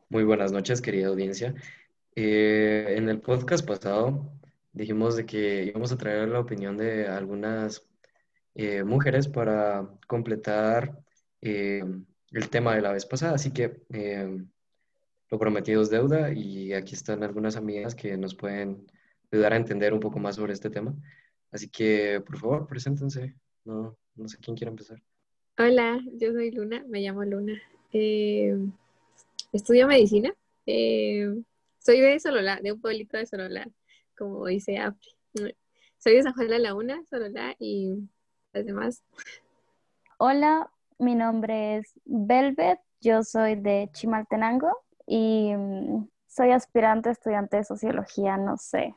Muy buenas noches, querida audiencia. En el podcast pasado dijimos de que íbamos a traer la opinión de algunas mujeres para completar el tema de la vez pasada. Así que lo prometido es deuda y aquí están algunas amigas que nos pueden ayudar a entender un poco más sobre este tema. Así que, por favor, preséntense. No sé quién quiere empezar. Hola, yo soy Luna, me llamo Luna. Eh, Estudio medicina. Eh, Soy de Sololá, de un pueblito de Sololá, como dice Apri. Soy de San Juan de la Laguna, Sololá y las demás. Hola, mi nombre es Velvet, yo soy de Chimaltenango y soy aspirante estudiante de sociología, no sé.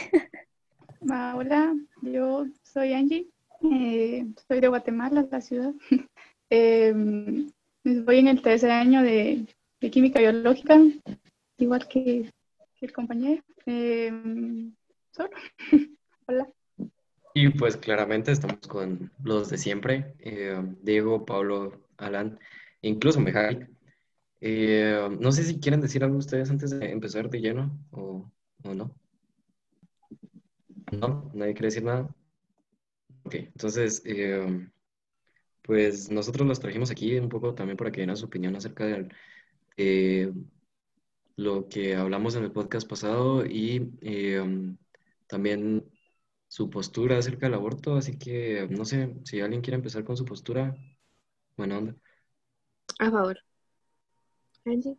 Hola, yo soy Angie, soy de Guatemala, la ciudad. Voy en el tercer año de química biológica, igual que el compañero. Solo. Hola. Y pues claramente estamos con los de siempre, Diego, Pablo, Alan, e incluso Mejai. No sé si quieren decir algo ustedes antes de empezar de lleno o no. No, nadie quiere decir nada. Ok, entonces, pues nosotros los trajimos aquí un poco también para que dieran su opinión acerca de lo que hablamos en el podcast pasado y también su postura acerca del aborto. Así que no sé si alguien quiere empezar con su postura. Buena onda. A favor. Angie.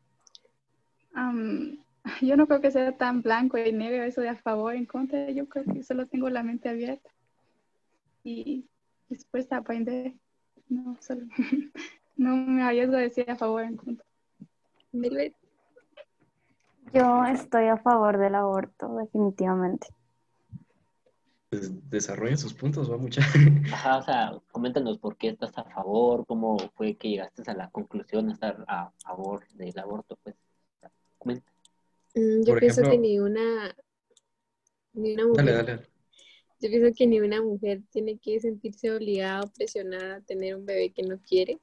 Am, yo no creo que sea tan blanco y negro eso de a favor, en contra. Yo creo que solo tengo la mente abierta y dispuesta a aprender. No, solo no me arriesgo a decir a favor, en contra. Velvet. Yo estoy a favor del aborto, definitivamente. Pues desarrollen sus puntos, va mucha. Ajá, o sea, coméntanos por qué estás a favor, cómo fue que llegaste a la conclusión de estar a favor del aborto, pues. Comenta. Yo Por pienso que ejemplo, ni una dale, mujer, dale. yo pienso que ni una mujer tiene que sentirse obligada o presionada a tener un bebé que no quiere.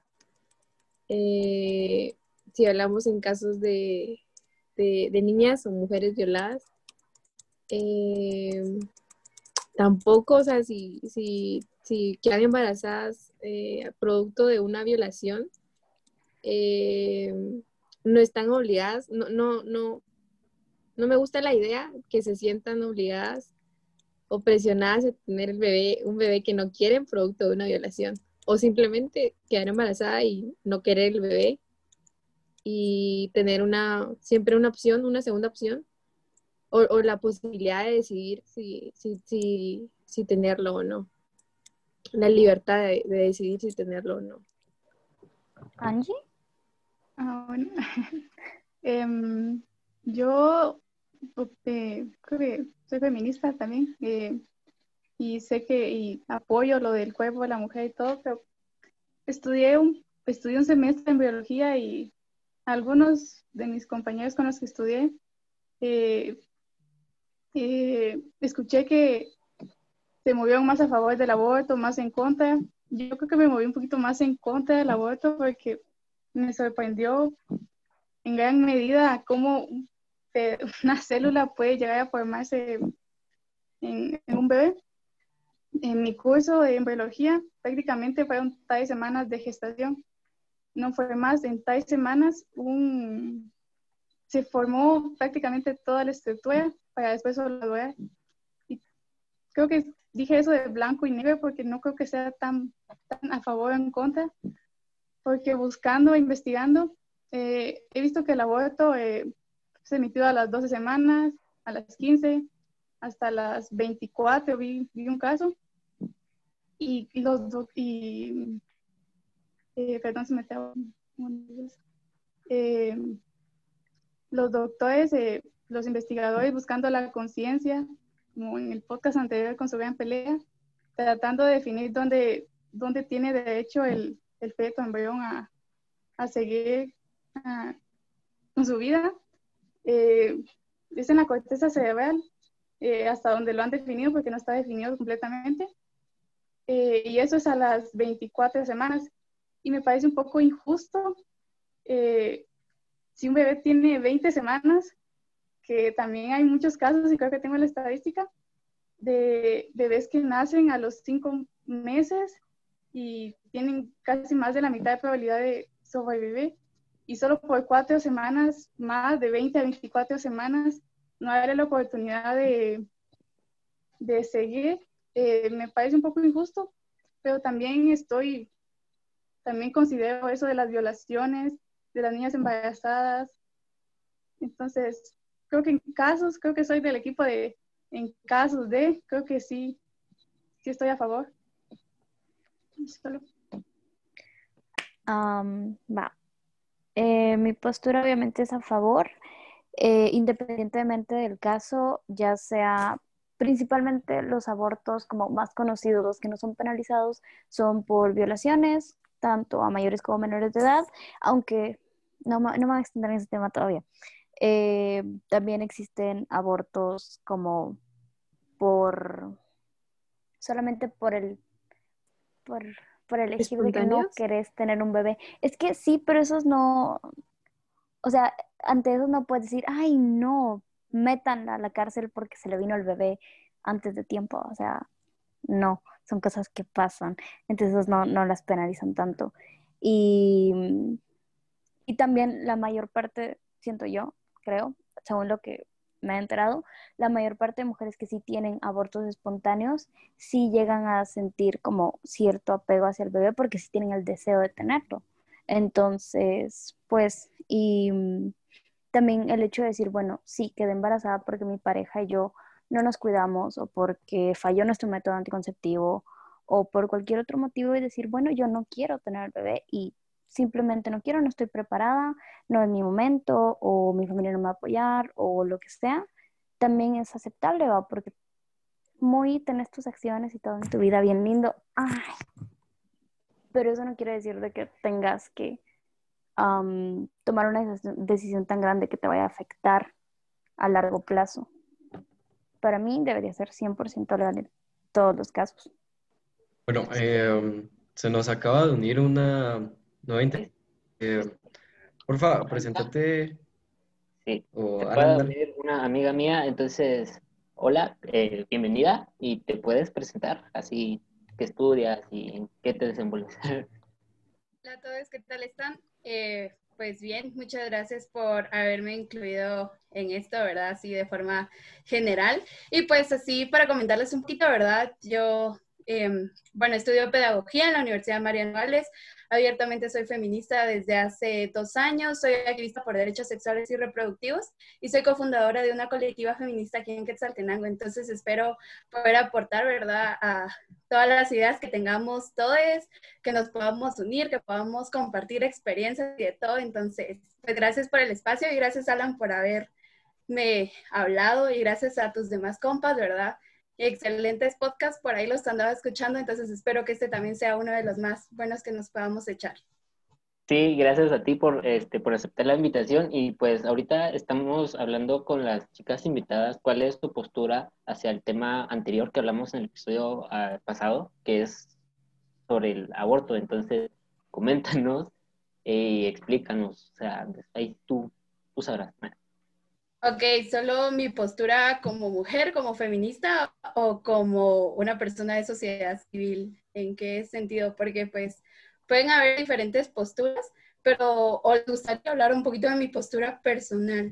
Eh, si hablamos en casos de niñas o mujeres violadas, eh, tampoco, o sea, si quedan embarazadas producto de una violación, eh, no están obligadas, no me gusta la idea que se sientan obligadas o presionadas a tener un bebé que no quieren producto de una violación, o simplemente quedar embarazada y no querer el bebé y tener siempre una opción, una segunda opción, o la posibilidad de decidir si tenerlo o no. La libertad de decidir si tenerlo o no. Angie, Bueno. Em, yo creo que soy feminista también, y sé que y apoyo lo del cuerpo de la mujer y todo, pero estudié un semestre en biología y algunos de mis compañeros con los que estudié, eh, escuché que se movieron más a favor del aborto, más en contra. Yo creo que me moví un poquito más en contra del aborto porque me sorprendió en gran medida cómo una célula puede llegar a formarse en un bebé. En mi curso de biología prácticamente fueron 3 semanas de gestación, no fue más. En 3 semanas se formó prácticamente toda la estructura para después solo durar. Y creo que dije eso de blanco y negro porque no creo que sea tan a favor o en contra, porque buscando, investigando, he visto que el aborto se emitió a las 12 semanas, a las 15, hasta las 24, vi un caso, y perdón, se me estaba... Eh, los doctores, los investigadores buscando la conciencia, como en el podcast anterior con su gran pelea, tratando de definir dónde tiene derecho el feto embrión a seguir con su vida. Es en la corteza cerebral, hasta donde lo han definido, porque no está definido completamente. Y eso es a las 24 semanas. Y me parece un poco injusto si un bebé tiene 20 semanas, que también hay muchos casos, y creo que tengo la estadística, de bebés que nacen a los 5 meses y tienen casi más de la mitad de probabilidad de sobrevivir, y solo por 4 semanas, más de 20 a 24 semanas, no darle la oportunidad de seguir, me parece un poco injusto, pero también considero eso de las violaciones, de las niñas embarazadas. Entonces, creo que soy del equipo creo que sí estoy a favor. Solo. Va. Mi postura obviamente es a favor, independientemente del caso, ya sea principalmente los abortos como más conocidos, los que no son penalizados, son por violaciones, tanto a mayores como menores de edad, aunque no me voy a extender en ese tema todavía. También existen abortos como solamente por, por elegir de que no ¿Espontáneos? querés tener un bebé. Es que sí, pero esos no, o sea, ante eso no puedes decir, ay, no, métanla a la cárcel porque se le vino el bebé antes de tiempo. O sea, no, son cosas que pasan. Entonces no las penalizan tanto. Y, y también la mayor parte, siento yo, creo, según lo que me he enterado, la mayor parte de mujeres que sí tienen abortos espontáneos, sí llegan a sentir como cierto apego hacia el bebé porque sí tienen el deseo de tenerlo. Entonces, pues, también el hecho de decir, bueno, sí, quedé embarazada porque mi pareja y yo no nos cuidamos o porque falló nuestro método anticonceptivo o por cualquier otro motivo y decir, bueno, yo no quiero tener al bebé y simplemente no quiero, no estoy preparada, no es mi momento o mi familia no me va a apoyar o lo que sea, también es aceptable, ¿va? Porque muy tenés tus acciones y todo en tu vida bien lindo, ay, pero eso no quiere decir de que tengas que tomar una decisión tan grande que te vaya a afectar a largo plazo. Para mí debería ser 100% legal en todos los casos. Bueno, se nos acaba de unir una nueva integrante. Porfa, preséntate Sí, se o acaba Alan, de dale. unir una amiga mía, entonces, hola, bienvenida y te puedes presentar, así que estudias y en qué te desenvuelves. Hola a todos, ¿qué tal están? Pues bien, muchas gracias por haberme incluido en esto, ¿verdad? Así de forma general. Y pues así para comentarles un poquito, ¿verdad? Yo, bueno, estudio pedagogía en la Universidad Mariano Vales. Abiertamente soy feminista desde hace 2 años. Soy activista por derechos sexuales y reproductivos y soy cofundadora de una colectiva feminista aquí en Quetzaltenango. Entonces espero poder aportar, ¿verdad? A todas las ideas que tengamos todos, que nos podamos unir, que podamos compartir experiencias y de todo. Entonces, pues gracias por el espacio y gracias, Alan, por haberme hablado y gracias a tus demás compas, ¿verdad? Excelentes podcasts, por ahí los andaba escuchando, entonces espero que este también sea uno de los más buenos que nos podamos echar. Sí, gracias a ti por aceptar la invitación y pues ahorita estamos hablando con las chicas invitadas. ¿Cuál es tu postura hacia el tema anterior que hablamos en el episodio pasado, que es sobre el aborto? Entonces, coméntanos y explícanos, o sea, ahí tú sabrás. Ok, ¿solo mi postura como mujer, como feminista o como una persona de sociedad civil? ¿En qué sentido? Porque pues pueden haber diferentes posturas, pero os gustaría hablar un poquito de mi postura personal.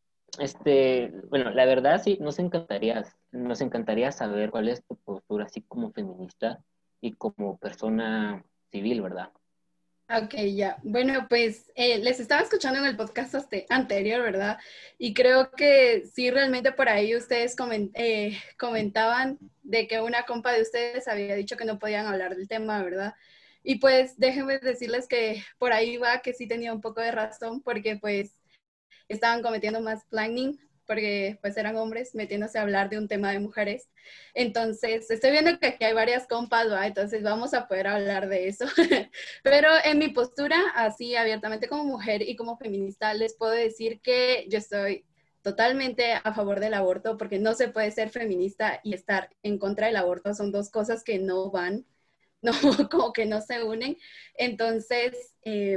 Bueno, la verdad sí, nos encantaría saber cuál es tu postura así como feminista y como persona civil, ¿verdad? Ok, ya. Bueno, pues les estaba escuchando en el podcast anterior, ¿verdad? Y creo que sí, realmente por ahí ustedes comentaban de que una compa de ustedes había dicho que no podían hablar del tema, ¿verdad? Y pues déjenme decirles que por ahí va que sí tenía un poco de razón, porque pues estaban cometiendo más planning porque pues eran hombres metiéndose a hablar de un tema de mujeres. Entonces, estoy viendo que aquí hay varias compas, ¿va? Entonces vamos a poder hablar de eso. Pero en mi postura, así abiertamente como mujer y como feminista, les puedo decir que yo estoy totalmente a favor del aborto porque no se puede ser feminista y estar en contra del aborto. Son dos cosas que no van, no, como que no se unen. Entonces,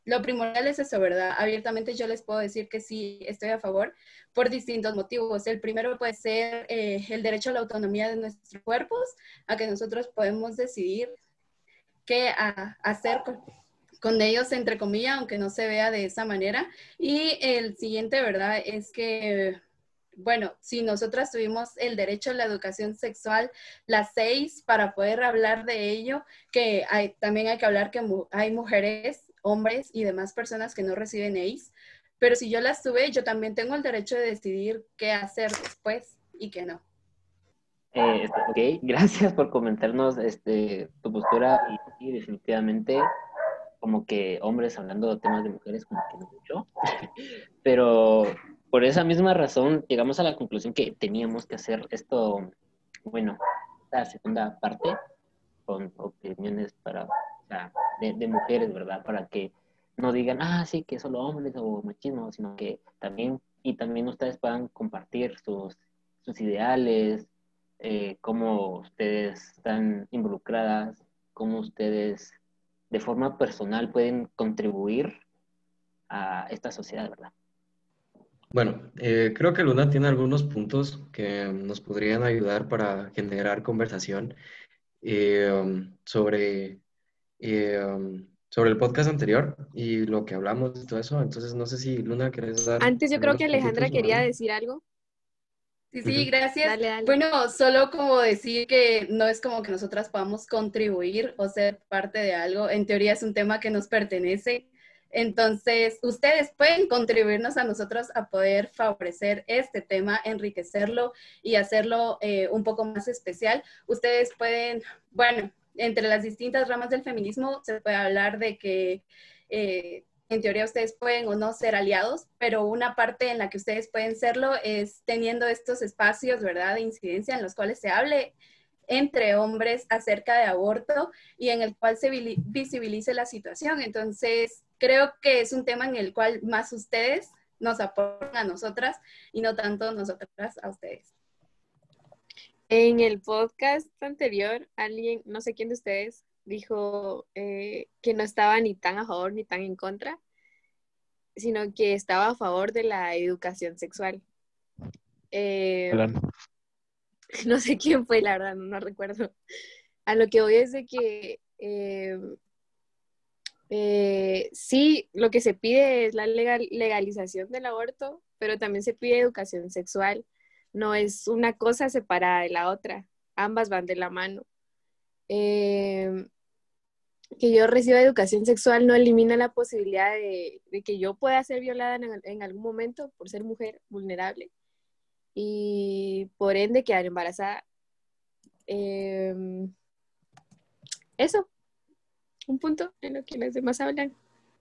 lo primordial es eso, ¿verdad? Abiertamente yo les puedo decir que sí estoy a favor por distintos motivos. El primero puede ser el derecho a la autonomía de nuestros cuerpos, a que nosotros podemos decidir qué hacer con ellos, entre comillas, aunque no se vea de esa manera. Y el siguiente, ¿verdad? Es que, bueno, si nosotras tuvimos el derecho a la educación sexual, las 6, para poder hablar de ello, que también hay que hablar que hay mujeres, hombres y demás personas que no reciben EIS, pero si yo las tuve, yo también tengo el derecho de decidir qué hacer después y qué no. Ok, gracias por comentarnos tu postura y definitivamente como que hombres hablando de temas de mujeres como que no mucho, pero por esa misma razón llegamos a la conclusión que teníamos que hacer esto, bueno, la segunda parte con opiniones o sea, de mujeres, ¿verdad? Para que no digan, sí, que solo hombres o machismo, sino que también, y también ustedes puedan compartir sus ideales, cómo ustedes están involucradas, cómo ustedes de forma personal pueden contribuir a esta sociedad, ¿verdad? Bueno, creo que Luna tiene algunos puntos que nos podrían ayudar para generar conversación sobre, sobre el podcast anterior y lo que hablamos y todo eso. Entonces, no sé si Luna, ¿querés dar Antes yo creo algunos que Alejandra puntitos o quería algo? decir algo. Sí, sí, Ujú. gracias. Dale, dale. Bueno, solo como decir que no es como que nosotras podamos contribuir o ser parte de algo. En teoría es un tema que nos pertenece. Entonces, ustedes pueden contribuirnos a nosotros a poder favorecer este tema, enriquecerlo y hacerlo un poco más especial. Ustedes pueden, bueno, entre las distintas ramas del feminismo se puede hablar de que en teoría ustedes pueden o no ser aliados, pero una parte en la que ustedes pueden serlo es teniendo estos espacios, ¿verdad?, de incidencia en los cuales se hable entre hombres acerca de aborto y en el cual se visibilice la situación. Entonces, creo que es un tema en el cual más ustedes nos aportan a nosotras y no tanto nosotras a ustedes. En el podcast anterior, alguien, no sé quién de ustedes, dijo que no estaba ni tan a favor ni tan en contra, sino que estaba a favor de la educación sexual. No sé quién fue, la verdad, no recuerdo. A lo que voy es de que sí, lo que se pide es la legalización del aborto, pero también se pide educación sexual. No es una cosa separada de la otra, ambas van de la mano. Que yo reciba educación sexual no elimina la posibilidad de que yo pueda ser violada en algún momento por ser mujer vulnerable y por ende quedar embarazada. Eso, un punto en lo que los demás hablan.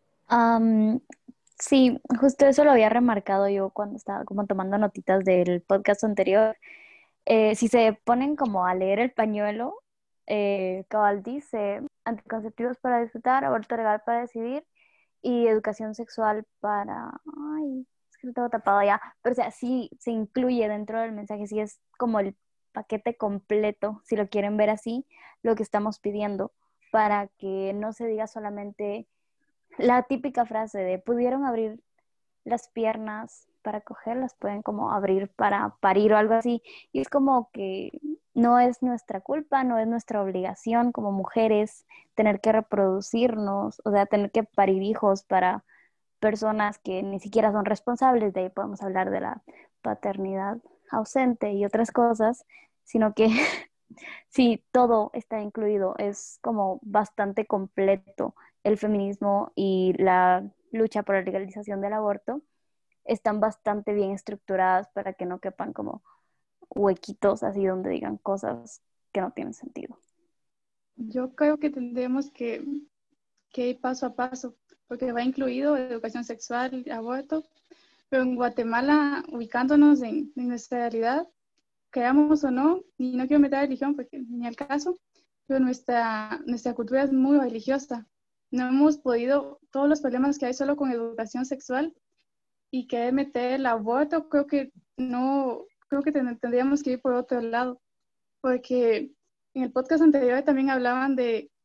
Sí, justo eso lo había remarcado yo cuando estaba como tomando notitas del podcast anterior. Si se ponen como a leer el pañuelo, cabal dice anticonceptivos para disfrutar, aborto legal para decidir y educación sexual para... Ay, es que lo tengo tapado ya. Pero o sea, sí se incluye dentro del mensaje, sí es como el paquete completo, si lo quieren ver así, lo que estamos pidiendo, para que no se diga solamente la típica frase de pudieron abrir las piernas para coger, las pueden como abrir para parir o algo así. Y es como que no es nuestra culpa, no es nuestra obligación como mujeres tener que reproducirnos, o sea, tener que parir hijos para personas que ni siquiera son responsables. De ahí podemos hablar de la paternidad ausente y otras cosas, sino que sí, todo está incluido, es como bastante completo. El feminismo y la lucha por la legalización del aborto están bastante bien estructuradas para que no quepan como huequitos así donde digan cosas que no tienen sentido. Yo creo que tendremos que ir paso a paso, porque va incluido educación sexual, aborto, pero en Guatemala, ubicándonos en nuestra realidad, creamos o no, y no quiero meter religión porque ni al caso, pero nuestra cultura es muy religiosa. No hemos podido, todos los problemas que hay solo con educación sexual y querer meter el aborto, creo que no, creo que tendríamos que ir por otro lado, porque en el podcast anterior también hablaban de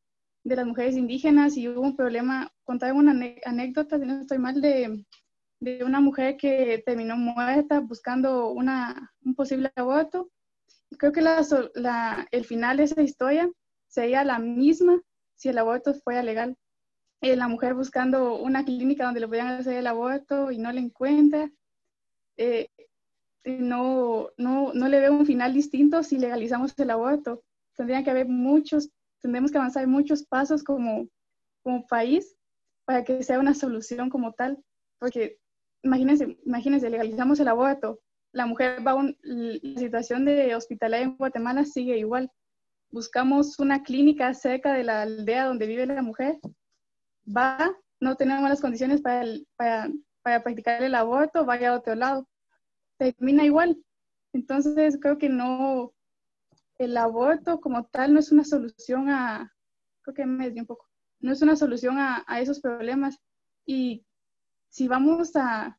de las mujeres indígenas y hubo un problema, contaba una anécdota, si no estoy mal, de una mujer que terminó muerta buscando un posible aborto. Creo que el final de esa historia sería la misma si el aborto fuera legal. La mujer buscando una clínica donde le pudieran hacer el aborto y no le encuentra. No le veo un final distinto si legalizamos el aborto. Tendrían que haber tendremos que avanzar muchos pasos como país para que sea una solución como tal. Porque imagínense, legalizamos el aborto, la mujer va la situación de hospitalaria en Guatemala sigue igual. Buscamos una clínica cerca de la aldea donde vive la mujer, no tenemos las condiciones para practicar el aborto, vaya a otro lado, termina igual. Entonces creo que no, el aborto como tal no es una solución creo que me desvié un poco, no es una solución a esos problemas. Y si vamos a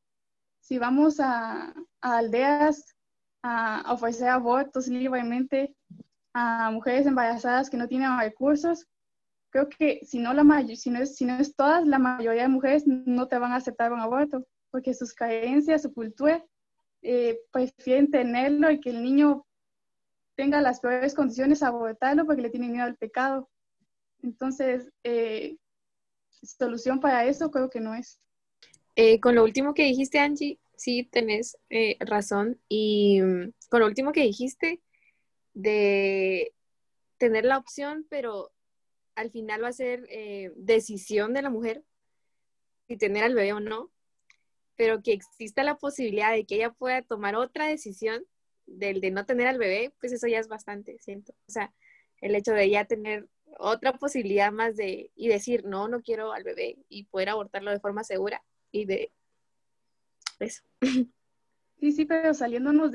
aldeas a ofrecer abortos libremente a mujeres embarazadas que no tienen recursos, creo que si no es todas, la mayoría de mujeres no te van a aceptar un aborto, porque sus creencias, su cultura, prefieren tenerlo y que el niño tenga las peores condiciones a abortarlo porque le tienen miedo al pecado. Entonces, solución para eso creo que no es. Con lo último que dijiste, Angie, sí tenés razón. Y con lo último que dijiste de tener la opción, pero al final va a ser decisión de la mujer si tener al bebé o no, pero que exista la posibilidad de que ella pueda tomar otra decisión del de no tener al bebé, pues eso ya es bastante, siento. O sea, el hecho de ya tener otra posibilidad más y decir, no quiero al bebé y poder abortarlo de forma segura y de eso. Sí, pero saliéndonos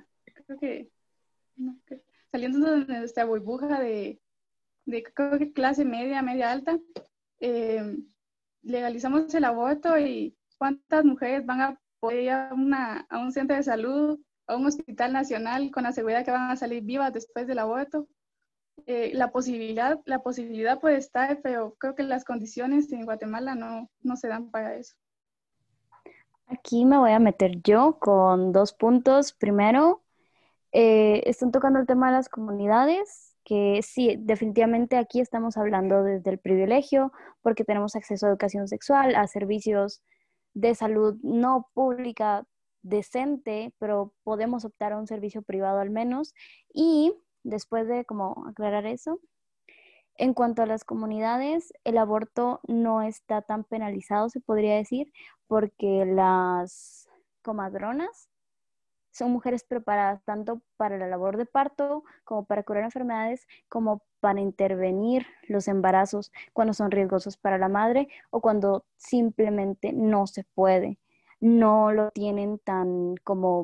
saliéndonos de nuestra burbuja de creo que clase media alta, legalizamos el aborto y cuántas mujeres van a poder ir a un centro de salud, a un hospital nacional con la seguridad que van a salir vivas después del aborto. La posibilidad puede estar, pero creo que las condiciones en Guatemala no se dan para eso. Aquí me voy a meter yo con 2 puntos. Primero, están tocando el tema de las comunidades, que sí, definitivamente aquí estamos hablando desde el privilegio, porque tenemos acceso a educación sexual, a servicios de salud no pública decente, pero podemos optar a un servicio privado al menos. Y después de como aclarar eso, en cuanto a las comunidades, el aborto no está tan penalizado, se podría decir, porque las comadronas son mujeres preparadas tanto para la labor de parto como para curar enfermedades, como para intervenir los embarazos cuando son riesgosos para la madre o cuando simplemente no se puede. No lo tienen tan como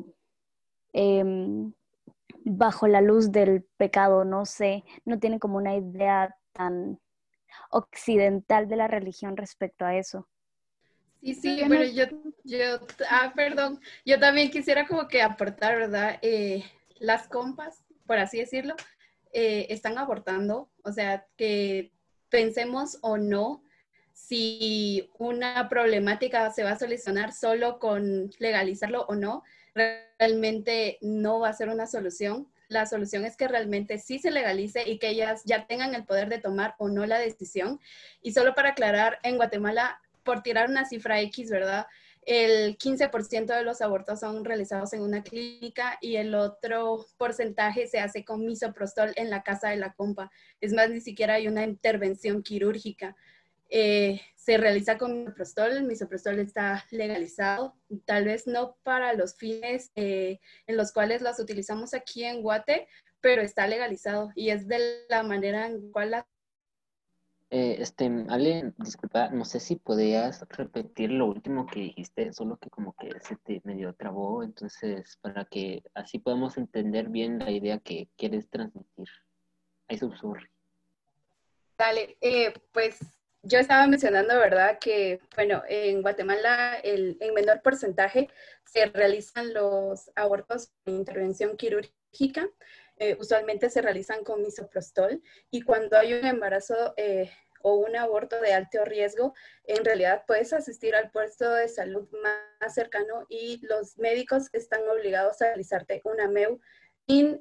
bajo la luz del pecado, no sé, no tienen como una idea tan occidental de la religión respecto a eso. Sí, pero perdón, yo también quisiera como que aportar, ¿verdad? Las compas, por así decirlo, están abortando, o sea, que pensemos o no si una problemática se va a solucionar solo con legalizarlo o no, realmente no va a ser una solución. La solución es que realmente sí se legalice y que ellas ya tengan el poder de tomar o no la decisión. Y solo para aclarar, en Guatemala, por tirar una cifra X, ¿verdad? El 15% de los abortos son realizados en una clínica y el otro porcentaje se hace con misoprostol en la casa de la compa. Es más, ni siquiera hay una intervención quirúrgica. Se realiza con misoprostol. El misoprostol está legalizado, tal vez no para los fines en los cuales los utilizamos aquí en Guate, pero está legalizado y es de la manera en cual la... Ale, disculpa, no sé si podías repetir lo último que dijiste, solo que como que se te medio trabó, entonces para que así podamos entender bien la idea que quieres transmitir. Ahí susurro. Dale, pues yo estaba mencionando, ¿verdad? Que, bueno, en Guatemala en menor porcentaje se realizan los abortos con intervención quirúrgica. Usualmente se realizan con misoprostol y cuando hay un embarazo o un aborto de alto riesgo, en realidad puedes asistir al puesto de salud más cercano y los médicos están obligados a realizarte una MEU sin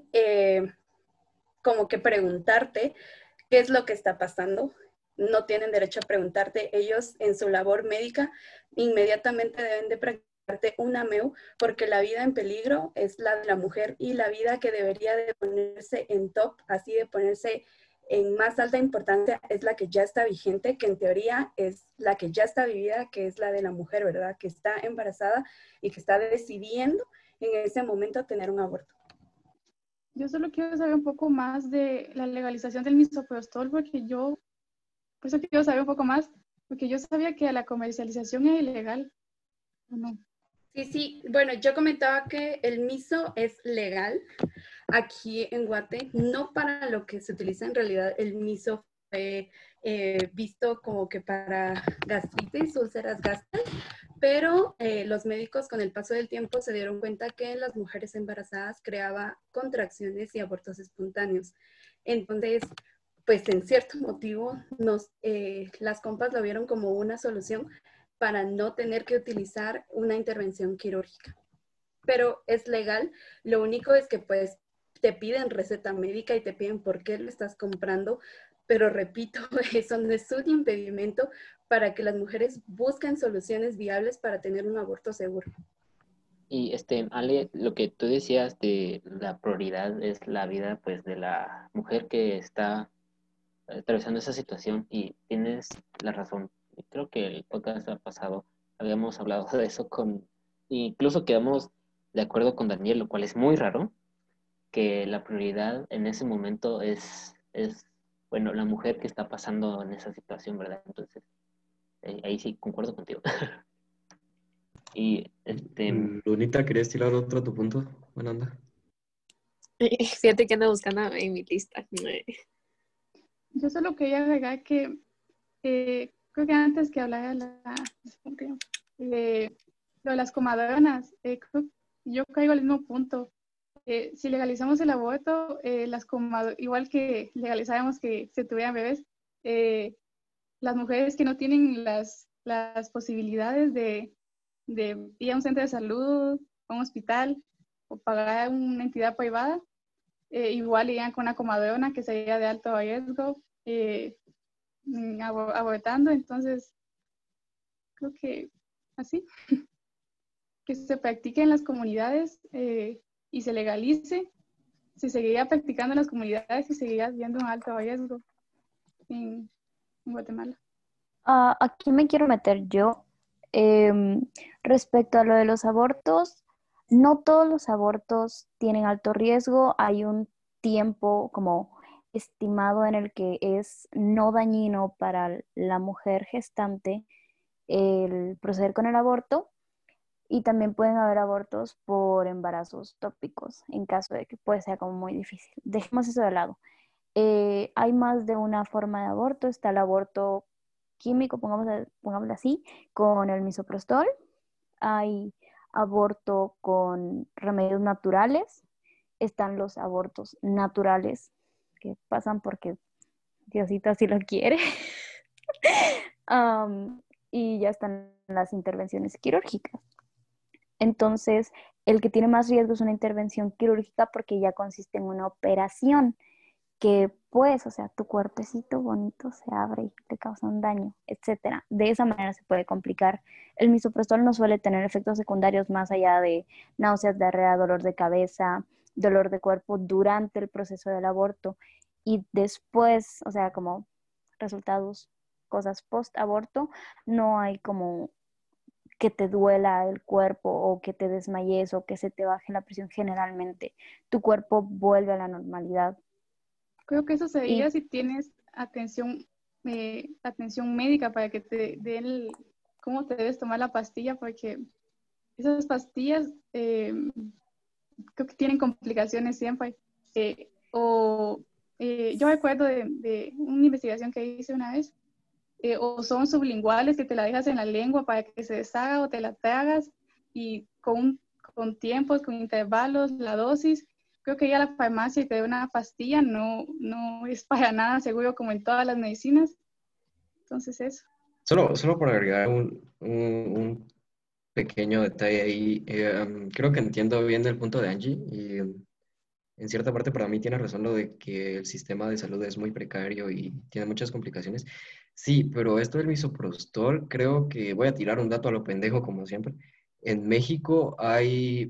como que preguntarte qué es lo que está pasando. No tienen derecho a preguntarte. Ellos en su labor médica inmediatamente deben de practicarte una MEU porque la vida en peligro es la de la mujer y la vida que debería de ponerse en top, así de ponerse en más alta importancia, es la que ya está vigente, que en teoría es la que ya está vivida, que es la de la mujer, ¿verdad? Que está embarazada y que está decidiendo en ese momento tener un aborto. Yo solo quiero saber un poco más de la legalización del misoprostol, por eso quiero saber un poco más, porque yo sabía que la comercialización es ilegal, ¿o no? Sí, bueno, yo comentaba que el miso es legal aquí en Guate, no para lo que se utiliza en realidad. El miso fue visto como que para gastritis, úlceras gástricas, pero los médicos con el paso del tiempo se dieron cuenta que en las mujeres embarazadas creaba contracciones y abortos espontáneos. Entonces, pues en cierto motivo, las compas lo vieron como una solución para no tener que utilizar una intervención quirúrgica. Pero es legal, lo único es que pues te piden receta médica y te piden por qué lo estás comprando, pero repito, eso no es un impedimento para que las mujeres busquen soluciones viables para tener un aborto seguro. Y Ale, lo que tú decías de la prioridad es la vida pues de la mujer que está atravesando esa situación y tienes la razón. Creo que el podcast pasado habíamos hablado de eso incluso quedamos de acuerdo con Daniel, lo cual es muy raro, que la prioridad en ese momento bueno, la mujer que está pasando en esa situación, ¿verdad? Entonces, ahí sí concuerdo contigo. Y Lunita, ¿querías tirar otro a tu punto? Buena onda. Fíjate que ando buscando en mi lista. Yo solo quería agregar que creo que antes que hablaba lo de las comadronas, yo caigo al mismo punto. Si legalizamos el aborto, igual que legalizáramos que se tuvieran bebés, las mujeres que no tienen las posibilidades de ir a un centro de salud, a un hospital o pagar una entidad privada, igual irían con una comadrona que sería de alto riesgo abortando. Entonces, creo que así, que se practique en las comunidades y se legalice, se seguiría practicando en las comunidades y seguiría viendo un alto riesgo en Guatemala. Aquí me quiero meter yo. Respecto a lo de los abortos, no todos los abortos tienen alto riesgo. Hay un tiempo como estimado en el que es no dañino para la mujer gestante el proceder con el aborto, y también pueden haber abortos por embarazos tópicos en caso de que puede ser como muy difícil. Dejemos eso de lado. Hay más de una forma de aborto. Está el aborto químico, pongámoslo así, con el misoprostol. Hay aborto con remedios naturales. Están los abortos naturales que pasan porque Diosito así lo quiere. Y ya están las intervenciones quirúrgicas. Entonces, el que tiene más riesgo es una intervención quirúrgica porque ya consiste en una operación que pues, o sea, tu cuerpecito bonito se abre y te causa un daño, etcétera. De esa manera se puede complicar. El misoprostol no suele tener efectos secundarios más allá de náuseas, diarrea, dolor de cabeza, dolor de cuerpo durante el proceso del aborto, y después, o sea, como resultados, cosas post-aborto, no hay como que te duela el cuerpo o que te desmayes o que se te baje la presión. Generalmente tu cuerpo vuelve a la normalidad. Creo que eso sería si tienes atención médica para que te den cómo te debes tomar la pastilla, porque esas pastillas creo que tienen complicaciones siempre. Yo recuerdo de una investigación que hice una vez, o son sublinguales, que te la dejas en la lengua para que se deshaga, o te la tragas y con tiempos, con intervalos, la dosis. Creo que ir a la farmacia y te dé una pastilla no es para nada seguro como en todas las medicinas. Entonces eso. Solo para agregar un pequeño detalle ahí, creo que entiendo bien el punto de Angie y en cierta parte para mí tiene razón lo de que el sistema de salud es muy precario y tiene muchas complicaciones. Sí, pero esto del misoprostol, creo que voy a tirar un dato a lo pendejo como siempre. En México hay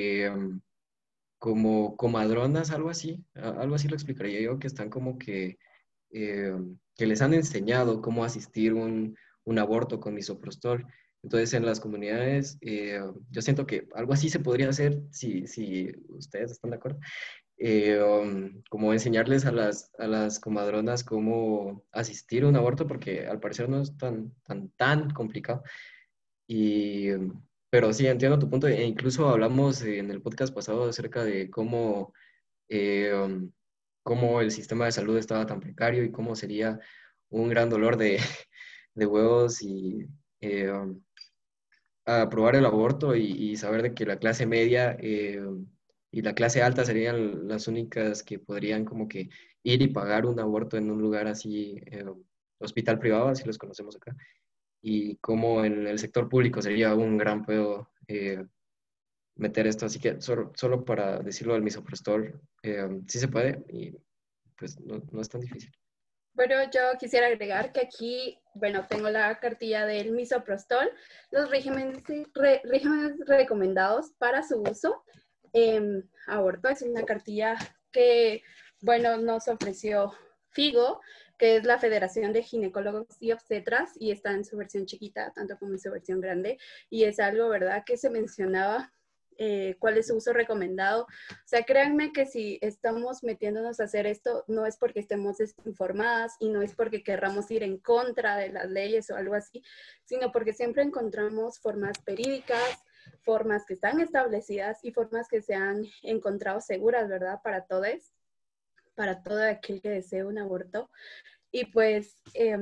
como comadronas, algo así, algo así lo explicaría yo, que están como eh, que les han enseñado cómo asistir un aborto con misoprostol. Entonces, en las comunidades, yo siento que algo así se podría hacer si ustedes están de acuerdo. Como enseñarles a las comadronas cómo asistir a un aborto, porque al parecer no es tan complicado. Y, pero sí, entiendo tu punto, e incluso hablamos en el podcast pasado acerca de eh, um, cómo el sistema de salud estaba tan precario y cómo sería un gran dolor de huevos y aprobar el aborto y saber de que la clase media y la clase alta serían las únicas que podrían como que ir y pagar un aborto en un lugar así, hospital privado, así los conocemos acá, y cómo en el sector público sería un gran pedo meter esto. Así que solo para decirlo del misoprostol, sí se puede y pues no es tan difícil. Bueno, yo quisiera agregar que aquí, bueno, tengo la cartilla del misoprostol, los regímenes recomendados para su uso en aborto. Es una cartilla que, bueno, nos ofreció FIGO, que es la Federación de Ginecólogos y Obstetras, y está en su versión chiquita, tanto como en su versión grande, y es algo, ¿verdad?, que se mencionaba cuál es su uso recomendado. O sea, créanme que si estamos metiéndonos a hacer esto, no es porque estemos desinformadas y no es porque querramos ir en contra de las leyes o algo así, sino porque siempre encontramos formas verídicas, formas que están establecidas y formas que se han encontrado seguras, ¿verdad? Para todo aquel que desee un aborto. Y pues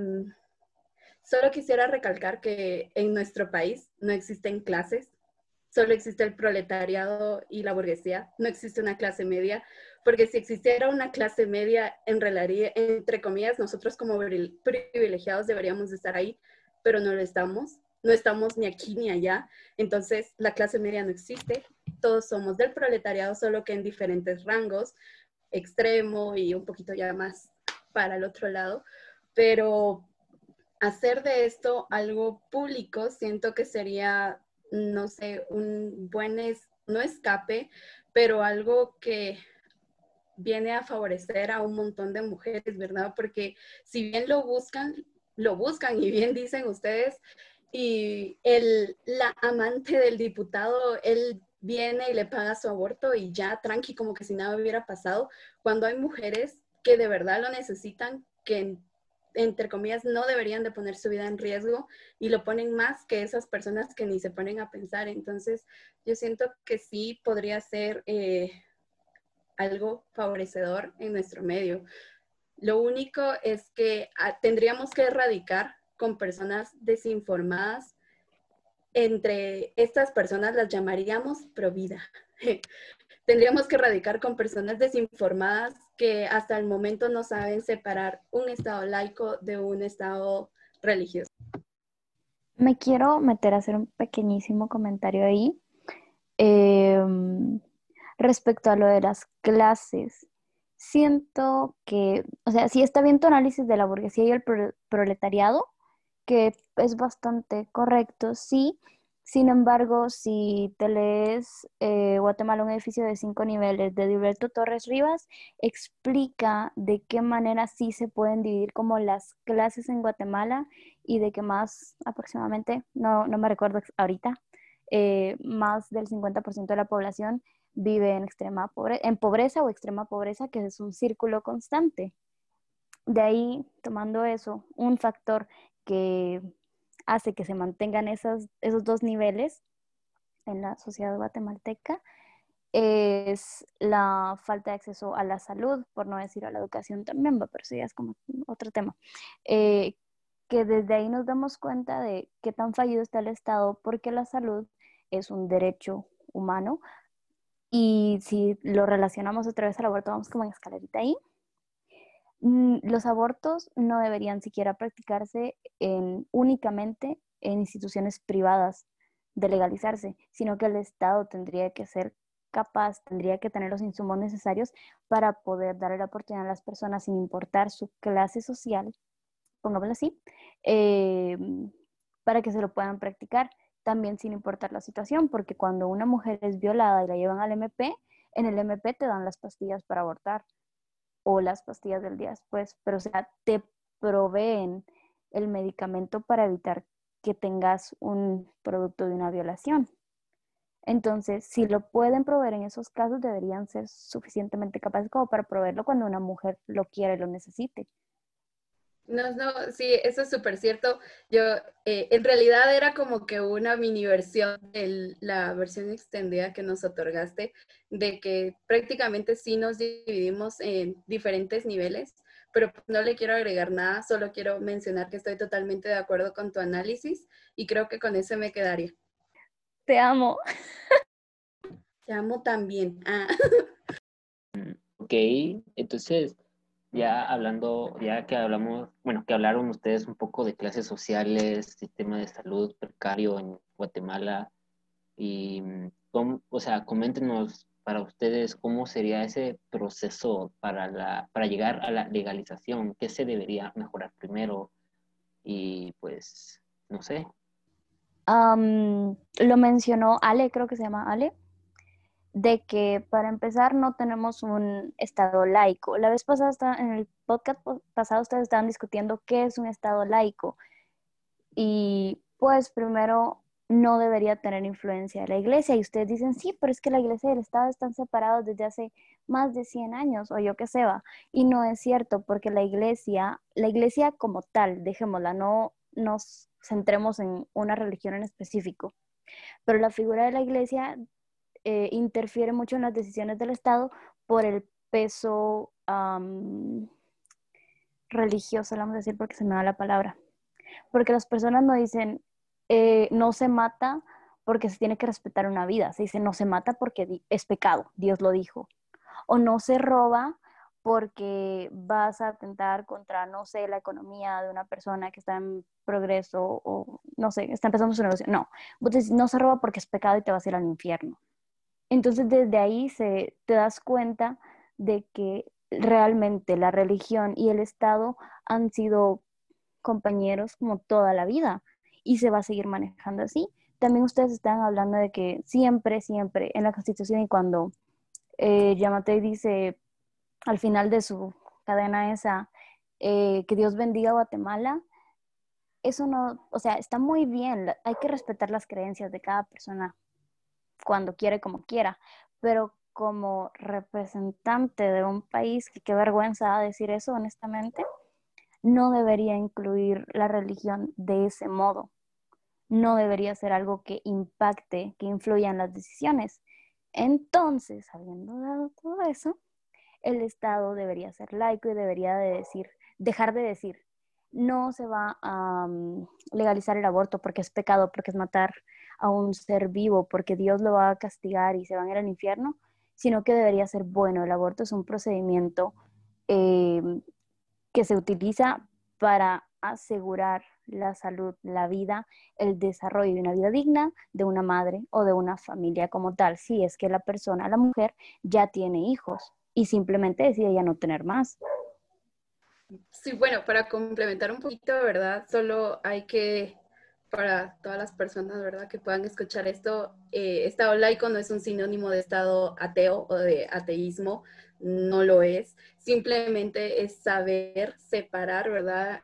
solo quisiera recalcar que en nuestro país no existen clases, solo existe el proletariado y la burguesía, no existe una clase media, porque si existiera una clase media, en realidad, entre comillas, nosotros como privilegiados deberíamos de estar ahí, pero no lo estamos, no estamos ni aquí ni allá, entonces la clase media no existe, todos somos del proletariado, solo que en diferentes rangos, extremo y un poquito ya más para el otro lado, pero hacer de esto algo público siento que sería, no sé, un buen, no escape, pero algo que viene a favorecer a un montón de mujeres, ¿verdad? Porque si bien lo buscan y bien dicen ustedes, y la amante del diputado, él viene y le paga su aborto y ya tranqui, como que si nada hubiera pasado, cuando hay mujeres que de verdad lo necesitan, que entre comillas no deberían de poner su vida en riesgo y lo ponen más que esas personas que ni se ponen a pensar. Entonces, yo siento que sí podría ser algo favorecedor en nuestro medio. Lo único es que tendríamos que erradicar con personas desinformadas. Entre estas personas las llamaríamos provida. Tendríamos que erradicar con personas desinformadas que hasta el momento no saben separar un estado laico de un estado religioso. Me quiero meter a hacer un pequeñísimo comentario ahí. Em, Respecto a lo de las clases, siento que, o sea, sí está bien tu análisis de la burguesía y el proletariado, que es bastante correcto, sí. Sin embargo, si te lees Guatemala, un edificio de 5 niveles de Dilberto Torres Rivas, explica de qué manera sí se pueden dividir como las clases en Guatemala y de que más aproximadamente, no me recuerdo ahorita, más del 50% de la población vive en pobreza o extrema pobreza, que es un círculo constante. De ahí, tomando eso, un factor que hace que se mantengan esos dos niveles en la sociedad guatemalteca es la falta de acceso a la salud, por no decir a la educación también, pero eso ya es como otro tema. Que desde ahí nos damos cuenta de qué tan fallido está el Estado, porque la salud es un derecho humano. Y si lo relacionamos otra vez al aborto, vamos como en escalerita ahí. Los abortos no deberían siquiera practicarse únicamente en instituciones privadas de legalizarse, sino que el Estado tendría que ser capaz, tendría que tener los insumos necesarios para poder darle la oportunidad a las personas, sin importar su clase social, pongámoslo así, eh, para que se lo puedan practicar, también sin importar la situación, porque cuando una mujer es violada y la llevan al MP, en el MP te dan las pastillas para abortar o las pastillas del día después, pero o sea, te proveen el medicamento para evitar que tengas un producto de una violación. Entonces, si lo pueden proveer en esos casos, deberían ser suficientemente capaces como para proveerlo cuando una mujer lo quiera y lo necesite. No, sí, eso es súper cierto. Yo, en realidad era como que una mini versión de la versión extendida que nos otorgaste, de que prácticamente sí nos dividimos en diferentes niveles, pero no le quiero agregar nada, solo quiero mencionar que estoy totalmente de acuerdo con tu análisis y creo que con eso me quedaría. Te amo. Te amo también. Ah. Ok, entonces ya hablando, ya que hablamos, bueno, que hablaron ustedes un poco de clases sociales, sistema de salud precario en Guatemala y, o sea, coméntenos para ustedes cómo sería ese proceso para llegar a la legalización, qué se debería mejorar primero y pues, no sé. Lo mencionó Ale, creo que se llama Ale, de que para empezar no tenemos un estado laico. La vez pasada, en el podcast pasado, ustedes estaban discutiendo qué es un estado laico. Y pues primero no debería tener influencia de la iglesia. Y ustedes dicen, sí, pero es que la iglesia y el Estado están separados desde hace más de 100 años, o yo qué sé va. Y no es cierto, porque la iglesia como tal, dejémosla, no nos centremos en una religión en específico, pero la figura de la iglesia interfiere mucho en las decisiones del Estado por el peso religioso, vamos a decir, porque se me da la palabra. Porque las personas no dicen, no se mata porque se tiene que respetar una vida, se dice no se mata porque es pecado, Dios lo dijo. O no se roba porque vas a atentar contra, no sé, la economía de una persona que está en progreso o, no sé, está empezando su negocio. No, vos decís, no se roba porque es pecado y te vas a ir al infierno. Entonces desde ahí te das cuenta de que realmente la religión y el Estado han sido compañeros como toda la vida y se va a seguir manejando así. También ustedes están hablando de que siempre, siempre en la Constitución y cuando Yamatei dice al final de su cadena esa, que Dios bendiga a Guatemala, eso no, o sea, está muy bien, hay que respetar las creencias de cada persona cuando quiere, como quiera, pero como representante de un país, que qué vergüenza decir eso, honestamente, no debería incluir la religión de ese modo. No debería ser algo que impacte, que influya en las decisiones. Entonces, habiendo dado todo eso, el Estado debería ser laico y debería dejar de decir, no se va a legalizar el aborto porque es pecado, porque es matar a un ser vivo, porque Dios lo va a castigar y se van a ir al infierno, sino que debería ser bueno. El aborto es un procedimiento eh, que se utiliza para asegurar la salud, la vida, el desarrollo de una vida digna de una madre o de una familia como tal, si es que la persona, la mujer, ya tiene hijos y simplemente decide ya no tener más. Sí, bueno, para complementar un poquito, ¿verdad? Solo hay que, para todas las personas, ¿verdad? Que puedan escuchar esto, Estado laico no es un sinónimo de Estado ateo o de ateísmo, no lo es. Simplemente es saber separar, ¿verdad?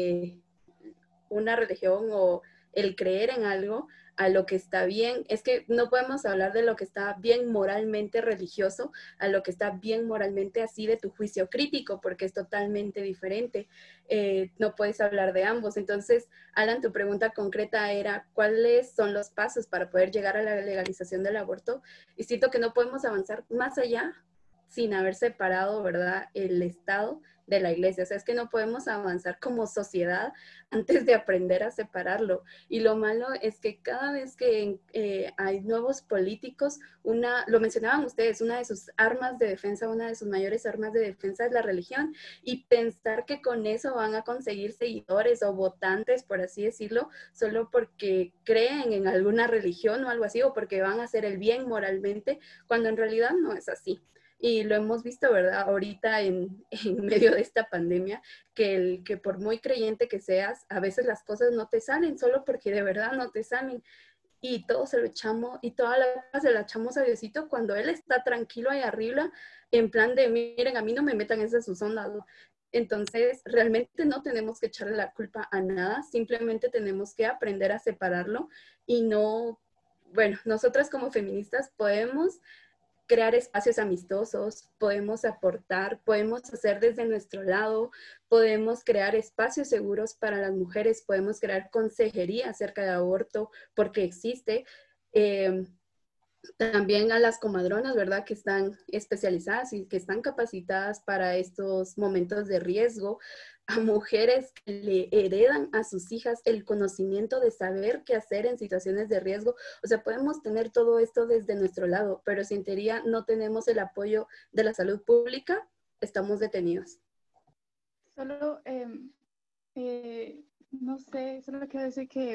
Una religión o el creer en algo a lo que está bien. Es que no podemos hablar de lo que está bien moralmente religioso a lo que está bien moralmente así de tu juicio crítico, porque es totalmente diferente. No puedes hablar de ambos. Entonces, Alan, tu pregunta concreta era, ¿cuáles son los pasos para poder llegar a la legalización del aborto? Y siento que no podemos avanzar más allá sin haber separado, ¿verdad?, el Estado de la iglesia. O sea, es que no podemos avanzar como sociedad antes de aprender a separarlo. Y lo malo es que cada vez que hay nuevos políticos, lo mencionaban ustedes, una de sus armas de defensa, una de sus mayores armas de defensa es la religión, y pensar que con eso van a conseguir seguidores o votantes, por así decirlo, solo porque creen en alguna religión o algo así, o porque van a hacer el bien moralmente, cuando en realidad no es así. Y lo hemos visto, ¿verdad? Ahorita en medio de esta pandemia, que por muy creyente que seas, a veces las cosas no te salen solo porque de verdad no te salen. Y todo se lo echamos, y toda la vida se la echamos a Diosito cuando Él está tranquilo ahí arriba, en plan de, miren, a mí no me metan esas sus ondas, ¿no? Entonces, realmente no tenemos que echarle la culpa a nada, simplemente tenemos que aprender a separarlo y no, bueno, nosotras como feministas podemos crear espacios amistosos, podemos aportar, podemos hacer desde nuestro lado, podemos crear espacios seguros para las mujeres, podemos crear consejería acerca de aborto, porque existe. Eh, También a las comadronas, ¿verdad? Que están especializadas y que están capacitadas para estos momentos de riesgo, a mujeres que le heredan a sus hijas el conocimiento de saber qué hacer en situaciones de riesgo. O sea, podemos tener todo esto desde nuestro lado, pero si en teoría no tenemos el apoyo de la salud pública, estamos detenidos. Solo, no sé, solo quiero decir que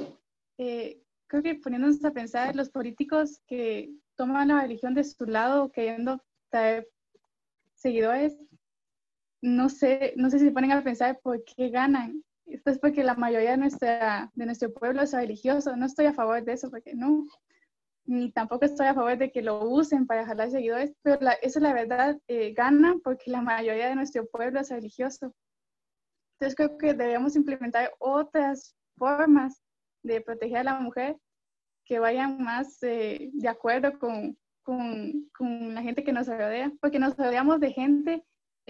creo que poniéndonos a pensar, los políticos que toman la religión de su lado, queriendo traer seguidores, no sé si se ponen a pensar por qué ganan. Esto es porque la mayoría de nuestro pueblo es religioso. No estoy a favor de eso, porque no, ni tampoco estoy a favor de que lo usen para jalar seguidores, pero eso la verdad gana porque la mayoría de nuestro pueblo es religioso. Entonces creo que deberíamos implementar otras formas de proteger a la mujer que vayan más de acuerdo con la gente que nos rodea, porque nos rodeamos de gente,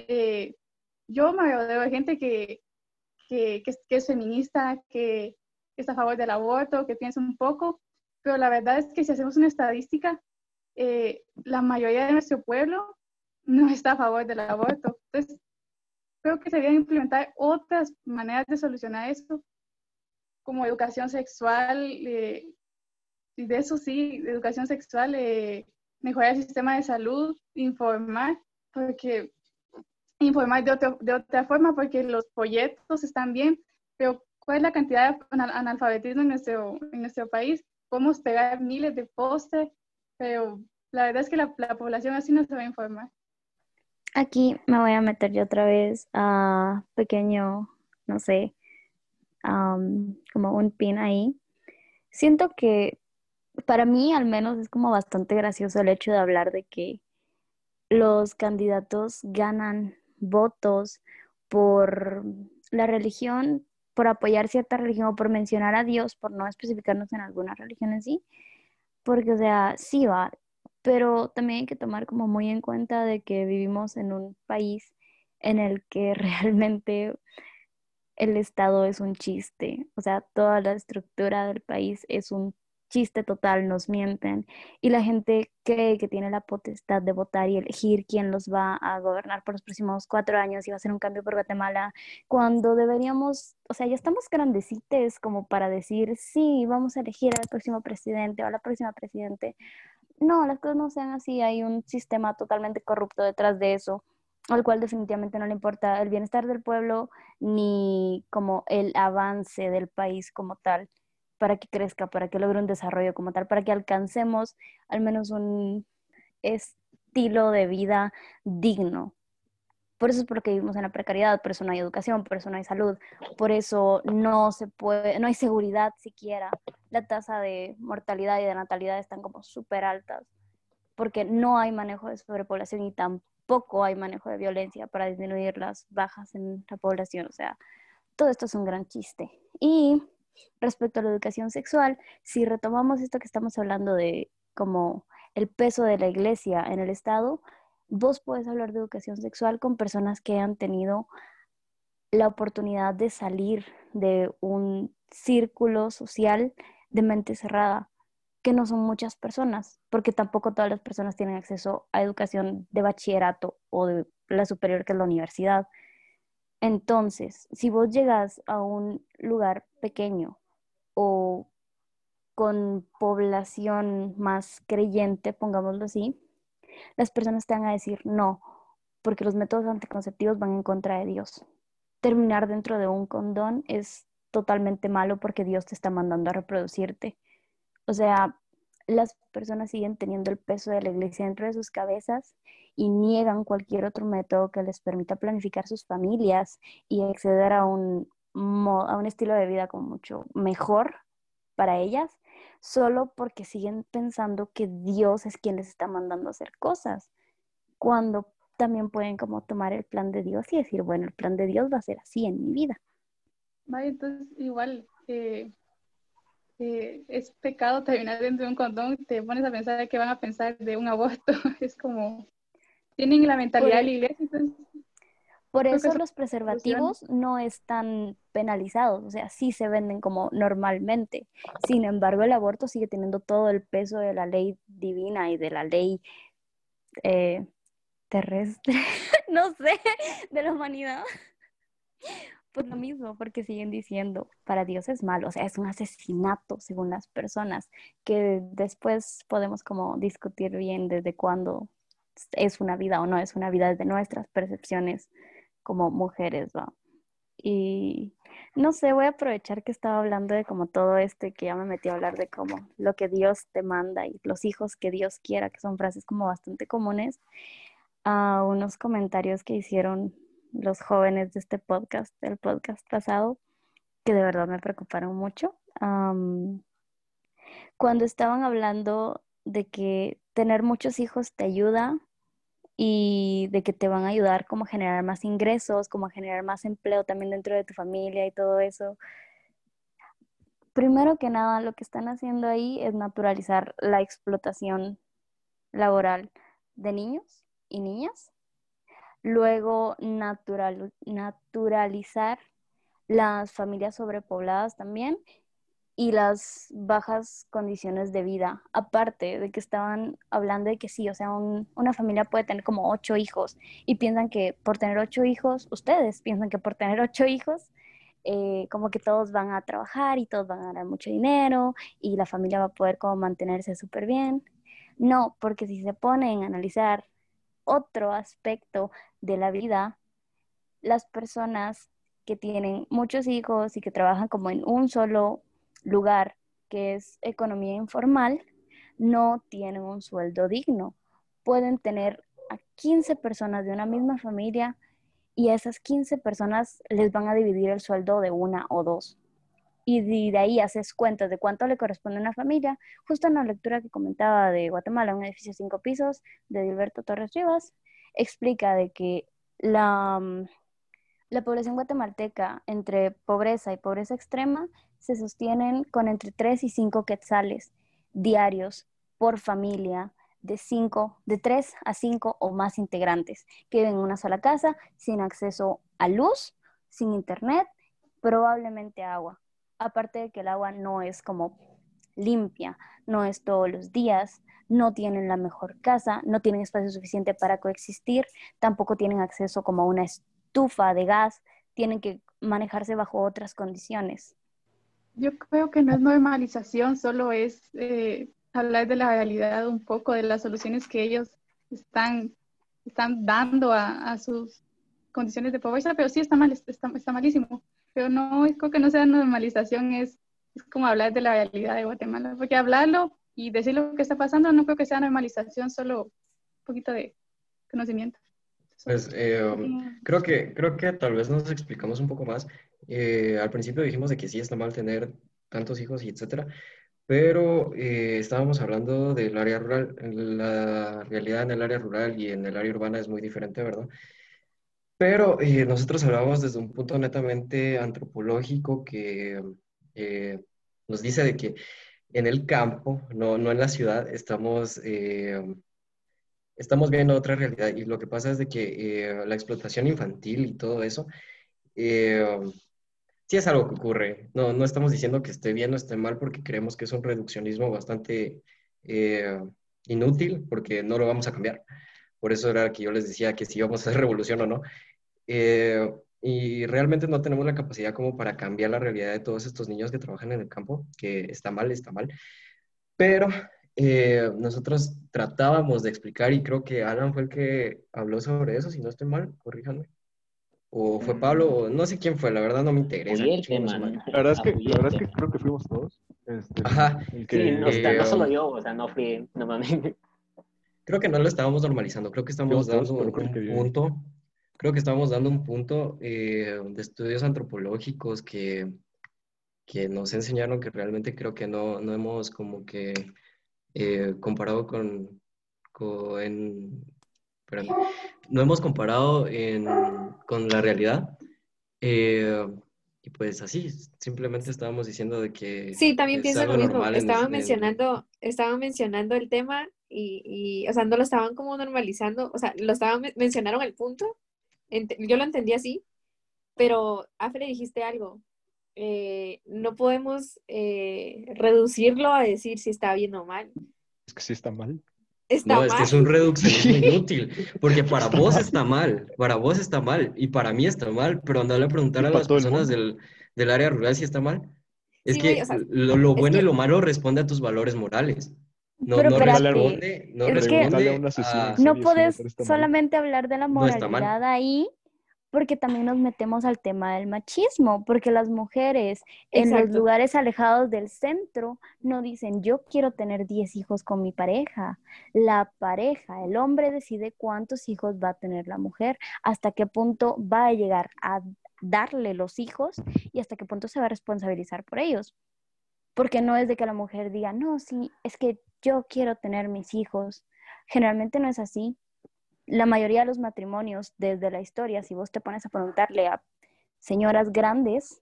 yo me rodeo de gente que es feminista, que está a favor del aborto, que piensa un poco, pero la verdad es que si hacemos una estadística, la mayoría de nuestro pueblo no está a favor del aborto. Entonces, creo que se deben implementar otras maneras de solucionar esto, como educación sexual, y de eso sí, de educación sexual, mejorar el sistema de salud, informar, porque informar de otra forma, porque los folletos están bien, pero ¿cuál es la cantidad de analfabetismo en nuestro país? Podemos pegar miles de pósters, pero la verdad es que la población así no se va a informar. Aquí me voy a meter yo otra vez a pequeño, no sé, como un pin ahí. Siento que para mí al menos es como bastante gracioso el hecho de hablar de que los candidatos ganan votos por la religión, por apoyar cierta religión o por mencionar a Dios, por no especificarnos en alguna religión en sí, porque, o sea, sí va, pero también hay que tomar como muy en cuenta de que vivimos en un país en el que realmente el Estado es un chiste, o sea, toda la estructura del país es un chiste total, nos mienten y la gente cree que tiene la potestad de votar y elegir quién los va a gobernar por los próximos 4 años y va a ser un cambio por Guatemala, cuando deberíamos, o sea, ya estamos grandecites como para decir, sí, vamos a elegir al próximo presidente o a la próxima presidente. No, las cosas no sean así, hay un sistema totalmente corrupto detrás de eso, al cual definitivamente no le importa el bienestar del pueblo ni como el avance del país como tal, para que crezca, para que logre un desarrollo como tal, para que alcancemos al menos un estilo de vida digno. Por eso es porque vivimos en la precariedad, por eso no hay educación, por eso no hay salud, por eso no se puede, no hay seguridad siquiera. La tasa de mortalidad y de natalidad están como súper altas, porque no hay manejo de sobrepoblación y tampoco hay manejo de violencia para disminuir las bajas en la población. O sea, todo esto es un gran chiste. Y respecto a la educación sexual, si retomamos esto que estamos hablando de como el peso de la iglesia en el Estado, vos puedes hablar de educación sexual con personas que han tenido la oportunidad de salir de un círculo social de mente cerrada, que no son muchas personas, porque tampoco todas las personas tienen acceso a educación de bachillerato o de la superior, que es la universidad. Entonces, si vos llegas a un lugar pequeño o con población más creyente, pongámoslo así, las personas te van a decir no, porque los métodos anticonceptivos van en contra de Dios. Terminar dentro de un condón es totalmente malo porque Dios te está mandando a reproducirte. O sea, las personas siguen teniendo el peso de la iglesia dentro de sus cabezas y niegan cualquier otro método que les permita planificar sus familias y acceder a a un estilo de vida como mucho mejor para ellas, solo porque siguen pensando que Dios es quien les está mandando a hacer cosas, cuando también pueden como tomar el plan de Dios y decir, bueno, el plan de Dios va a ser así en mi vida. Vaya, entonces igual es pecado terminar dentro de un condón, te pones a pensar qué van a pensar de un aborto, es como, tienen la mentalidad de la iglesia, entonces Por creo que eso eso los soluciona. preservativos no están penalizados, o sea, sí se venden como normalmente. Sin embargo, el aborto sigue teniendo todo el peso de la ley divina y de la ley eh, terrestre, no sé, de la humanidad. Por lo mismo, porque siguen diciendo, para Dios es malo, o sea, es un asesinato según las personas, que después podemos como discutir bien desde cuándo es una vida o no es una vida desde nuestras percepciones como mujeres, ¿va? Y no sé, voy a aprovechar que estaba hablando de como todo esto y que ya me metí a hablar de como lo que Dios te manda y los hijos que Dios quiera, que son frases como bastante comunes, a unos comentarios que hicieron los jóvenes de este podcast, el podcast pasado, que de verdad me preocuparon mucho. Cuando estaban hablando de que tener muchos hijos te ayuda y de que te van a ayudar como a generar más ingresos, como a generar más empleo también dentro de tu familia y todo eso. Primero que nada, lo que están haciendo ahí es naturalizar la explotación laboral de niños y niñas. Luego, naturalizar las familias sobrepobladas también y las bajas condiciones de vida. Aparte de que estaban hablando de que sí, o sea, una familia puede tener como 8 hijos y piensan que por tener 8 hijos, ustedes piensan que por tener 8 hijos, como que todos van a trabajar y todos van a ganar mucho dinero y la familia va a poder como mantenerse súper bien. No, porque si se ponen a analizar otro aspecto de la vida, las personas que tienen muchos hijos y que trabajan como en un solo lugar, que es economía informal, no tienen un sueldo digno. Pueden tener a 15 personas de una misma familia y a esas 15 personas les van a dividir el sueldo de una o dos. Y de ahí haces cuentas de cuánto le corresponde a una familia. Justo en la lectura que comentaba de Guatemala, un edificio de 5 pisos de Dilberto Torres Rivas, explica de que la población guatemalteca entre pobreza y pobreza extrema se sostienen con entre 3 y 5 quetzales diarios por familia de 3 a 5 o más integrantes que viven en una sola casa sin acceso a luz, sin internet, probablemente agua. Aparte de que el agua no es como limpia, no es todos los días, no tienen la mejor casa, no tienen espacio suficiente para coexistir, tampoco tienen acceso como a una estufa de gas, tienen que manejarse bajo otras condiciones. Yo creo que no es normalización, solo es hablar de la realidad un poco, de las soluciones que ellos están, están dando a sus condiciones de pobreza, pero sí está mal, está malísimo. Pero no, creo que no sea normalización, es como hablar de la realidad de Guatemala, porque hablarlo y decir lo que está pasando no creo que sea normalización, solo un poquito de conocimiento. Pues creo que tal vez nos explicamos un poco más. Al principio dijimos de que sí está mal tener tantos hijos y etcétera, pero estábamos hablando del área rural. La realidad en el área rural y en el área urbana es muy diferente, ¿verdad? Pero nosotros hablábamos desde un punto netamente antropológico que nos dice de que en el campo, no en la ciudad, estamos viendo otra realidad y lo que pasa es de que la explotación infantil y todo eso, eh, sí es algo que ocurre. No estamos diciendo que esté bien o esté mal porque creemos que es un reduccionismo bastante eh, inútil porque no lo vamos a cambiar. Por eso era que yo les decía que si íbamos a hacer revolución o no. y realmente no tenemos la capacidad como para cambiar la realidad de todos estos niños que trabajan en el campo, que está mal, pero nosotros tratábamos de explicar y creo que Alan fue el que habló sobre eso, si no estoy mal, corríjanme. O fue Pablo, o no sé quién fue, la verdad no me interesa, Apoyé el chingue su tema, madre. apoyé La el verdad es que tema. creo que fuimos todos. Ajá, El Sí, que o sea, no solo um, yo, o sea, no fui, no mames. creo que no lo estábamos normalizando, creo que estamos fuimos todos, dando pero creo un que punto, creo que estamos dando un punto de estudios antropológicos que nos enseñaron que realmente creo que no hemos como que comparado con espérame, no hemos comparado con la realidad. eh, y pues así, simplemente estábamos diciendo de que Sí, también es pienso lo algo mismo. normal Estaban mencionando el tema o sea, no lo estaban como normalizando, o sea, mencionaron el punto, yo lo entendí así, pero Afre dijiste algo, no podemos reducirlo a decir si está bien o mal. es que sí está mal. Está No, es que mal. es un reduccionismo Sí. inútil, porque para Está vos mal. está mal, para vos está mal, y para mí está mal, pero andale a preguntar Y a para las todo el personas mundo. del área rural si está mal. Es Sí, güey, o que sea, lo es bueno y que, lo malo responde a tus valores morales. No, Pero no espérate, no es que Preguntarle a un responde asesino en a... no serie si puedes matar está mal. solamente hablar de la No está mal. moralidad ahí, porque también nos metemos al tema del machismo, porque las mujeres en los exacto. lugares alejados del centro no dicen yo quiero tener 10 hijos con mi pareja. La pareja, el hombre decide cuántos hijos va a tener la mujer, hasta qué punto va a llegar a darle los hijos y hasta qué punto se va a responsabilizar por ellos. Porque no es de que la mujer diga, no, sí, es que yo quiero tener mis hijos. Generalmente no es así. La mayoría de los matrimonios desde la historia, si vos te pones a preguntarle a señoras grandes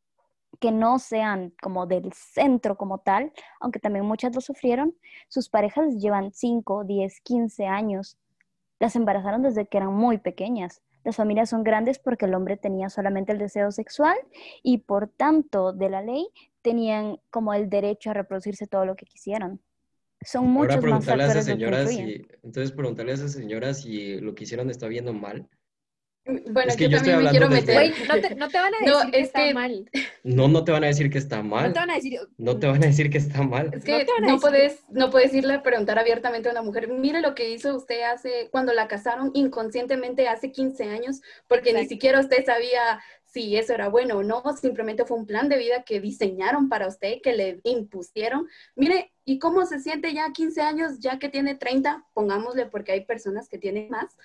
que no sean como del centro como tal, aunque también muchas lo sufrieron, sus parejas llevan 5, 10, 15 años. Las embarazaron desde que eran muy pequeñas. Las familias son grandes porque el hombre tenía solamente el deseo sexual y por tanto de la ley tenían como el derecho a reproducirse todo lo que quisieran. Son Ahora muchos más preguntarle a esa factores los que señora influyen. si... Entonces preguntarle a esa señora si lo que hicieron está bien o mal. Bueno, Es que yo yo estoy también me hablando quiero meter. desde... Güey, no te van a No, decir que es está que mal. No te van a decir que está No te mal. van a decir, No te van a decir que está mal. Es no te que van a decir no puedes irle a preguntar abiertamente a una mujer, mire lo que hizo usted hace, cuando la casaron inconscientemente hace 15 años, porque ni exacto. siquiera usted sabía si eso era bueno o no, simplemente fue un plan de vida que diseñaron para usted, que le impusieron. Mire, ¿y cómo se siente ya 15 años, ya que tiene 30? Pongámosle, porque hay personas que tienen más.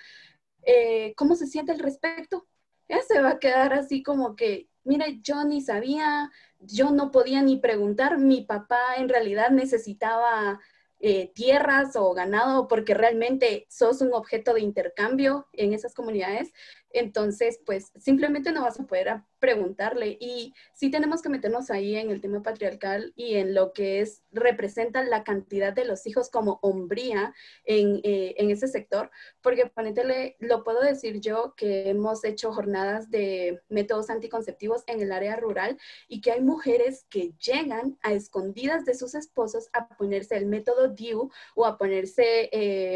¿Cómo se siente al respecto? Ya se va a quedar así como que, mire, yo ni sabía, yo no podía ni preguntar, mi papá en realidad necesitaba tierras o ganado porque realmente sos un objeto de intercambio en esas comunidades, entonces pues simplemente no vas a poder preguntarle y sí tenemos que meternos ahí en el tema patriarcal y en lo que es, representa la cantidad de los hijos como hombría en ese sector, porque ponetele, lo puedo decir yo, que hemos hecho jornadas de métodos anticonceptivos en el área rural y que hay mujeres que llegan a escondidas de sus esposos a ponerse el método DIU o a ponerse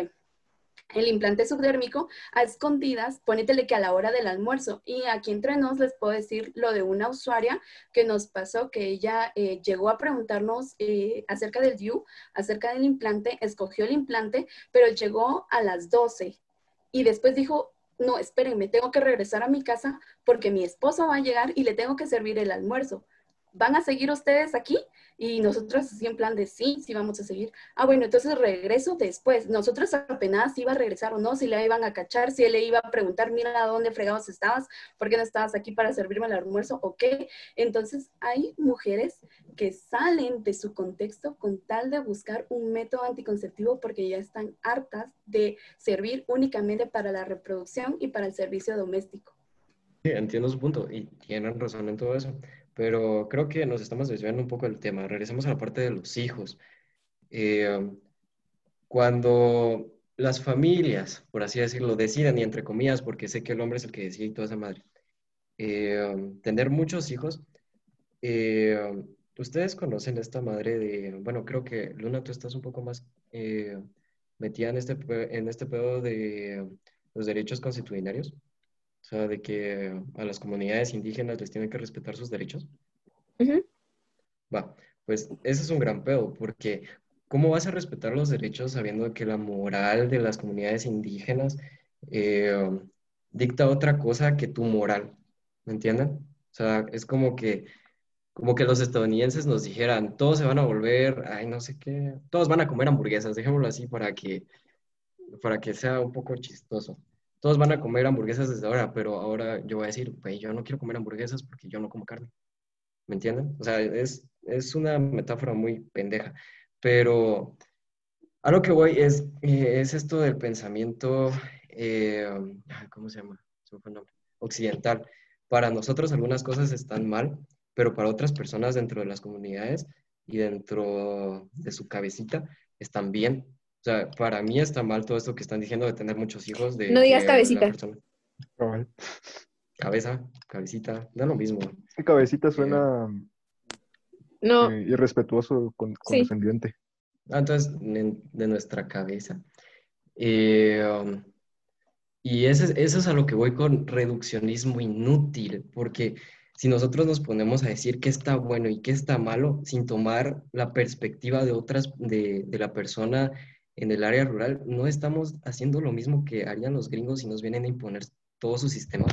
el implante subdérmico a escondidas, ponétele que a la hora del almuerzo. Y aquí entre nos les puedo decir lo de una usuaria que nos pasó, que ella llegó a preguntarnos acerca del DIU, acerca del implante, escogió el implante, pero llegó a las 12 y después dijo, no, espérenme, tengo que regresar a mi casa porque mi esposo va a llegar y le tengo que servir el almuerzo. ¿Van a seguir ustedes aquí? Y nosotros así en plan de sí, sí vamos a seguir. Ah, bueno, entonces regreso después. Nosotros apenas iba a regresar o no, si le iban a cachar, si él le iba a preguntar, mira, ¿dónde fregados estabas? ¿Por qué no estabas aquí para servirme el almuerzo? ¿O qué? Entonces hay mujeres que salen de su contexto con tal de buscar un método anticonceptivo porque ya están hartas de servir únicamente para la reproducción y para el servicio doméstico. Sí, entiendo su punto y tienen razón en todo eso, pero creo que nos estamos desviando un poco del tema. Regresemos a la parte de los hijos. Eh, Cuando las familias, por así decirlo, deciden, y entre comillas, porque sé que el hombre es el que decide y toda esa madre, tener muchos hijos, ustedes conocen esta madre de, bueno, creo que Luna, tú estás un poco más metida en en este pedo de los derechos constitucionarios. O sea, de que a las comunidades indígenas les tienen que respetar sus derechos. Ujú. Va, pues ese es un gran pedo, porque ¿cómo vas a respetar los derechos sabiendo que la moral de las comunidades indígenas eh, dicta otra cosa que tu moral? ¿Me entienden? O sea, es como que los estadounidenses nos dijeran, todos se van a volver, ay, no sé qué, todos van a comer hamburguesas, dejémoslo así para que sea un poco chistoso. Todos van a comer hamburguesas desde ahora, pero ahora yo voy a decir, pues yo no quiero comer hamburguesas porque yo no como carne. ¿Me entienden? O sea, es una metáfora muy pendeja, pero a lo que voy es esto del pensamiento, eh, ¿cómo se llama? Se me fue el nombre. Occidental. Para nosotros algunas cosas están mal, pero para otras personas dentro de las comunidades y dentro de su cabecita están bien. O sea, para mí está mal todo esto que están diciendo de tener muchos hijos, No de digas que la cabecita. persona, Cabal. cabecita, da lo mismo. Es que cabecita Eh, suena No, irrespetuoso, sí. condescendiente. entonces, de nuestra cabeza. Eh, um, y eso es a lo que voy con reduccionismo inútil, porque si nosotros nos ponemos a decir qué está bueno y qué está malo, sin tomar la perspectiva de de la persona en el área rural, no estamos haciendo lo mismo que harían los gringos si nos vienen a imponer todo su sistema.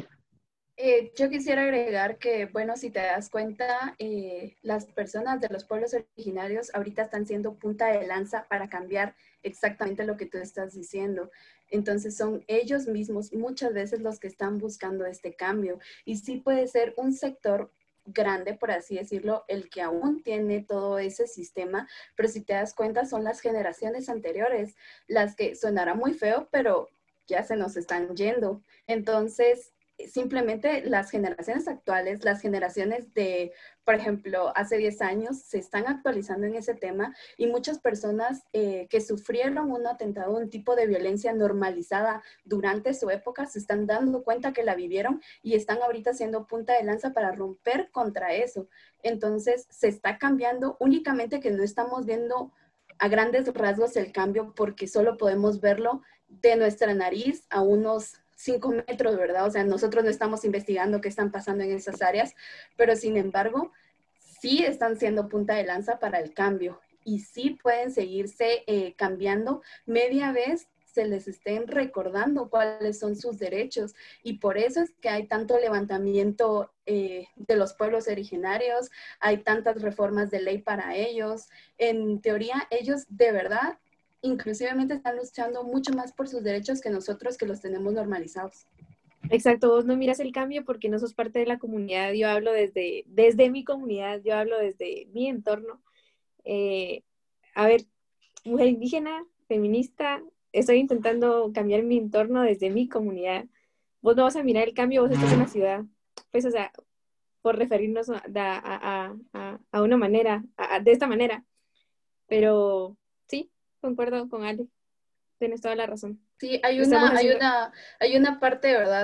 Yo quisiera agregar que, bueno, si te das cuenta, las personas de los pueblos originarios ahorita están siendo punta de lanza para cambiar exactamente lo que tú estás diciendo. Entonces son ellos mismos muchas veces los que están buscando este cambio. Y sí puede ser un sector grande, por así decirlo, el que aún tiene todo ese sistema, pero si te das cuenta son las generaciones anteriores, las que sonará muy feo, pero ya se nos están yendo. Entonces, simplemente las generaciones actuales, las generaciones de, por ejemplo, hace 10 años, se están actualizando en ese tema y muchas personas que sufrieron un atentado, un tipo de violencia normalizada durante su época, se están dando cuenta que la vivieron y están ahorita haciendo punta de lanza para romper contra eso. Entonces, se está cambiando, únicamente que no estamos viendo a grandes rasgos el cambio porque solo podemos verlo de nuestra nariz a unos 5 metros, ¿verdad? O sea, nosotros no estamos investigando qué están pasando en esas áreas, pero sin embargo, sí están siendo punta de lanza para el cambio y sí pueden seguirse cambiando media vez se les estén recordando cuáles son sus derechos y por eso es que hay tanto levantamiento de los pueblos originarios, hay tantas reformas de ley para ellos. En teoría, ellos de verdad inclusivamente están luchando mucho más por sus derechos que nosotros que los tenemos normalizados. Exacto, vos no miras el cambio porque no sos parte de la comunidad. Yo hablo desde mi comunidad, yo hablo desde mi entorno. Eh, a ver, mujer indígena, feminista, estoy intentando cambiar mi entorno desde mi comunidad. Vos no vas a mirar el cambio, vos estás en la ciudad. Pues, o sea, por referirnos a una manera, de esta manera. Pero sí, concuerdo con Ale, tienes toda la razón. Sí, Estamos haciendo... hay una parte, ¿verdad?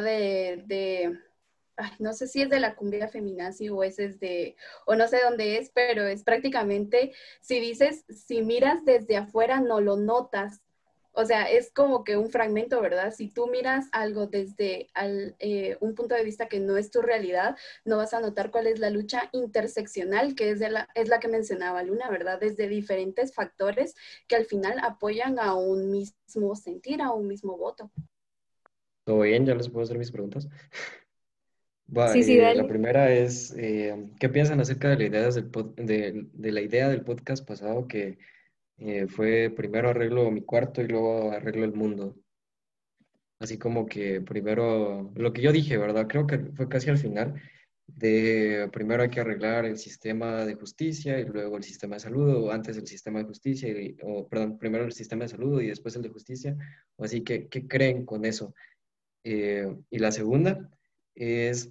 Ay, no sé si es de la cumbia feminazi o ese es o no sé dónde es, pero es prácticamente, si miras desde afuera no lo notas. O sea, es como que un fragmento, ¿verdad? Si tú miras algo desde un punto de vista que no es tu realidad, no vas a notar cuál es la lucha interseccional, que es la que mencionaba Luna, ¿verdad? Desde diferentes factores que al final apoyan a un mismo sentir, a un mismo voto. ¿Todo bien? ¿Ya les puedo hacer mis preguntas? Va, Sí, sí, la dale. primera es, ¿qué piensan acerca de la idea de la idea del podcast pasado que fue primero arreglo mi cuarto y luego arreglo el mundo? Así como que primero, lo que yo dije, ¿verdad? Creo que fue casi al final, de primero hay que arreglar el sistema de justicia y luego el sistema de salud, o antes el sistema de justicia, o perdón, primero el sistema de salud y después el de justicia, o así que, ¿qué creen con eso? Y la segunda es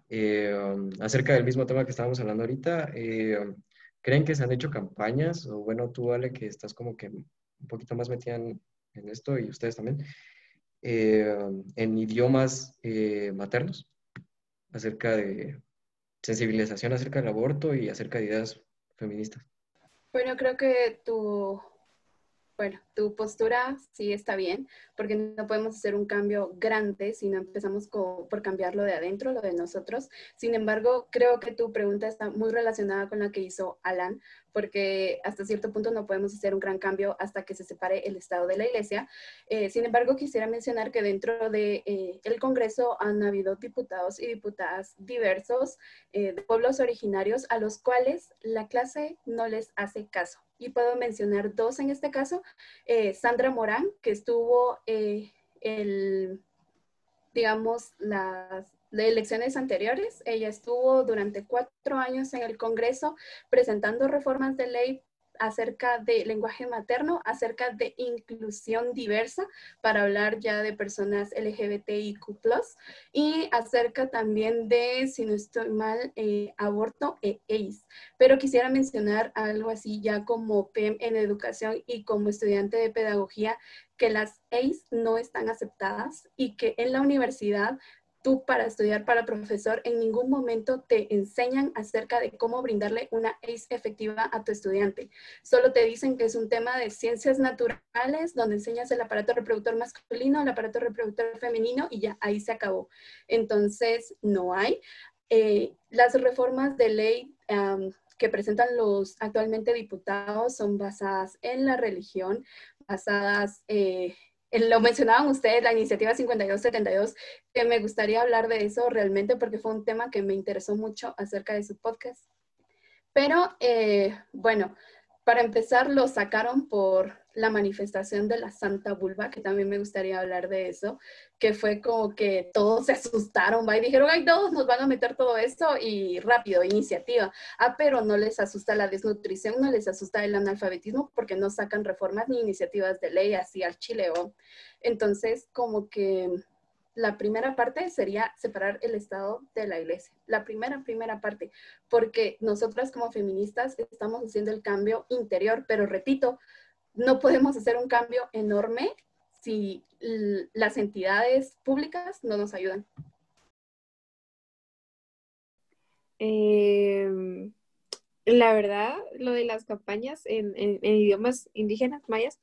acerca del mismo tema que estábamos hablando ahorita. ¿Creen que se han hecho campañas? O bueno, tú, Ale, que estás como que un poquito más metida en esto y ustedes también, eh, en idiomas maternos acerca de sensibilización acerca del aborto y acerca de ideas feministas. Bueno, creo que Bueno, tu postura sí está bien, porque no podemos hacer un cambio grande si no empezamos por cambiarlo de adentro, lo de nosotros. Sin embargo, creo que tu pregunta está muy relacionada con la que hizo Alan, porque hasta cierto punto no podemos hacer un gran cambio hasta que se separe el Estado de la Iglesia. Sin embargo, quisiera mencionar que dentro de el Congreso han habido diputados y diputadas diversos de pueblos originarios a los cuales la clase no les hace caso. Y puedo mencionar dos en este caso. Sandra Morán, que estuvo digamos, las elecciones anteriores. Ella estuvo durante 4 años en el Congreso presentando reformas de ley acerca de lenguaje materno, acerca de inclusión diversa, para hablar ya de personas LGBTIQ+, y acerca también de, si no estoy mal, aborto e AIDS. Pero quisiera mencionar algo así ya como PEM en educación y como estudiante de pedagogía, que las ACE no están aceptadas y que en la universidad tú para estudiar para profesor en ningún momento te enseñan acerca de cómo brindarle una ACE efectiva a tu estudiante. Solo te dicen que es un tema de ciencias naturales donde enseñas el aparato reproductor masculino, el aparato reproductor femenino y ya ahí se acabó. Entonces no hay. Las reformas de ley que presentan los actualmente diputados son basadas en la religión, basadas lo mencionaban ustedes, la iniciativa 5272, que me gustaría hablar de eso realmente porque fue un tema que me interesó mucho acerca de su podcast. Pero bueno, para empezar lo sacaron por la manifestación de la Santa Vulva, que también me gustaría hablar de eso, que fue como que todos se asustaron, ¿va? Y dijeron, ay, todos nos van a meter todo esto y rápido, iniciativa. Pero no les asusta la desnutrición, no les asusta el analfabetismo porque no sacan reformas ni iniciativas de ley así al Chile, ¿o? Entonces, como que la primera parte sería separar el Estado de la Iglesia. La primera parte, porque nosotras como feministas estamos haciendo el cambio interior, pero repito, no podemos hacer un cambio enorme si las entidades públicas no nos ayudan. La verdad, lo de las campañas en idiomas indígenas mayas,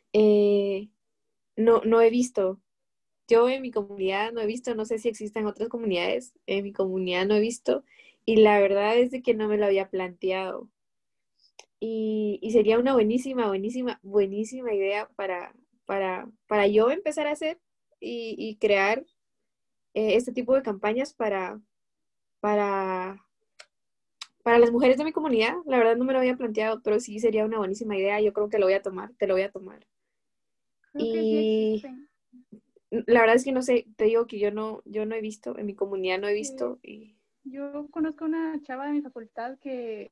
no he visto. Yo en mi comunidad no he visto, no sé si existen otras comunidades, en mi comunidad no he visto, y la verdad es de que no me lo había planteado. Y sería una buenísima idea para yo empezar a hacer y crear este tipo de campañas para, para las mujeres de mi comunidad. La verdad no me lo había planteado, pero sí sería una buenísima idea. Yo creo que lo voy a tomar, te lo voy a tomar. Creo que sí Y existen. la verdad es que no sé, te digo que yo no he visto, en mi comunidad no he visto. Y Yo conozco una chava de mi facultad que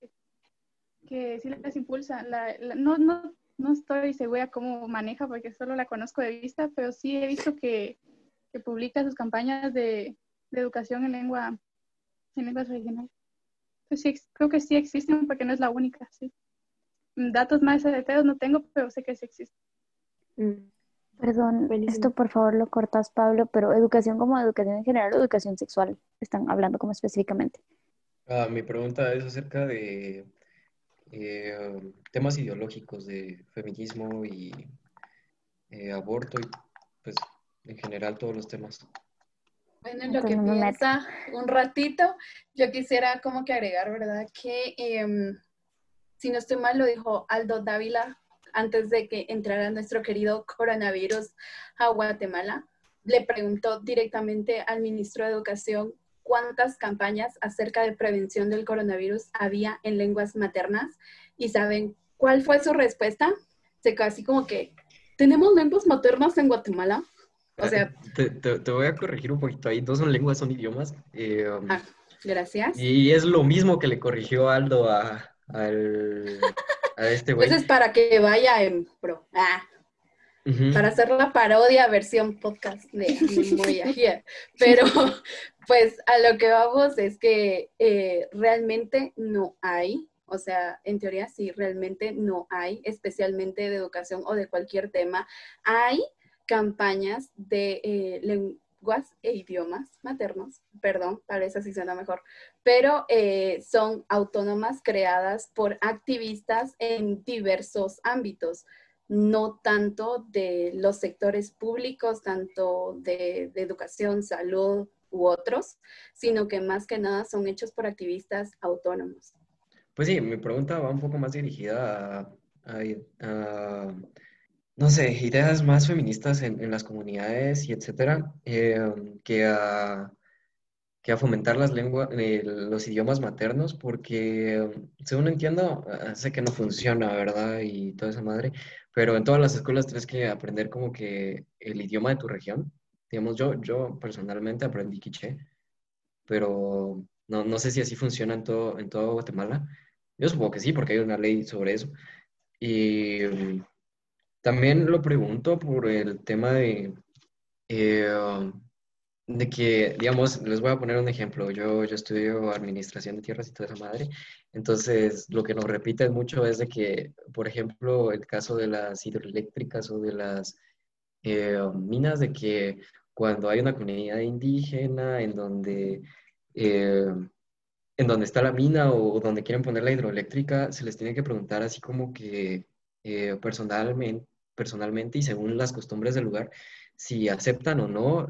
sí las impulsa. No estoy segura cómo maneja porque solo la conozco de vista, pero sí he visto que publica sus campañas de educación en lenguas regionales. Pues sí, creo que sí existen porque no es la única, sí. Datos más detalles no tengo, pero sé que sí existen. Perdón, buenísimo. esto por favor lo cortas, Pablo, pero educación como educación en general o educación sexual, están hablando como específicamente. Mi pregunta es acerca de temas ideológicos de feminismo y aborto y pues en general todos los temas. Bueno, en lo Entonces que no me meto. piensa un ratito, yo quisiera como que agregar, ¿verdad? Que si no estoy mal, lo dijo Aldo Dávila antes de que entrara nuestro querido coronavirus a Guatemala. Le preguntó directamente al ministro de Educación cuántas campañas acerca de prevención del coronavirus había en lenguas maternas. ¿Y saben cuál fue su respuesta? Se quedó así como que, ¿tenemos lenguas maternas en Guatemala? O sea, Te voy a corregir un poquito ahí, no son lenguas, son idiomas. gracias. Y es lo mismo que le corrigió Aldo a este güey. Entonces, para que vaya en pro. Ujú. Para hacer la parodia versión podcast de Memoria Here. Pero pues a lo que vamos es que realmente no hay, o sea, en teoría sí, realmente no hay, especialmente de educación o de cualquier tema, hay campañas de lenguas e idiomas maternos, perdón, parece así suena mejor, pero son autónomas creadas por activistas en diversos ámbitos. no tanto de los sectores públicos, tanto de educación, salud u otros, sino que más que nada son hechos por activistas autónomos. Pues sí, mi pregunta va un poco más dirigida a, no sé, ideas más feministas en las comunidades y etcétera, que a fomentar las lenguas, los idiomas maternos, porque según entiendo, sé que no funciona, ¿verdad? Y toda esa madre, pero en todas las escuelas tienes que aprender como que el idioma de tu región. Digamos, yo personalmente aprendí quiché, pero no sé si así funciona en todo Guatemala. Yo supongo que sí, porque hay una ley sobre eso. Y también lo pregunto por el tema eh, de que, digamos, les voy a poner un ejemplo. Yo estudio administración de tierras y toda esa madre. Entonces, lo que nos repiten mucho es de que, por ejemplo, el caso de las hidroeléctricas o de las minas, de que cuando hay una comunidad indígena eh, en donde está la mina o donde quieren poner la hidroeléctrica, se les tiene que preguntar así como que personalmente y según las costumbres del lugar, si aceptan o no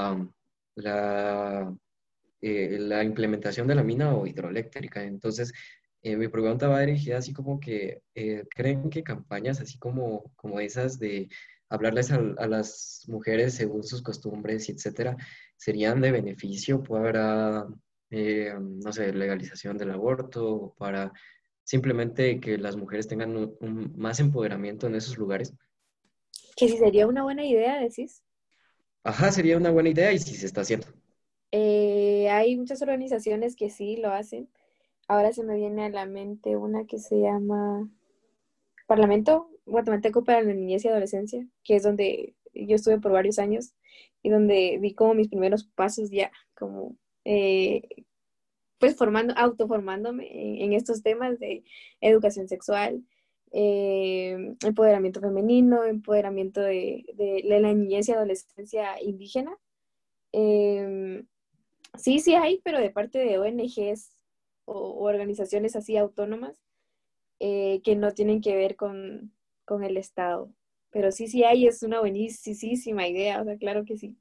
la, la implementación de la mina o hidroeléctrica. Entonces, mi pregunta va dirigida así como que, ¿creen que campañas así como esas de hablarles a las mujeres según sus costumbres y etcétera, serían de beneficio para, no sé, legalización del aborto, para simplemente que las mujeres tengan más empoderamiento en esos lugares? Que si sería una buena idea, decís. Ajá, sería una buena idea y si se está haciendo. Hay muchas organizaciones que sí lo hacen. Ahora se me viene a la mente una que se llama Parlamento Guatemalteco para la Niñez y Adolescencia, que es donde yo estuve por varios años y donde di como mis primeros pasos ya, como eh, pues autoformándome en estos temas de educación sexual, empoderamiento femenino, empoderamiento de la niñez y adolescencia indígena. Eh, sí hay, pero de parte de ONGs o organizaciones así autónomas que no tienen que ver con el Estado. Pero sí hay, es una buenísima idea, o sea, claro que sí.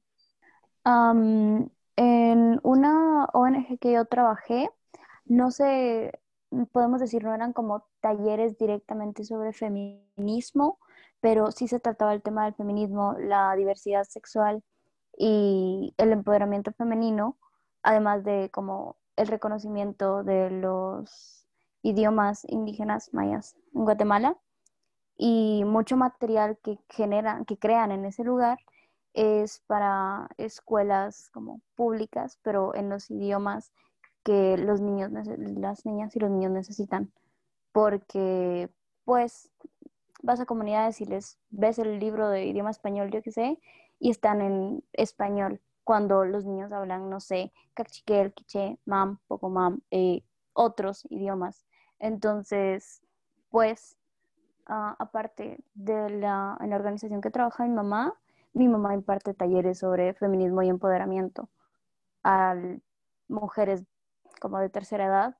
En una ONG que yo trabajé, no sé, podemos decir, no eran como talleres directamente sobre feminismo, pero sí se trataba el tema del feminismo, la diversidad sexual y el empoderamiento femenino, además de como el reconocimiento de los idiomas indígenas mayas en Guatemala y mucho material que que crean en ese lugar es para escuelas como públicas, pero en los idiomas que los niños, las niñas y los niños necesitan, porque pues vas a comunidades y les ves el libro de idioma español, yo qué sé, y están en español cuando los niños hablan, no sé, cachiquel, quiché, mam, poco mam, otros idiomas. Entonces, pues aparte de en la organización que trabaja mi mamá imparte talleres sobre feminismo y empoderamiento a mujeres como de tercera edad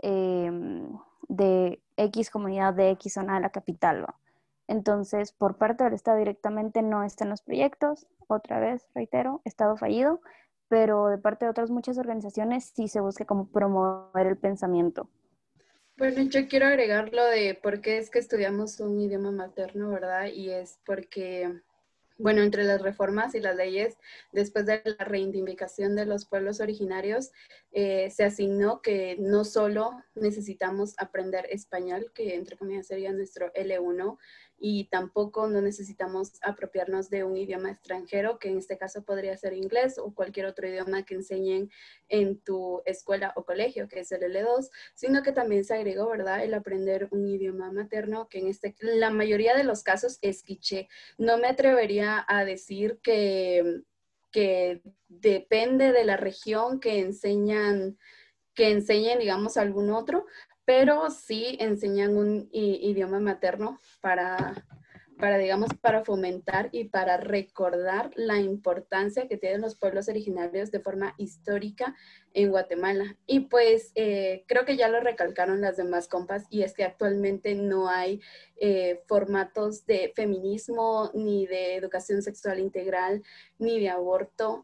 de X comunidad de X zona de la capital, ¿va? Entonces, por parte del Estado directamente no están los proyectos, otra vez, reitero, Estado fallido, pero de parte de otras muchas organizaciones sí se busca como promover el pensamiento. Bueno, yo quiero agregar lo de por qué es que estudiamos un idioma materno, ¿verdad? Y es porque, bueno, entre las reformas y las leyes, después de la reivindicación de los pueblos originarios, se asignó que no solo necesitamos aprender español, que entre comillas sería nuestro L1, y tampoco no necesitamos apropiarnos de un idioma extranjero, que en este caso podría ser inglés o cualquier otro idioma que enseñen en tu escuela o colegio, que es el L2, sino que también se agregó, ¿verdad?, el aprender un idioma materno, que en la mayoría de los casos es quiché. No me atrevería a decir que depende de la región que enseñen, digamos, algún otro, pero sí enseñan un idioma materno digamos, para fomentar y para recordar la importancia que tienen los pueblos originarios de forma histórica en Guatemala. Y pues creo que ya lo recalcaron las demás compas, y es que actualmente no hay formatos de feminismo, ni de educación sexual integral, ni de aborto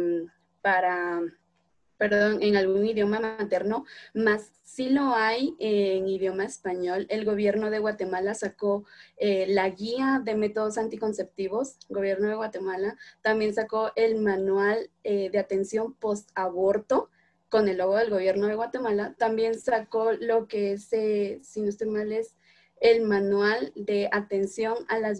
en algún idioma materno, más sí lo hay en idioma español. El gobierno de Guatemala sacó la guía de métodos anticonceptivos, gobierno de Guatemala, también sacó el manual de atención post-aborto con el logo del gobierno de Guatemala, también sacó lo que es, si no estoy mal, es el manual de atención a las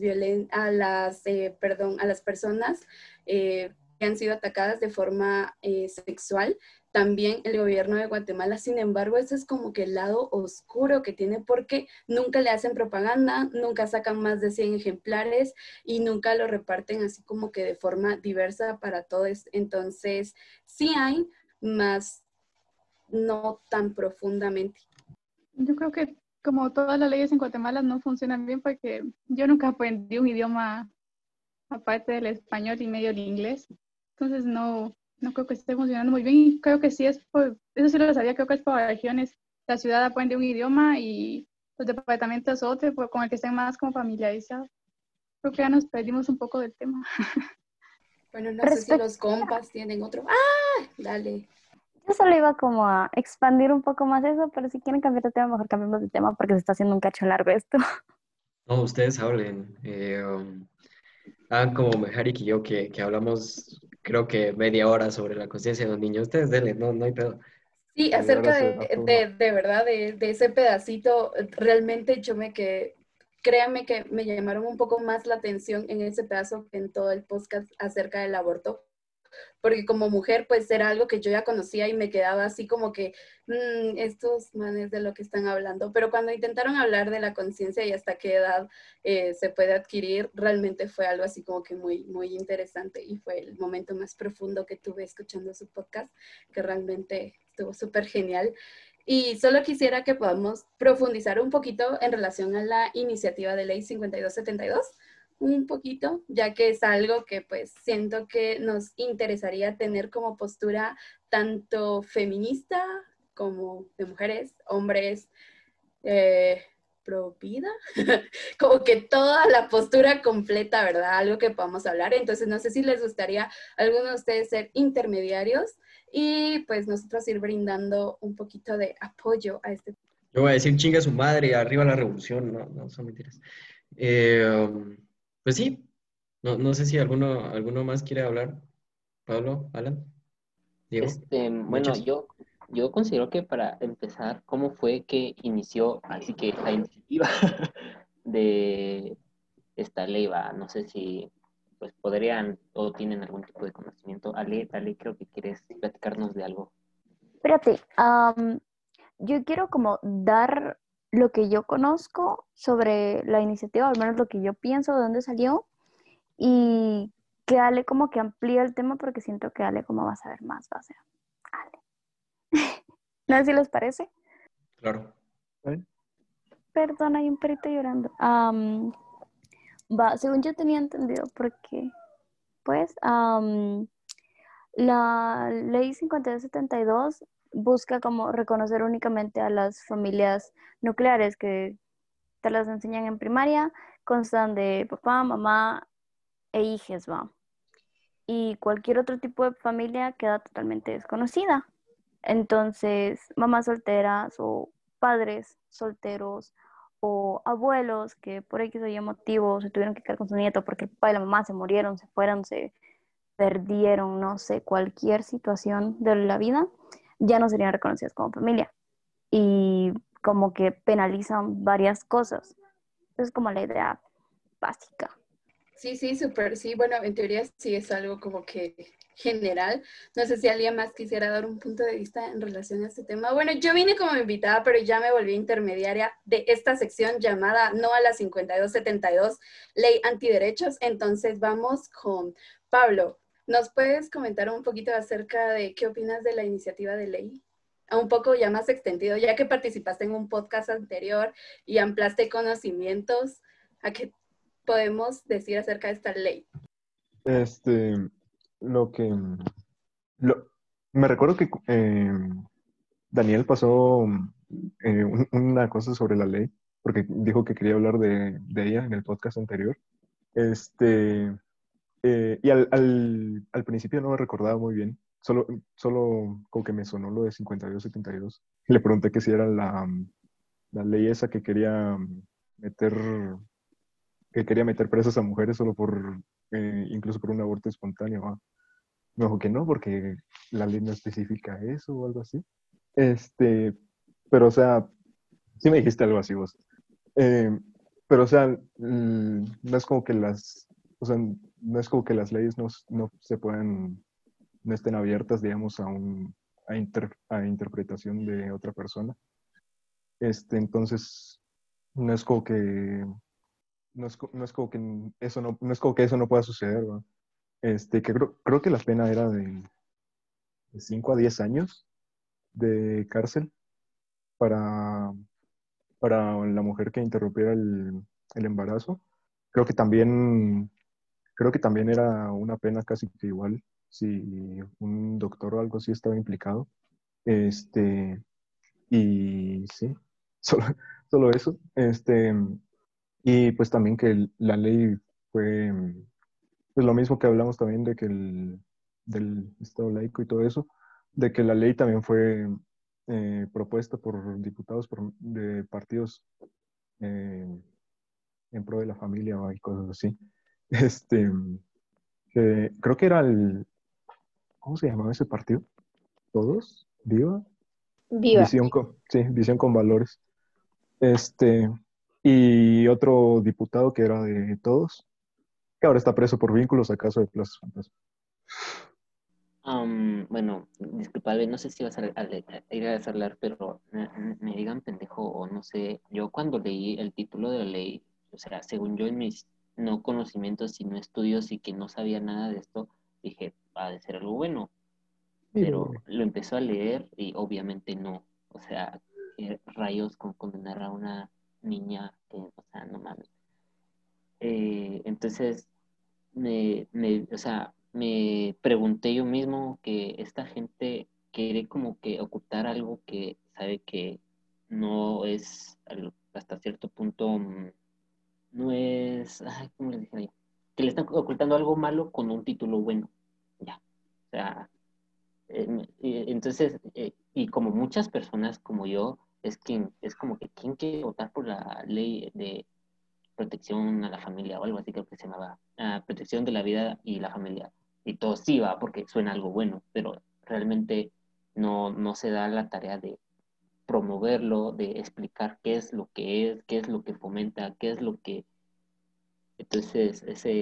personas que han sido atacadas de forma sexual, también el gobierno de Guatemala. Sin embargo, ese es como que el lado oscuro que tiene, porque nunca le hacen propaganda, nunca sacan más de 100 ejemplares y nunca lo reparten así como que de forma diversa para todos. Entonces, sí hay, más no tan profundamente. Yo creo que como todas las leyes en Guatemala no funcionan bien porque yo nunca aprendí un idioma aparte del español y medio el inglés. Entonces no creo que esté funcionando muy bien, y creo que sí es eso sí lo sabía, creo que es por regiones. La ciudad aprende un idioma y los departamentos otro, con el que estén más como familiarizados. Creo que ya nos perdimos un poco del tema. Bueno, no sé si los compas tienen otro. ¡Ah! Dale. Yo solo iba como a expandir un poco más eso, pero si quieren cambiar de tema, mejor cambiemos de tema porque se está haciendo un cacho largo esto. No, ustedes hablen. Hagan como Mejarik y yo, que hablamos, creo que media hora sobre la conciencia de un niño. Ustedes denle, no hay pedo. Sí, Media hora acerca se da todo. de verdad, de ese pedacito, realmente yo me quedé, créanme que me llamaron un poco más la atención en ese pedazo que en todo el podcast acerca del aborto, porque como mujer pues era algo que yo ya conocía y me quedaba así como que estos manes de lo que están hablando, pero cuando intentaron hablar de la conciencia y hasta qué edad se puede adquirir, realmente fue algo así como que muy, muy interesante, y fue el momento más profundo que tuve escuchando su podcast, que realmente estuvo súper genial. Y solo quisiera que podamos profundizar un poquito en relación a la iniciativa de ley 5272, un poquito, ya que es algo que pues siento que nos interesaría tener como postura tanto feminista como de mujeres, hombres, pro vida, como que toda la postura completa, ¿verdad? Algo que podamos hablar. Entonces no sé si les gustaría a alguno de ustedes ser intermediarios y pues nosotros ir brindando un poquito de apoyo a este. Yo voy a decir chinga su madre, arriba la revolución. No, son mentiras. Pues sí, no sé si alguno más quiere hablar. Pablo, Alan, Diego, Bueno, muchas. yo considero que para empezar, ¿cómo fue que inició así que la iniciativa de esta ley? Va? No sé si pues podrían o tienen algún tipo de conocimiento. Ale, creo que quieres platicarnos de algo. Espérate, yo quiero como dar lo que yo conozco sobre la iniciativa, al menos lo que yo pienso, de dónde salió, y que Ale como que amplíe el tema porque siento que Ale como va a saber más, va a ser Ale. No sé si les parece. Claro. Perdón, hay un perrito llorando. Según yo tenía entendido, porque pues la ley 5272 busca como reconocer únicamente a las familias nucleares que te las enseñan en primaria, constan de papá, mamá e hijos, va. Y cualquier otro tipo de familia queda totalmente desconocida. Entonces, mamás solteras o padres solteros o abuelos que por X o Y motivo se tuvieron que quedar con su nieto porque el papá y la mamá se murieron, se fueron, se perdieron, no sé, cualquier situación de la vida, ya no serían reconocidas como familia. Y como que penalizan varias cosas. Es como la idea básica. Sí, súper, sí, bueno, en teoría sí es algo como que general. No sé si alguien más quisiera dar un punto de vista en relación a este tema. Bueno, yo vine como invitada, pero ya me volví intermediaria de esta sección llamada No a la 5272, Ley Antiderechos. Entonces vamos con Pablo. ¿Nos puedes comentar un poquito acerca de qué opinas de la iniciativa de ley? Un poco ya más extendido, ya que participaste en un podcast anterior y ampliaste conocimientos. ¿A qué podemos decir acerca de esta ley? Este, lo que, me recuerdo que Daniel pasó una cosa sobre la ley, porque dijo que quería hablar de ella en el podcast anterior. Este, y al principio no me recordaba muy bien, solo como que me sonó lo de 52-72. Le pregunté que si era la ley esa meter, que quería meter presas a mujeres solo incluso por un aborto espontáneo. ¿Va? Me dijo que no, porque la ley no especifica eso o algo así. Este, pero o sea, sí me dijiste algo así vos. Eh, pero o sea, no es como que o sea, no es como que las leyes no se puedan, no estén abiertas, digamos, a interpretación de otra persona. Entonces, no es como que, no es como que no es como que eso no pueda suceder, ¿va? Que creo que la pena era de 5 a 10 años de cárcel para, para la mujer que interrumpiera el embarazo. Creo que también, creo que también era una pena casi que igual si un doctor o algo así estaba implicado. Este, y sí, solo, solo eso. Y pues también que la ley fue, pues lo mismo que hablamos también del Estado laico y todo eso, de que la ley también fue propuesta por diputados de partidos eh, en pro de la familia y cosas así. Este, creo que era ¿cómo se llamaba ese partido? ¿Todos? ¿Viva? Viva. Sí, Visión con Valores. Este, y otro diputado que era de Todos, que ahora está preso por vínculos a caso de Plaza Fantasma. Bueno, disculpadme, no sé si vas a ir a hablar, pero me digan pendejo o no sé. Yo cuando leí el título de la ley, o sea, según yo en mis no conocimientos, sino estudios y que no sabía nada de esto, dije, va a ser algo bueno, pero lo empezó a leer y obviamente no. O sea, ¿qué rayos con condenar a una niña que, o sea, no mames. Entonces, o sea, me pregunté yo mismo que esta gente quiere como que ocultar algo que sabe que no es hasta cierto punto, no es, ay, ¿cómo le dije? Que le están ocultando algo malo con un título bueno, ya. O sea, entonces, y como muchas personas como yo, es como que quien quiere votar por la ley de protección a la familia o algo así creo que se llamaba, protección de la vida y la familia. Y todo sí va porque suena algo bueno, pero realmente no se da la tarea de promoverlo, de explicar qué es lo que es, qué es lo que fomenta, qué es lo que... Entonces,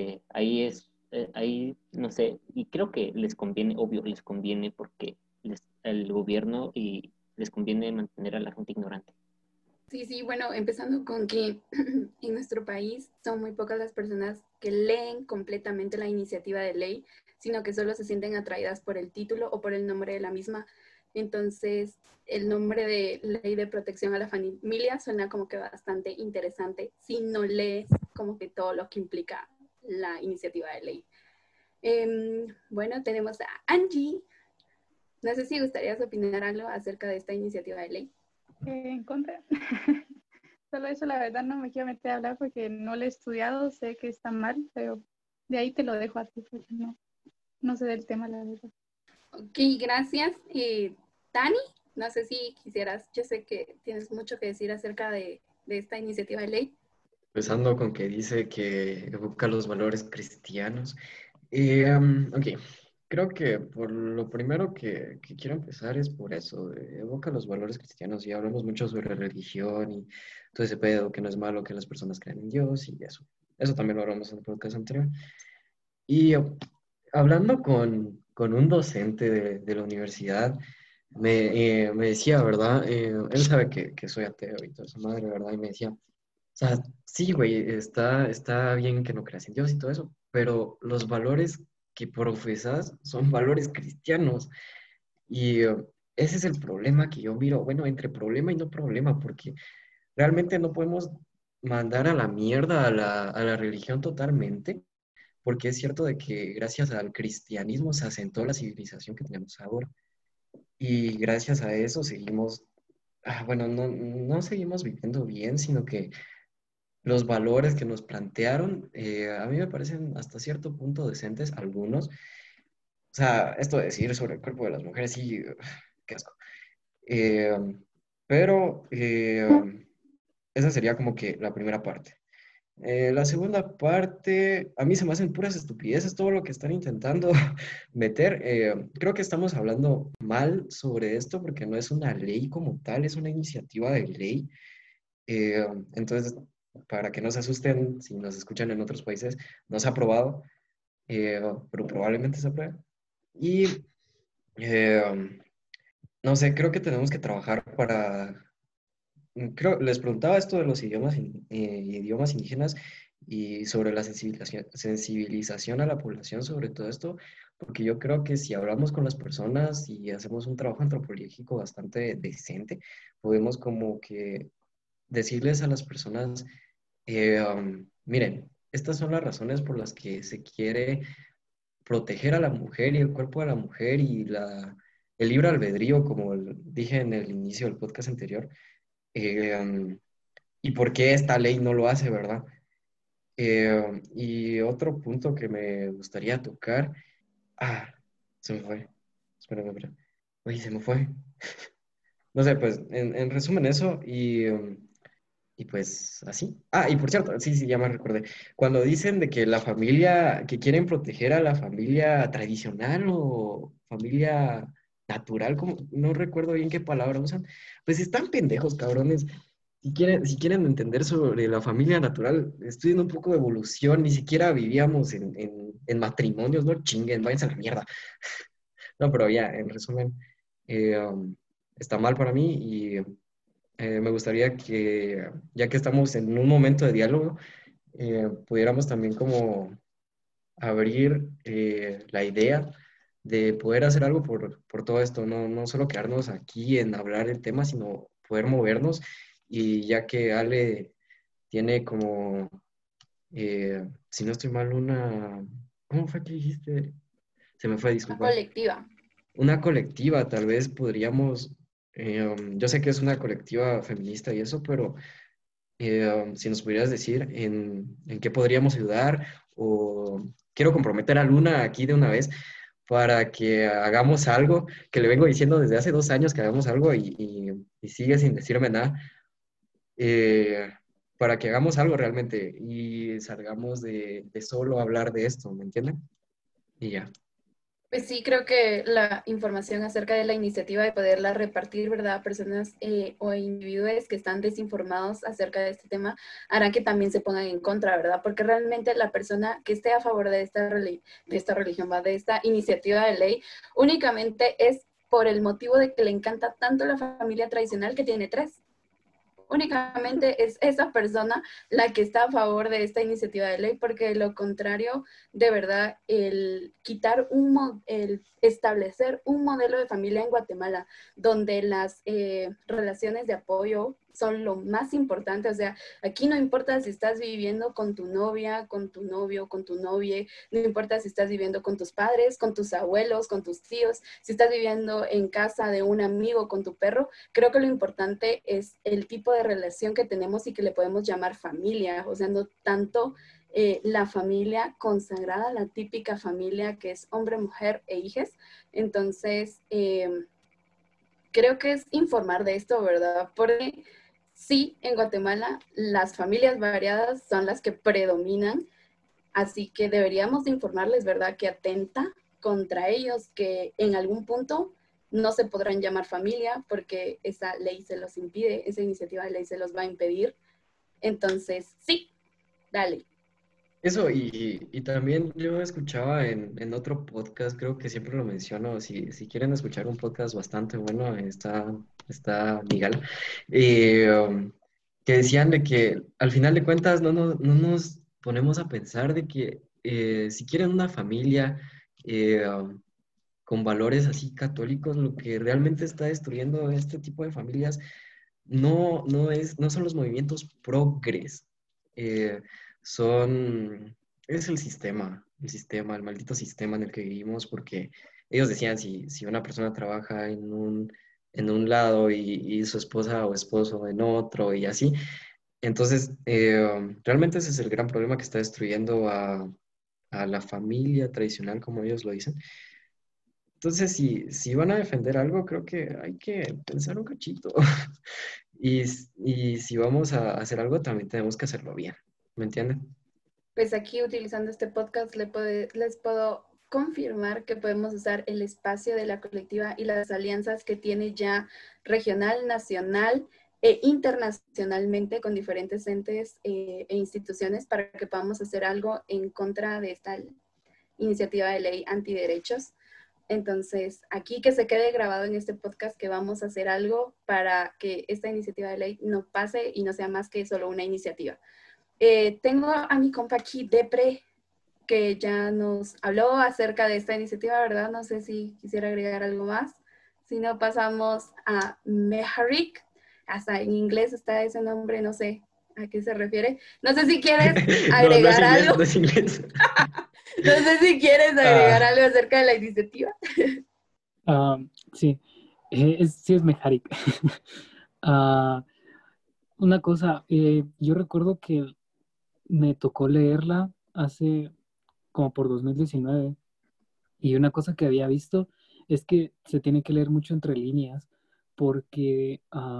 ahí, no sé, y creo que les conviene, obvio, les conviene porque el gobierno y les conviene mantener a la gente ignorante. Sí, sí, bueno, empezando con que en nuestro país son muy pocas las personas que leen completamente la iniciativa de ley, sino que solo se sienten atraídas por el título o por el nombre de la misma. Entonces, el nombre de Ley de Protección a la Familia suena como que bastante interesante si no lees como que todo lo que implica la iniciativa de ley. Bueno, tenemos a Angie. No sé si gustarías opinar algo acerca de esta iniciativa de ley. En contra. Solo eso, la verdad, no me quiero meter a hablar porque no lo he estudiado, sé que está mal, pero de ahí te lo dejo a ti porque no sé del tema, la verdad. Ok, gracias. Dani, no sé si quisieras, yo sé que tienes mucho que decir acerca de esta iniciativa de ley. Empezando con que dice que evoca los valores cristianos. Ok, creo que por lo primero que quiero empezar es por eso, evoca los valores cristianos y hablamos mucho sobre religión y todo ese pedo, que no es malo que las personas crean en Dios y eso. Eso también lo hablamos en el podcast anterior. Y hablando con un docente de la universidad, me decía, ¿verdad? Él sabe que soy ateo y toda esa madre, ¿verdad? Y me decía, o sea, sí, güey, está bien que no creas en Dios y todo eso, pero los valores que profesas son valores cristianos. Y ese es el problema que yo miro, bueno, entre problema y no problema, porque realmente no podemos mandar a la mierda a la religión totalmente, porque es cierto de que gracias al cristianismo se asentó la civilización que tenemos ahora. Y gracias a eso seguimos, bueno, no seguimos viviendo bien, sino que los valores que nos plantearon, a mí me parecen hasta cierto punto decentes algunos. O sea, esto de decir sobre el cuerpo de las mujeres, sí, qué asco. Eh, pero esa sería como que la primera parte. La segunda parte, a mí se me hacen puras estupideces todo lo que están intentando meter. Creo que estamos hablando mal sobre esto porque no es una ley como tal, es una iniciativa de ley. Eh, entonces, para que no se asusten si nos escuchan en otros países, no se ha aprobado, eh, pero probablemente se apruebe. Y eh, no sé, creo que tenemos que trabajar para les preguntaba esto de los idiomas indígenas y sobre la sensibilización a la población sobre todo esto, porque yo creo que si hablamos con las personas y hacemos un trabajo antropológico bastante decente, podemos como que decirles a las personas, miren, estas son las razones por las que se quiere proteger a la mujer y el cuerpo de la mujer y el libre albedrío, como dije en el inicio del podcast anterior. Eh, y por qué esta ley no lo hace, ¿verdad? Y otro punto que me gustaría tocar. Ah, se me fue. Espérame. Uy, se me fue. No sé, pues en resumen eso y pues así. Ah, y por cierto, sí, ya me recordé. Cuando dicen de que la familia, que quieren proteger a la familia tradicional o familia natural, como, no recuerdo bien qué palabra usan, pues están pendejos, cabrones. Si quieren entender sobre la familia natural, estudien un poco de evolución, ni siquiera vivíamos en matrimonios, no chinguen, váyanse a la mierda. No, pero ya, en resumen, está mal para mí y me gustaría que, ya que estamos en un momento de diálogo, pudiéramos también como abrir la idea de poder hacer algo por todo esto, no solo quedarnos aquí en hablar el tema, sino poder movernos. Y ya que Ale tiene como, si no estoy mal, ¿cómo fue que dijiste? Se me fue, Una disculpa. colectiva. Una colectiva, tal vez podríamos, yo sé que es una colectiva feminista y eso, pero si nos pudieras decir en qué podríamos ayudar o quiero comprometer a Luna aquí de una vez para que hagamos algo, que le vengo diciendo desde hace 2 años que hagamos algo y sigue sin decirme nada, eh, para que hagamos algo realmente y salgamos de solo hablar de esto, ¿me entienden? Y ya. Pues sí, creo que la información acerca de la iniciativa de poderla repartir, ¿verdad?, a personas o individuos que están desinformados acerca de este tema, hará que también se pongan en contra, ¿verdad? Porque realmente la persona que esté a favor de esta religión, ¿va?, de esta iniciativa de ley, únicamente es por el motivo de que le encanta tanto la familia tradicional que tiene tres. Únicamente es esa persona la que está a favor de esta iniciativa de ley, porque de lo contrario, de verdad, el establecer un modelo de familia en Guatemala donde las relaciones de apoyo son lo más importante. O sea, aquí no importa si estás viviendo con tu novia, con tu novio, con tu novia, no importa si estás viviendo con tus padres, con tus abuelos, con tus tíos, si estás viviendo en casa de un amigo, con tu perro. Creo que lo importante es el tipo de relación que tenemos y que le podemos llamar familia. O sea, no tanto la familia consagrada, la típica familia que es hombre, mujer e hijos. Entonces, creo que es informar de esto, ¿verdad? Porque sí, en Guatemala las familias variadas son las que predominan, así que deberíamos de informarles, ¿verdad?, que atenta contra ellos, que en algún punto no se podrán llamar familia porque esa ley se los impide, esa iniciativa de ley se los va a impedir. Entonces, sí, dale. Eso, y también yo escuchaba en otro podcast, creo que siempre lo menciono, si quieren escuchar un podcast bastante bueno, está Miguel, que decían de que al final de cuentas no nos ponemos a pensar de que si quieren una familia con valores así católicos, lo que realmente está destruyendo este tipo de familias no son los movimientos progres, eh, es el maldito sistema en el que vivimos, porque ellos decían, si una persona trabaja en un lado y su esposa o esposo en otro y así, entonces realmente ese es el gran problema que está destruyendo a la familia tradicional, como ellos lo dicen. Entonces, si van a defender algo, creo que hay que pensar un cachito. Y si vamos a hacer algo, también tenemos que hacerlo bien. ¿Me entienden? Pues aquí utilizando este podcast les puedo confirmar que podemos usar el espacio de la colectiva y las alianzas que tiene ya regional, nacional e internacionalmente con diferentes entes e instituciones para que podamos hacer algo en contra de esta iniciativa de ley antiderechos. Entonces, aquí que se quede grabado en este podcast que vamos a hacer algo para que esta iniciativa de ley no pase y no sea más que solo una iniciativa. Tengo a mi compa aquí, Depre, que ya nos habló acerca de esta iniciativa, ¿verdad? No sé si quisiera agregar algo más. Si no, pasamos a Meharik. Hasta en inglés está ese nombre, no sé a qué se refiere. No sé si quieres No, no es agregar inglés, algo. no es inglés. No sé si quieres agregar Ah, algo acerca de la iniciativa. Sí, sí es Mejarik. Ah, una cosa, yo recuerdo que me tocó leerla hace como por 2019 y una cosa que había visto es que se tiene que leer mucho entre líneas porque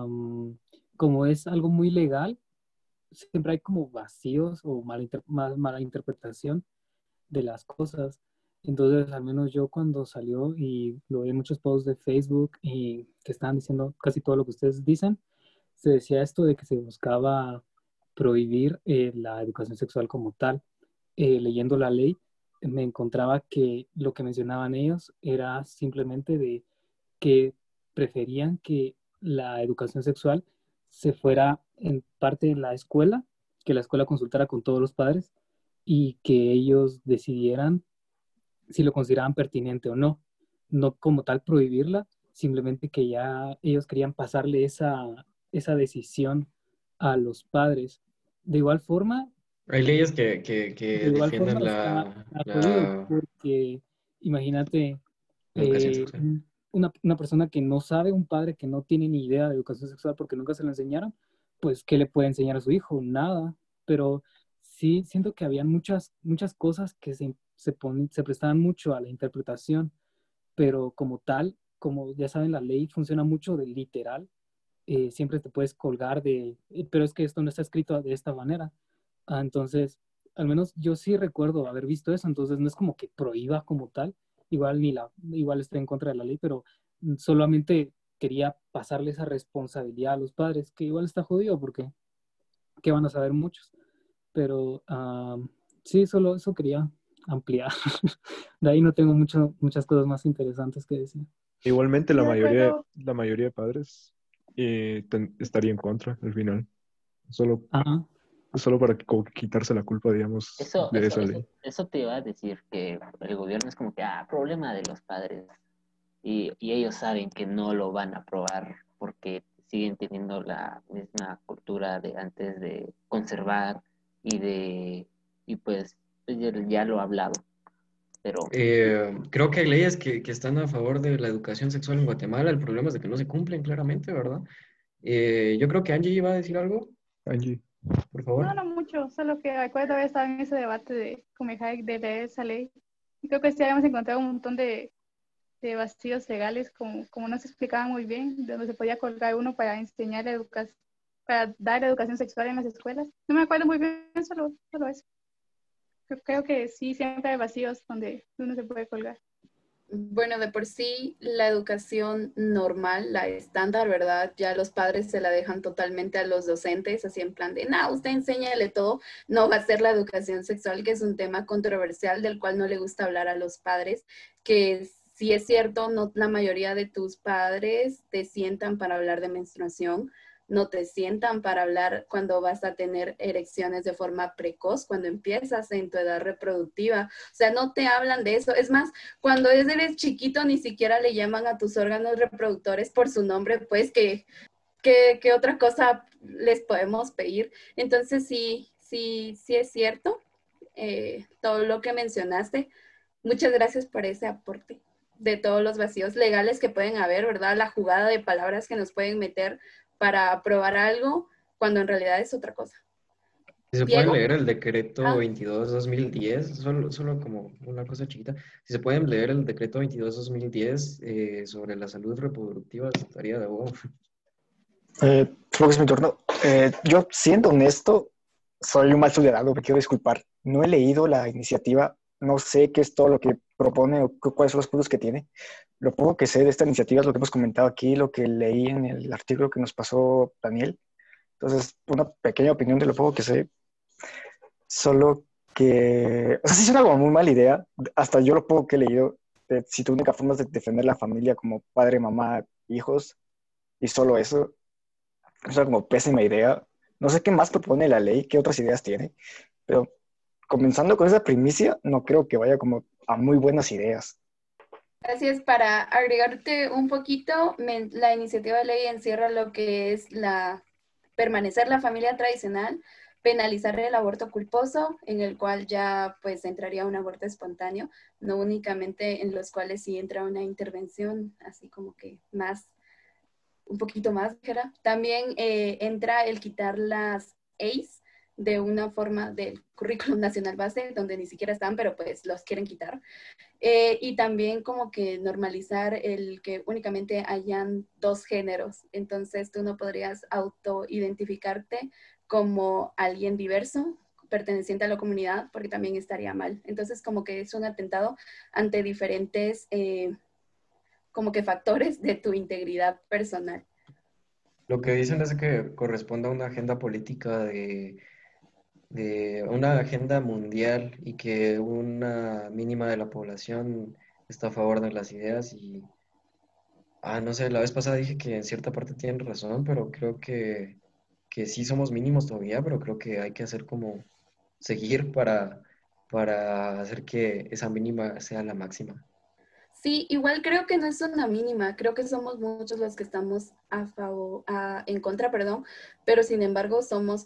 como es algo muy legal, siempre hay como vacíos o mala interpretación de las cosas. Entonces, al menos yo cuando salió y lo vi en muchos posts de Facebook y que estaban diciendo casi todo lo que ustedes dicen, se decía esto de que se buscaba prohibir la educación sexual como tal. Leyendo la ley, me encontraba que lo que mencionaban ellos era simplemente de que preferían que la educación sexual se fuera en parte de la escuela, que la escuela consultara con todos los padres y que ellos decidieran si lo consideraban pertinente o no. No como tal prohibirla, simplemente que ya ellos querían pasarle esa decisión a los padres. De igual forma, hay leyes de que igual forma defienden está jodido la porque imagínate educación sexual. una persona que no sabe, un padre que no tiene ni idea de educación sexual porque nunca se la enseñaron, pues ¿qué le puede enseñar a su hijo? Nada. Pero sí siento que había muchas cosas que se prestaban mucho a la interpretación, pero como tal, como ya saben, la ley funciona mucho de literal. Siempre te puedes colgar pero es que esto no está escrito de esta manera. Entonces, al menos yo sí recuerdo haber visto eso, entonces no es como que prohíba como tal, igual estoy en contra de la ley, pero solamente quería pasarle esa responsabilidad a los padres, que igual está jodido porque ¿qué van a saber muchos? Pero sí, solo eso quería ampliar. De ahí no tengo muchas cosas más interesantes que decir. Igualmente, Yo recuerdo, la mayoría de padres estaría en contra al final. Solo, Ajá. solo para como que quitarse la culpa, digamos, de esa ley. Eso te iba a decir, que el gobierno es como que, problema de los padres. Y ellos saben que no lo van a aprobar porque siguen teniendo la misma cultura de antes de conservar y pues ya lo he hablado, pero Creo que hay leyes que están a favor de la educación sexual en Guatemala. El problema es de que no se cumplen claramente, ¿verdad? Yo creo que Angie iba a decir algo, Angie. por no, favor. no mucho, solo que recuerdo haber estado en ese debate de Comejai de leer esa ley. Y creo que sí habíamos encontrado un montón de vacíos legales, como no se explicaban muy bien, de donde se podía colgar uno para enseñar educación, para dar educación sexual en las escuelas. No me acuerdo muy bien, solo eso. Creo que sí, siempre hay vacíos donde uno se puede colgar. Bueno, de por sí, la educación normal, la estándar, ¿verdad? Ya los padres se la dejan totalmente a los docentes, así en plan de, usted enséñale todo, no va a ser la educación sexual, que es un tema controversial del cual no le gusta hablar a los padres, que sí es cierto, no la mayoría de tus padres te sientan para hablar de menstruación, no te sientan para hablar cuando vas a tener erecciones de forma precoz, cuando empiezas en tu edad reproductiva. O sea, no te hablan de eso. Es más, cuando eres chiquito ni siquiera le llaman a tus órganos reproductores por su nombre, pues, ¿qué otra cosa les podemos pedir? Entonces sí sí, sí es cierto todo lo que mencionaste. Muchas gracias por ese aporte de todos los vacíos legales que pueden haber, ¿verdad? La jugada de palabras que nos pueden meter para aprobar algo cuando en realidad es otra cosa. Si se pueden Diego, leer el decreto ah, 22-2010, solo como una cosa chiquita, si se pueden leer el decreto 22-2010 sobre la salud reproductiva, estaría de huevo. Supongo que es mi turno. Yo, siendo honesto, soy un mal ciudadano, me quiero disculpar. No he leído la iniciativa, no sé qué es todo lo que propone o cuáles son los puntos que tiene. Lo poco que sé de esta iniciativa es lo que hemos comentado aquí, lo que leí en el artículo que nos pasó Daniel. Entonces, una pequeña opinión de lo poco que sé, solo que, o sea, sí es una como muy mala idea. Hasta yo lo poco que he leído, si tu única forma es de defender la familia como padre, mamá, hijos, y solo eso, es una como pésima idea. No sé qué más propone la ley, qué otras ideas tiene, pero comenzando con esa primicia, no creo que vaya como a muy buenas ideas. gracias. Para agregarte un poquito, la iniciativa de ley encierra lo que es permanecer la familia tradicional, penalizar el aborto culposo, en el cual ya pues entraría un aborto espontáneo, no únicamente en los cuales sí entra una intervención, así como que un poquito más ligera. También entra el quitar las ACE de una forma del currículum nacional base, donde ni siquiera están, pero pues los quieren quitar. Y también como que normalizar el que únicamente hayan dos géneros. Entonces tú no podrías autoidentificarte como alguien diverso, perteneciente a la comunidad, porque también estaría mal. Entonces como que es un atentado ante diferentes como que factores de tu integridad personal. Lo que dicen es que corresponde a una agenda política de una agenda mundial y que una mínima de la población está a favor de las ideas y, no sé, la vez pasada dije que en cierta parte tienen razón, pero creo que sí somos mínimos todavía, pero creo que hay que hacer como seguir para hacer que esa mínima sea la máxima. Sí, igual creo que no es una mínima, creo que somos muchos los que estamos a favor, en contra, perdón, pero sin embargo somos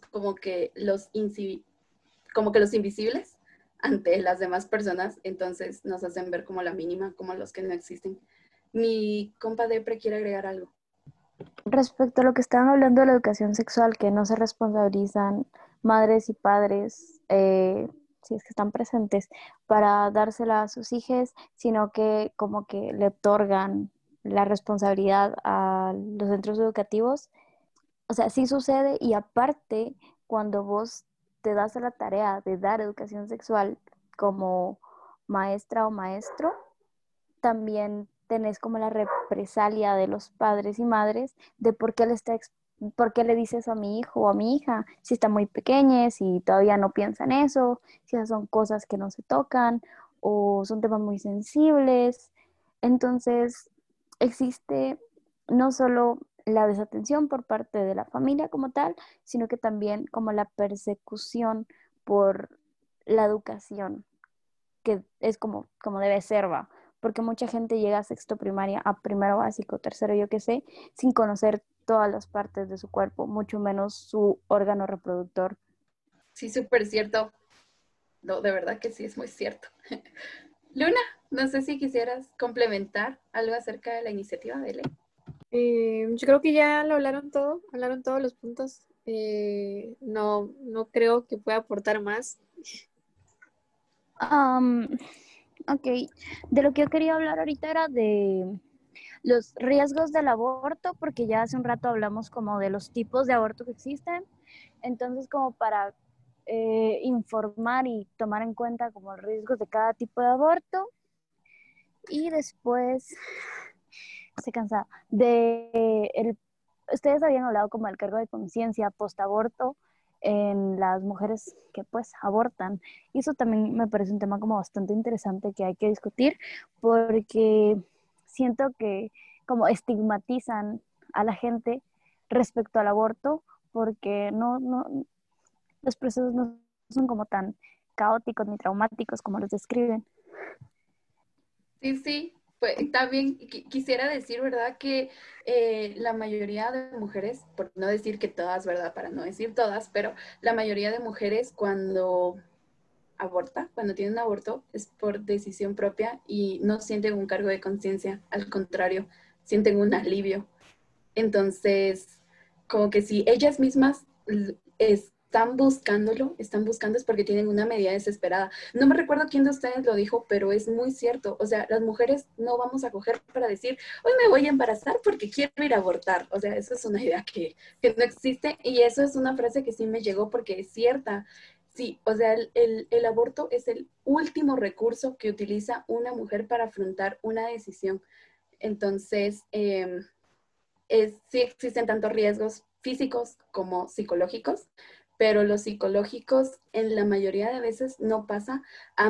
como que los invisibles ante las demás personas, entonces nos hacen ver como la mínima, como los que no existen. Mi compa Depre quiere agregar algo. Respecto a lo que estaban hablando de la educación sexual, que no se responsabilizan madres y padres, si es que están presentes, para dársela a sus hijos, sino que como que le otorgan la responsabilidad a los centros educativos. O sea, sí sucede y aparte, cuando vos te das a la tarea de dar educación sexual como maestra o maestro, también tenés como la represalia de los padres y madres de por qué le dice eso a mi hijo o a mi hija, si está muy pequeña, si todavía no piensa en eso, si esas son cosas que no se tocan o son temas muy sensibles. Entonces, existe no solo la desatención por parte de la familia como tal, sino que también como la persecución por la educación, que es como debe ser, va, porque mucha gente llega a sexto primaria, a primero básico, tercero, yo qué sé, sin conocer todas las partes de su cuerpo, mucho menos su órgano reproductor. Sí, súper cierto. No, de verdad que sí, es muy cierto. Luna, no sé si quisieras complementar algo acerca de la iniciativa de ley. Yo creo que ya lo hablaron todos los puntos. No, no creo que pueda aportar más. Ok, de lo que yo quería hablar ahorita era de los riesgos del aborto, porque ya hace un rato hablamos como de los tipos de aborto que existen. Entonces, como para informar y tomar en cuenta como los riesgos de cada tipo de aborto. Y después, estoy cansada, ustedes habían hablado como del cargo de conciencia post-aborto en las mujeres que pues abortan. Y eso también me parece un tema como bastante interesante que hay que discutir porque siento que como estigmatizan a la gente respecto al aborto porque los procesos no son como tan caóticos ni traumáticos como los describen. Sí, sí, Pues también quisiera decir, ¿verdad? Que la mayoría de mujeres, por no decir que todas, ¿verdad? Para no decir todas, pero la mayoría de mujeres cuando aborta, cuando tienen un aborto, es por decisión propia y no sienten un cargo de conciencia, al contrario, sienten un alivio. Entonces, como que si ellas mismas están buscándolo, están buscando es porque tienen una medida desesperada. No me recuerdo quién de ustedes lo dijo, pero es muy cierto. O sea, las mujeres no vamos a coger para decir, hoy me voy a embarazar porque quiero ir a abortar. O sea, eso es una idea que no existe y eso es una frase que sí me llegó porque es cierta. Sí, o sea, el aborto es el último recurso que utiliza una mujer para afrontar una decisión. Entonces, sí existen tanto riesgos físicos como psicológicos, pero los psicológicos en la mayoría de veces no pasa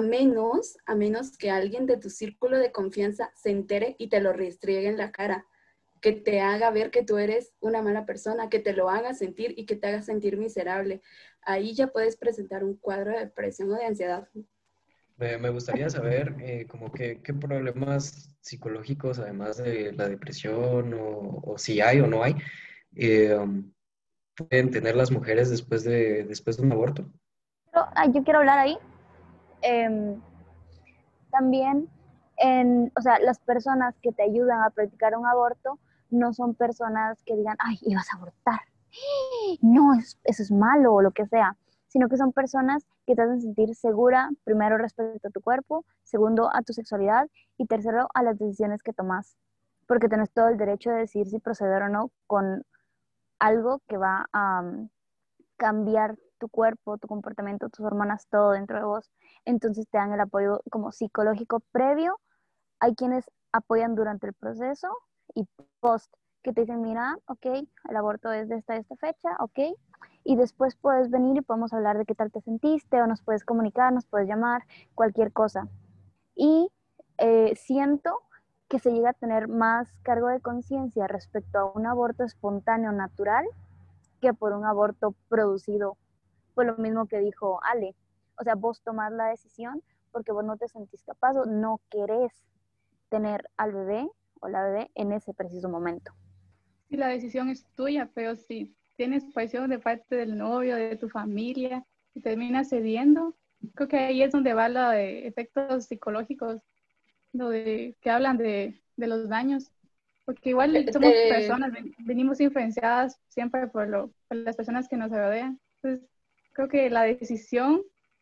a menos que alguien de tu círculo de confianza se entere y te lo restriegue en la cara, que te haga ver que tú eres una mala persona, que te lo haga sentir y que te haga sentir miserable. Ahí ya puedes presentar un cuadro de depresión o de ansiedad. Me gustaría saber como qué problemas psicológicos, además de la depresión, o si hay o no hay, eh, pueden tener las mujeres después de un aborto. Pero, yo quiero hablar ahí. Em, También, o sea, las personas que te ayudan a practicar un aborto no son personas que digan, ay, ibas a abortar. No, eso es malo o lo que sea, sino que son personas que te hacen sentir segura, primero respecto a tu cuerpo, segundo a tu sexualidad y tercero a las decisiones que tomas, porque tenés todo el derecho de decidir si proceder o no con algo que va a cambiar tu cuerpo, tu comportamiento, tus hormonas, todo dentro de vos. Entonces te dan el apoyo como psicológico previo. Hay quienes apoyan durante el proceso y post, que te dicen, mira, ok, el aborto es de esta fecha, ok, y después puedes venir y podemos hablar de qué tal te sentiste, o nos puedes comunicar, nos puedes llamar, cualquier cosa. Y siento que se llega a tener más cargo de conciencia respecto a un aborto espontáneo natural que por un aborto producido. Fue lo mismo que dijo Ale. O sea, vos tomás la decisión porque vos no te sentís capaz o no querés tener al bebé o la bebé en ese preciso momento. Sí, la decisión es tuya, pero si tienes presión de parte del novio, de tu familia, y terminas cediendo, creo que ahí es donde va los efectos psicológicos, que hablan de los daños. Porque igual somos personas, venimos influenciadas siempre por las personas que nos rodean. Entonces, creo que la decisión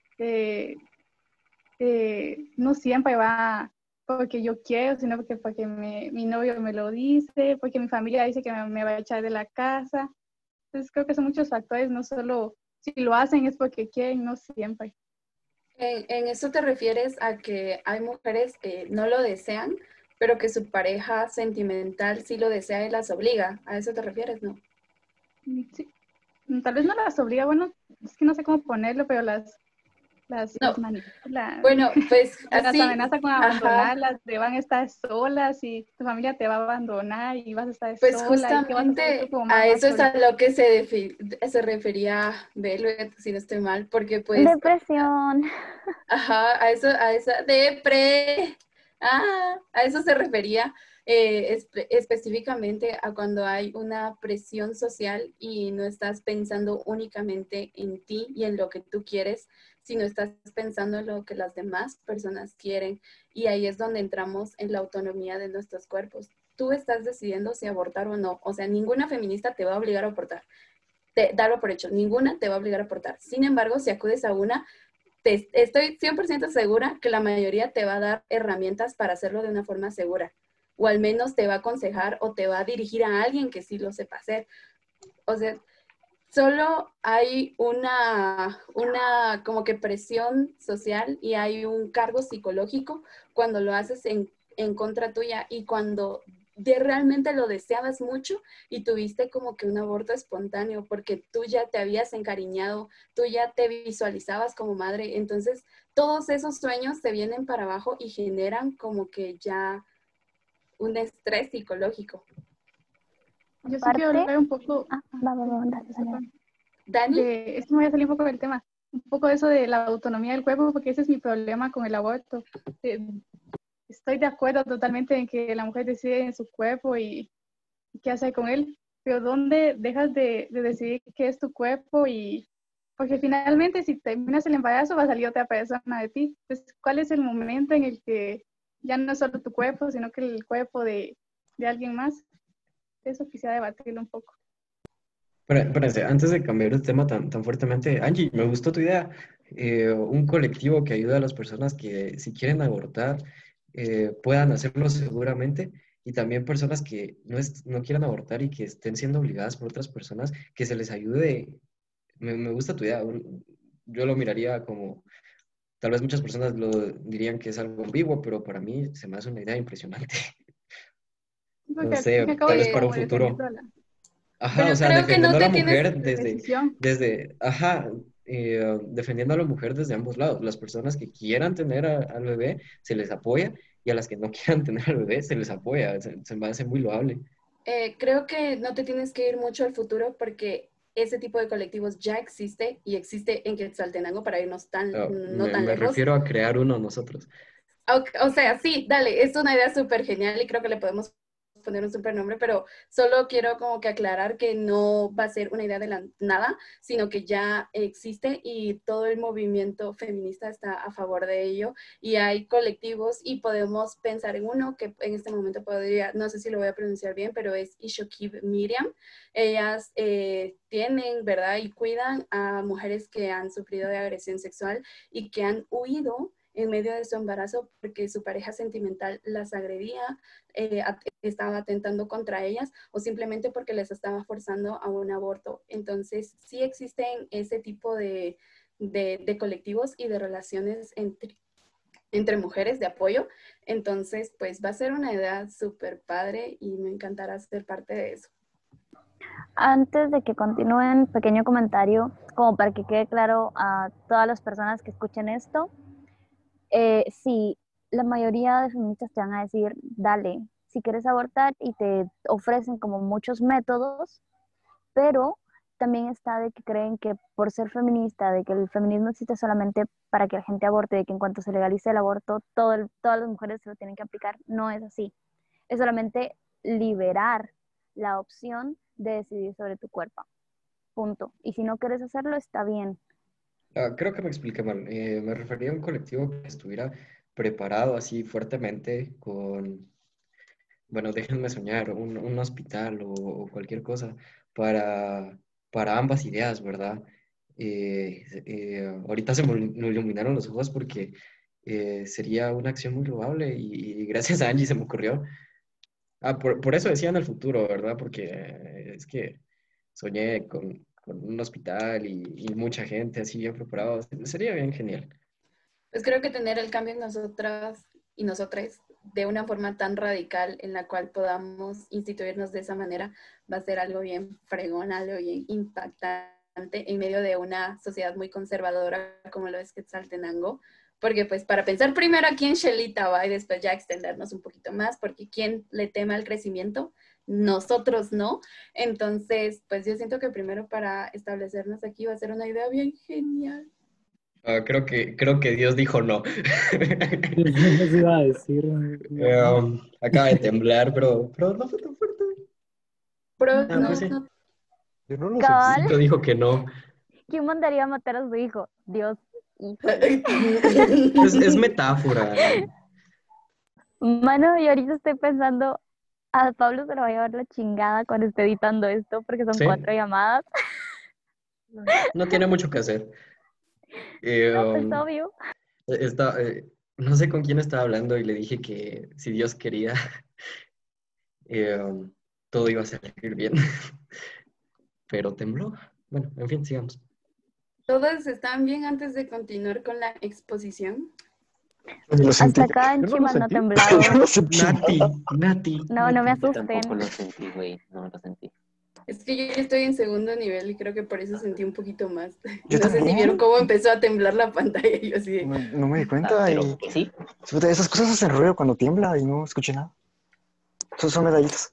no siempre va porque yo quiero, sino porque mi novio me lo dice, porque mi familia dice que me va a echar de la casa. Entonces, creo que son muchos factores, no solo si lo hacen es porque quieren, no siempre. En eso te refieres a que hay mujeres que no lo desean, pero que su pareja sentimental sí lo desea y las obliga. ¿A eso te refieres, no? Sí. Tal vez no las obliga, bueno, es que no sé cómo ponerlo, pero las manipula. Bueno, pues las así. amenaza con abandonarlas, te van a estar solas y tu familia te va a abandonar y vas a estar pues sola. Justamente ¿y qué vas a hacer tú como mamá a eso es sola? a lo que se refería Velvet, si no estoy mal, porque pues... Depresión. Ajá, a esa a eso se refería específicamente a cuando hay una presión social y no estás pensando únicamente en ti y en lo que tú quieres, sino estás pensando en lo que las demás personas quieren. Y ahí es donde entramos en la autonomía de nuestros cuerpos. Tú estás decidiendo si abortar o no. O sea, ninguna feminista te va a obligar a abortar. Darlo por hecho, ninguna te va a obligar a abortar. Sin embargo, si acudes a una, estoy 100% segura que la mayoría te va a dar herramientas para hacerlo de una forma segura, o al menos te va a aconsejar o te va a dirigir a alguien que sí lo sepa hacer. O sea, solo hay una como que presión social y hay un cargo psicológico cuando lo haces en contra tuya y cuando realmente lo deseabas mucho y tuviste como que un aborto espontáneo porque tú ya te habías encariñado, tú ya te visualizabas como madre, entonces todos esos sueños se vienen para abajo y generan como que ya un estrés psicológico. Yo sí quiero hablar un poco... ¿Dani? Esto me voy a salir un poco del tema. Un poco de eso de la autonomía del cuerpo, porque ese es mi problema con el aborto. estoy de acuerdo totalmente en que la mujer decide en su cuerpo y qué hacer con él, pero ¿dónde dejas de decidir qué es tu cuerpo? Y porque finalmente si terminas el embarazo va a salir otra persona de ti. Entonces, ¿cuál es el momento en el que ya no es solo tu cuerpo, sino que el cuerpo de alguien más? Eso quisiera debatirlo un poco. Espérense, antes de cambiar el tema tan fuertemente, Angie, me gustó tu idea. Un colectivo que ayude a las personas que si quieren abortar puedan hacerlo seguramente, y también personas que no quieran abortar y que estén siendo obligadas por otras personas, que se les ayude. Me gusta tu idea. Yo lo miraría como, tal vez muchas personas lo dirían que es algo ambiguo, pero para mí se me hace una idea impresionante. No Porque al fin sé, y al cabo tal es vez para un como futuro. defendiendo Ajá, o Pero sea, creo que defendiendo no a la te tienes... mujer la decisión. defendiendo a la mujer desde ambos lados. Las personas que quieran tener al bebé se les apoya, y a las que no quieran tener al bebé se les apoya. Se me hace muy loable. creo que no te tienes que ir mucho al futuro porque ese tipo de colectivos ya existe y existe en Quetzaltenango para irnos no tan Me lejos. refiero a crear uno nosotros. O sea, sí, dale, es una idea súper genial y creo que le podemos poner un súper nombre, pero solo quiero como que aclarar que no va a ser una idea de la nada, sino que ya existe y todo el movimiento feminista está a favor de ello y hay colectivos y podemos pensar en uno que en este momento podría, no sé si lo voy a pronunciar bien, pero es Ishokib Miriam. Ellas tienen, ¿verdad? Y cuidan a mujeres que han sufrido de agresión sexual y que han huido en medio de su embarazo porque su pareja sentimental las agredía, estaba atentando contra ellas o simplemente porque les estaba forzando a un aborto. Entonces, sí existen ese tipo de colectivos y de relaciones entre mujeres de apoyo. Entonces, pues va a ser una idea súper padre y me encantará ser parte de eso. Antes de que continúen, pequeño comentario, como para que quede claro a todas las personas que escuchen esto. Sí, la mayoría de feministas te van a decir, dale, si quieres abortar, y te ofrecen como muchos métodos, pero también está de que creen que por ser feminista, de que el feminismo existe solamente para que la gente aborte, de que en cuanto se legalice el aborto, todas las mujeres se lo tienen que aplicar. No es así. Es solamente liberar la opción de decidir sobre tu cuerpo. Punto. Y si no quieres hacerlo, está bien. Creo que me expliqué mal. Me refería a un colectivo que estuviera preparado así fuertemente con, bueno, déjenme soñar, un hospital o cualquier cosa para, para ambas ideas, ¿verdad? Ahorita se me iluminaron los ojos porque sería una acción muy loable, y gracias a Angie se me ocurrió. Por eso decía en el futuro, ¿verdad? Porque es que soñé con un hospital y mucha gente así bien preparada. Sería bien genial. Pues creo que tener el cambio en nosotras y nosotras de una forma tan radical en la cual podamos instituirnos de esa manera va a ser algo bien fregón, algo bien impactante en medio de una sociedad muy conservadora como lo es Quetzaltenango. Porque pues para pensar primero aquí en Xelita va y después ya extendernos un poquito más, porque ¿quién le teme al crecimiento? Nosotros no. Entonces, pues yo siento que primero para establecernos aquí va a ser una idea bien genial. Creo que Dios dijo no. Eso iba a decir. Acaba de temblar, pero no fue tan fuerte. Pero Pues sí. Yo no lo Cabal. sentí. Diosito dijo que no. ¿Quién mandaría a matar a su hijo? Dios. Es metáfora. Mano, y ahorita estoy pensando, a Pablo se lo va a llevar la chingada cuando esté editando esto, porque son Sí, 4 llamadas. no tiene mucho que hacer. No, pues obvio. Está, no sé con quién estaba hablando y le dije que si Dios quería, eh, todo iba a salir bien. Pero tembló. Bueno, en fin, sigamos. ¿Todos están bien antes de continuar con la exposición? Yo lo sentí. Hasta acá en Yo no lo Chima no ha sentí. temblado. Yo no sentí nada. Nati. No, no me Yo asusten. tampoco lo sentí, güey. No lo sentí. Es que yo ya estoy en segundo nivel y creo que por eso sentí un poquito más. Yo No sé si también. vieron cómo empezó a temblar la pantalla y yo así de... No me di cuenta. Pero Y que sí. puta, esas cosas hacen ruido cuando tiembla y no escuché nada. Son medallitas.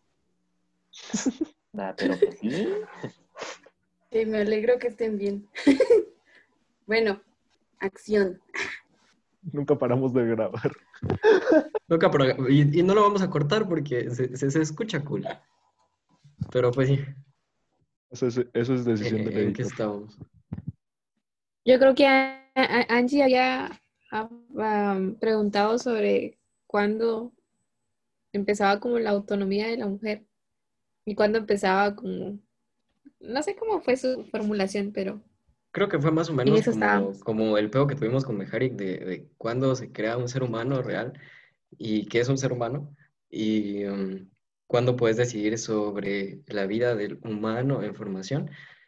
Pero que sí. Sí, me alegro que estén bien. Bueno, acción. Nunca paramos de grabar. Loca, pero, y no lo vamos a cortar porque se escucha cool. Pero pues sí, Eso es decisión del ¿en qué editor. estábamos? Yo creo que Angie había preguntado sobre cuándo empezaba como la autonomía de la mujer y cuándo empezaba como, no sé cómo fue su formulación, pero Creo que fue más o en menos eso como, estábamos. como el peo que tuvimos con Mejarik de cuándo se crea un ser humano real y qué es un ser humano y cuándo puedes decidir sobre la vida del humano en formación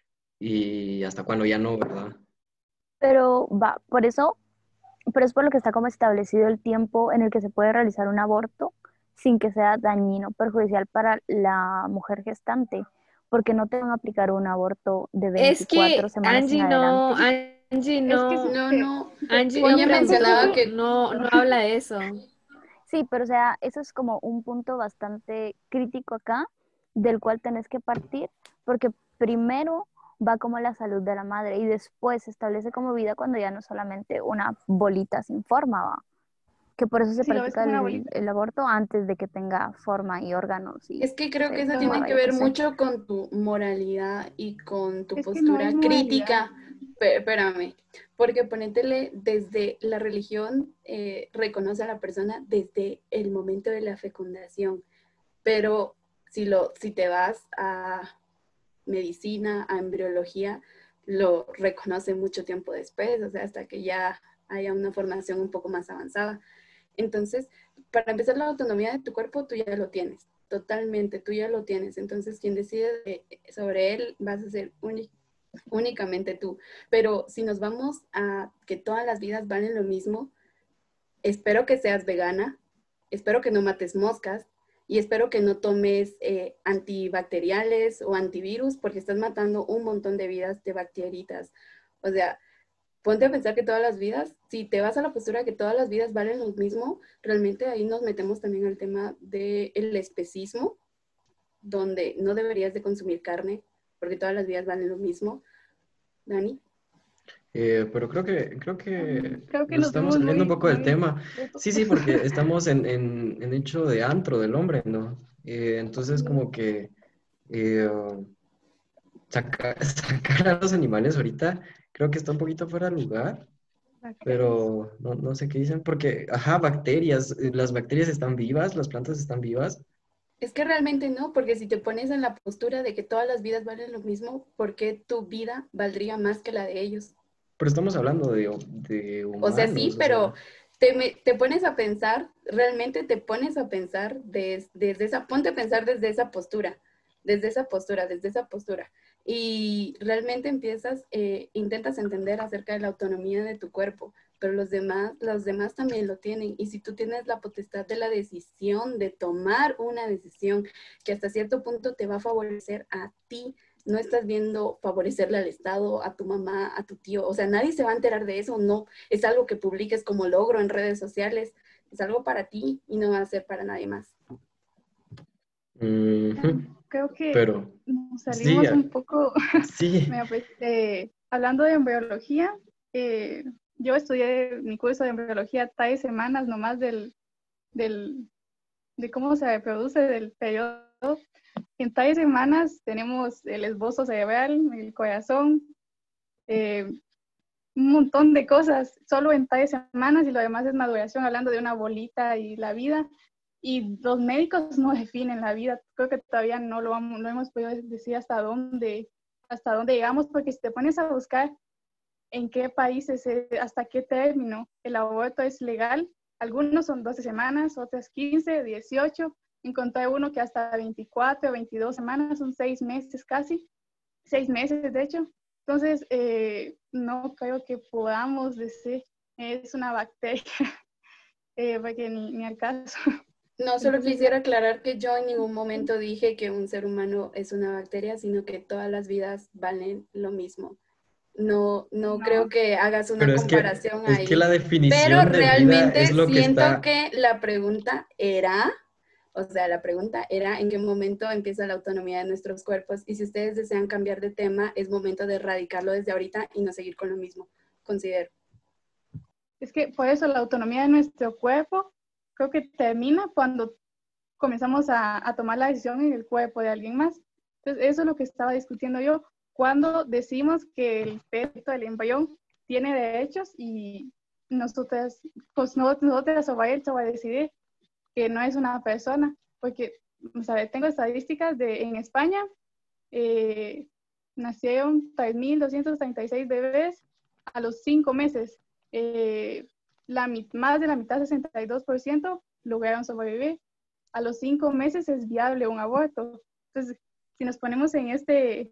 y hasta cuándo ya no, ¿verdad? Pero va, pero es por lo que está como establecido el tiempo en el que se puede realizar un aborto sin que sea dañino, perjudicial para la mujer gestante, porque no te van a aplicar un aborto de Es 24 que semanas en adelante. Es que No, no. Angie Ella mencionaba preguntó, que no habla de eso. Sí, pero o sea, eso es como un punto bastante crítico acá, del cual tenés que partir, porque primero va como la salud de la madre y después se establece como vida cuando ya no es solamente una bolita sin forma, ¿va? Que por eso se si lo ves practica como una bolita. el aborto antes de que tenga forma y órganos y es que creo que eso se tiene mueva, que yo qué ver sé. mucho con tu moralidad y con tu Es que no es postura moralidad. crítica. Espérame, porque ponétele desde la religión reconoce a la persona desde el momento de la fecundación, pero si te vas a medicina, a embriología, lo reconoce mucho tiempo después, o sea, hasta que ya haya una formación un poco más avanzada. Entonces, para empezar, la autonomía de tu cuerpo tú ya lo tienes, totalmente, tú ya lo tienes. Entonces, quien decide sobre él vas a ser únicamente tú. Pero si nos vamos a que todas las vidas valen lo mismo, espero que seas vegana, espero que no mates moscas y espero que no tomes antibacteriales o antivirus porque estás matando un montón de vidas de bacteritas. O sea, ponte a pensar que todas las vidas, si te vas a la postura que todas las vidas valen lo mismo, realmente ahí nos metemos también al tema del especismo, donde no deberías de consumir carne porque todas las vidas valen lo mismo. Dani. Pero creo que Creo que nos nos estamos vemos saliendo un muy, poco del muy tema. brutos. Sí, porque estamos en hecho de antro del hombre, ¿no? Entonces como que eh, sacar a los animales ahorita creo que está un poquito fuera de lugar, Bacterias. pero no sé qué dicen, porque, ajá, bacterias, las bacterias están vivas, las plantas están vivas, Es que realmente no, porque si te pones en la postura de que todas las vidas valen lo mismo, ¿por qué tu vida valdría más que la de ellos? pero estamos hablando de O sea, sí, humanos, o pero sea, te pones a pensar, realmente te pones a pensar desde esa, ponte a pensar desde esa postura, desde esa postura, desde esa postura. Y realmente empiezas, intentas entender acerca de la autonomía de tu cuerpo, pero los demás también lo tienen. Y si tú tienes la potestad de la decisión, de tomar una decisión que hasta cierto punto te va a favorecer a ti, no estás viendo favorecerle al Estado, a tu mamá, a tu tío, o sea, nadie se va a enterar de eso, no, es algo que publiques como logro en redes sociales, es algo para ti y no va a ser para nadie más. ujú, Creo que pero nos sí, salimos un poco. sí, Mira, pues, hablando de embriología, yo estudié mi curso de embriología 3 semanas nomás de cómo se reproduce del periodo. En 3 semanas tenemos el esbozo cerebral, el corazón, eh, un montón de cosas, solo en 3 semanas y lo demás es maduración, hablando de una bolita y la vida. Y los médicos no definen la vida. Creo que todavía no hemos podido decir hasta dónde llegamos, porque si te pones a buscar en qué países, hasta qué término el aborto es legal, algunos son 12 semanas, otras 15, 18. Encontré uno que hasta 24, 22 semanas, son 6 meses casi, 6 meses de hecho. Entonces, no creo que podamos decir es una bacteria, porque ni al caso. No, solo Entonces, quisiera aclarar que yo en ningún momento dije que un ser humano es una bacteria, sino que todas las vidas valen lo mismo. No creo no, que hagas una pero comparación es que la ahí. Pero definición de vida es realmente lo que siento está. que la pregunta era, o sea, la pregunta era en qué momento empieza la autonomía de nuestros cuerpos y si ustedes desean cambiar de tema, es momento de erradicarlo desde ahorita y no seguir con lo mismo, considero. es que por eso la autonomía de nuestro cuerpo creo que termina cuando comenzamos a tomar la decisión en el cuerpo de alguien más. Entonces, eso es lo que estaba discutiendo yo. Cuando decimos que el feto, el embrión, tiene derechos y nosotras, pues nosotras o él se va a decidir que no es una persona, porque, ¿sabes? Tengo estadísticas en España, nacieron 3.236 bebés a los 5 meses. Más de la mitad, 62%, lograron sobrevivir. A los 5 meses es viable un aborto. Entonces, si nos ponemos en este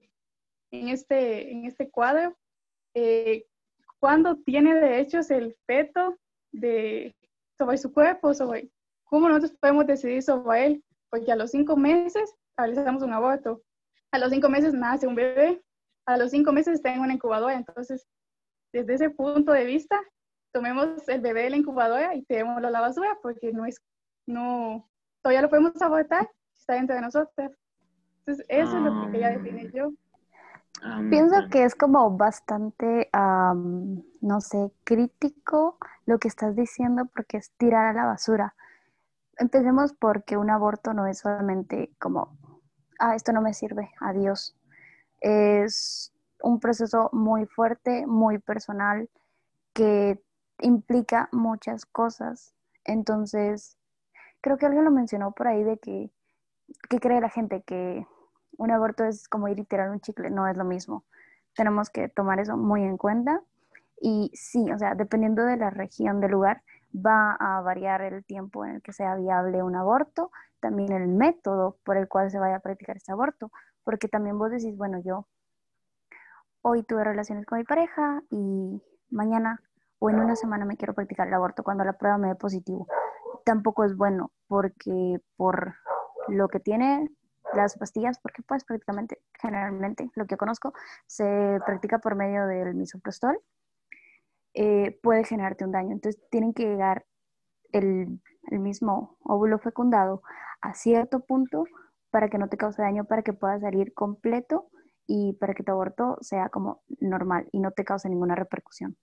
cuadro, ¿cuándo tiene derechos el feto sobre su cuerpo, sobre cómo nosotros podemos decidir sobre él? Porque a los 5 meses realizamos un aborto. A los 5 meses nace un bebé. A los 5 meses está en una incubadora. Entonces, desde ese punto de vista, tomemos el bebé de la incubadora y tirémoslo a la basura, porque todavía lo podemos abortar si está dentro de nosotros. Entonces, eso es lo que quería definir yo. Pienso que es como bastante, no sé, crítico lo que estás diciendo porque es tirar a la basura. Empecemos porque un aborto no es solamente como, esto no me sirve, adiós. Es un proceso muy fuerte, muy personal, que implica muchas cosas. Entonces, creo que alguien lo mencionó por ahí de que cree la gente que un aborto es como ir y tirar un chicle, no es lo mismo. Tenemos que tomar eso muy en cuenta y sí, o sea, dependiendo de la región, del lugar, va a variar el tiempo en el que sea viable un aborto, también el método por el cual se vaya a practicar este aborto, porque también vos decís, bueno, yo hoy tuve relaciones con mi pareja y mañana o en una semana me quiero practicar el aborto cuando la prueba me dé positivo. Tampoco es bueno porque por lo que tiene las pastillas, porque pues prácticamente, generalmente, lo que conozco, se practica por medio del misoprostol, puede generarte un daño. Entonces tienen que llegar el mismo óvulo fecundado a cierto punto para que no te cause daño, para que pueda salir completo y para que tu aborto sea como normal y no te cause ninguna repercusión.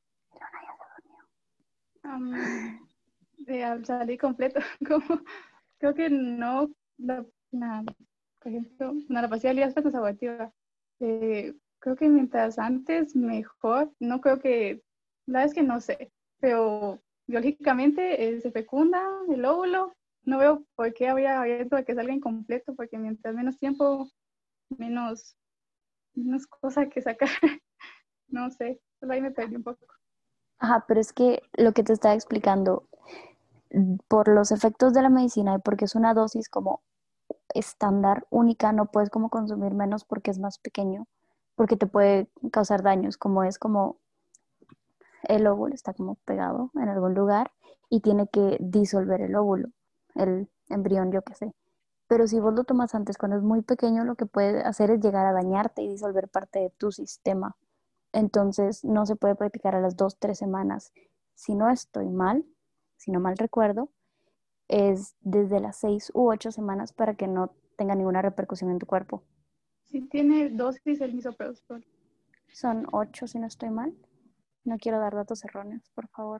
Al salir completo, creo que no, por ejemplo, la pastilla de es abortiva. Creo que mientras antes, mejor. No creo que, la verdad es que no sé, pero biológicamente se fecunda el óvulo. No veo por qué habría abierto de que salga incompleto, porque mientras menos tiempo, menos cosas que sacar. No sé, solo ahí me perdí un poco. Ajá, pero es que lo que te estaba explicando, por los efectos de la medicina y porque es una dosis como estándar, única, no puedes como consumir menos porque es más pequeño, porque te puede causar daños, como es como el óvulo está como pegado en algún lugar y tiene que disolver el óvulo, el embrión, yo qué sé. Pero si vos lo tomas antes, cuando es muy pequeño, lo que puede hacer es llegar a dañarte y disolver parte de tu sistema. Entonces, no se puede practicar a las 2, 3 semanas. Si no estoy mal, si no mal recuerdo, es desde las 6 u 8 semanas para que no tenga ninguna repercusión en tu cuerpo. Sí tiene dosis el misoprostol. Son 8 si no estoy mal. No quiero dar datos erróneos, por favor.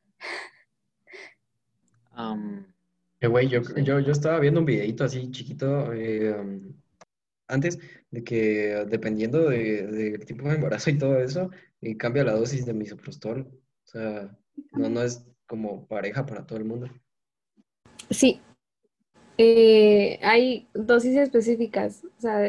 Güey, yo, no sé. yo estaba viendo un videito así chiquito antes de que dependiendo del tipo de embarazo y todo eso, cambia la dosis de misoprostol. O sea, no es como pareja para todo el mundo. Sí, hay dosis específicas, o sea,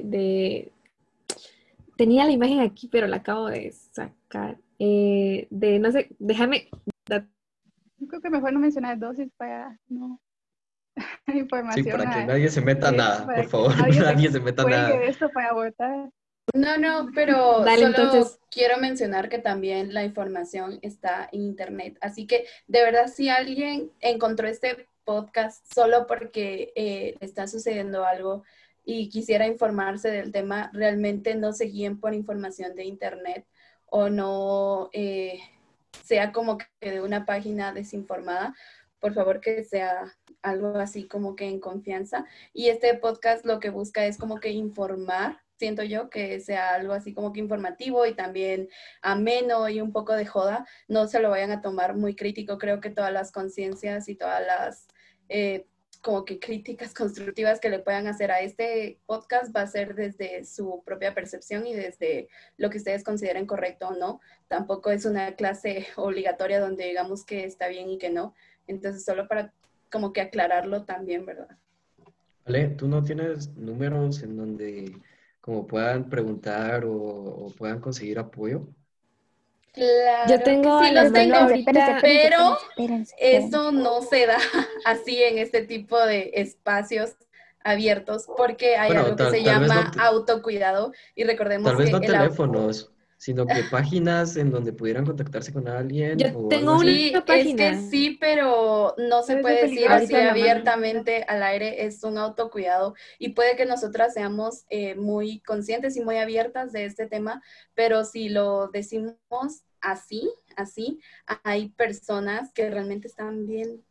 tenía la imagen aquí, pero la acabo de sacar. No sé, déjame. Yo creo que mejor no mencionar dosis para no Sí, información. para que nadie se meta nada, Para por que favor, nadie nadie se se meta cuelgue nada. de esto para abortar. No, pero Dale, solo entonces. quiero mencionar que también la información está en internet. Así que de verdad, si alguien encontró este podcast solo porque le está sucediendo algo y quisiera informarse del tema, realmente no se guíen por información de internet o no sea como que de una página desinformada. Por favor, que sea algo así como que en confianza. Y este podcast lo que busca es como que informar siento yo, que sea algo así como que informativo y también ameno y un poco de joda, no se lo vayan a tomar muy crítico. Creo que todas las conciencias y todas las como que críticas constructivas que le puedan hacer a este podcast va a ser desde su propia percepción y desde lo que ustedes consideren correcto o no. Tampoco es una clase obligatoria donde digamos que está bien y que no. Entonces, solo para como que aclararlo también, ¿verdad? Ale, ¿tú no tienes números en donde como puedan preguntar o puedan conseguir apoyo? Yo Claro que tengo sí a la los mano tengo, ahorita, pero espérense. eso no se da así en este tipo de espacios abiertos porque hay Bueno, algo que se tal vez llama autocuidado y tal recordemos vez que no teléfonos, sino que páginas en donde pudieran contactarse con alguien yo o algo tengo así. sí, una es que página. sí, pero no se Puede puede ser decir peligroso. así Ahorita la mando. abiertamente al aire, es un autocuidado y puede que nosotras seamos muy conscientes y muy abiertas de este tema, pero si lo decimos así, hay personas que realmente están bien,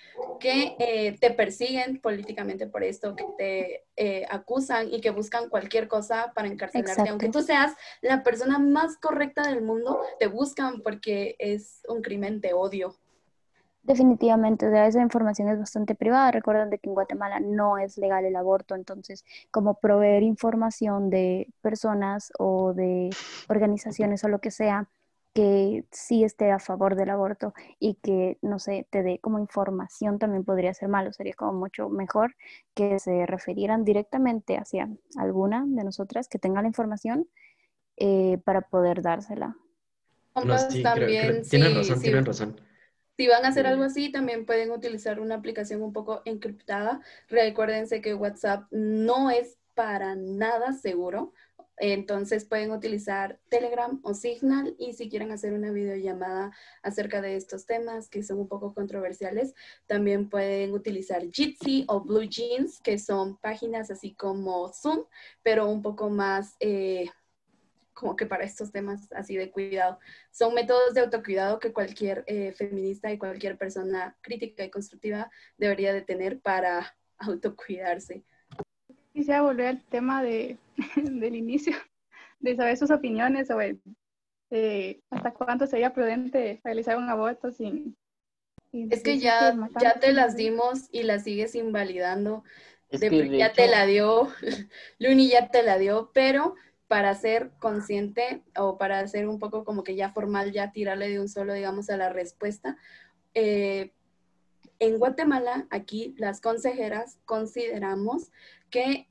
que te persiguen políticamente por esto, que te acusan y que buscan cualquier cosa para encarcelarte. Aunque Exacto. tú seas la persona más correcta del mundo, te buscan porque es un crimen de odio. Definitivamente, o sea, esa información es bastante privada. Recuerden de que en Guatemala no es legal el aborto, entonces, como proveer información de personas o de organizaciones o lo que sea que sí esté a favor del aborto y que, no sé, te dé como información también podría ser malo. Sería como mucho mejor que se refirieran directamente hacia alguna de nosotras que tenga la información para poder dársela. Bueno, Compas, sí, también, tienen sí, razón, sí. tienen razón. Si van a hacer algo Eh, así, también pueden utilizar una aplicación un poco encriptada. Recuérdense que WhatsApp no es para nada seguro. Entonces pueden utilizar Telegram o Signal y si quieren hacer una videollamada acerca de estos temas que son un poco controversiales, también pueden utilizar Jitsi o Blue Jeans, que son páginas así como Zoom, pero un poco más como que para estos temas así de cuidado. Son métodos de autocuidado que cualquier feminista y cualquier persona crítica y constructiva debería de tener para autocuidarse. Quisiera volver al tema del inicio, de saber sus opiniones sobre hasta cuánto sería prudente realizar un aborto sin Es que decir que ya te matamos. las dimos y las sigues invalidando. Es que de Ya te hecho, la dio, Luni ya te la dio, pero para ser consciente o para ser un poco como que ya formal, ya tirarle de un solo, digamos, a la respuesta, en Guatemala, aquí las consejeras consideramos que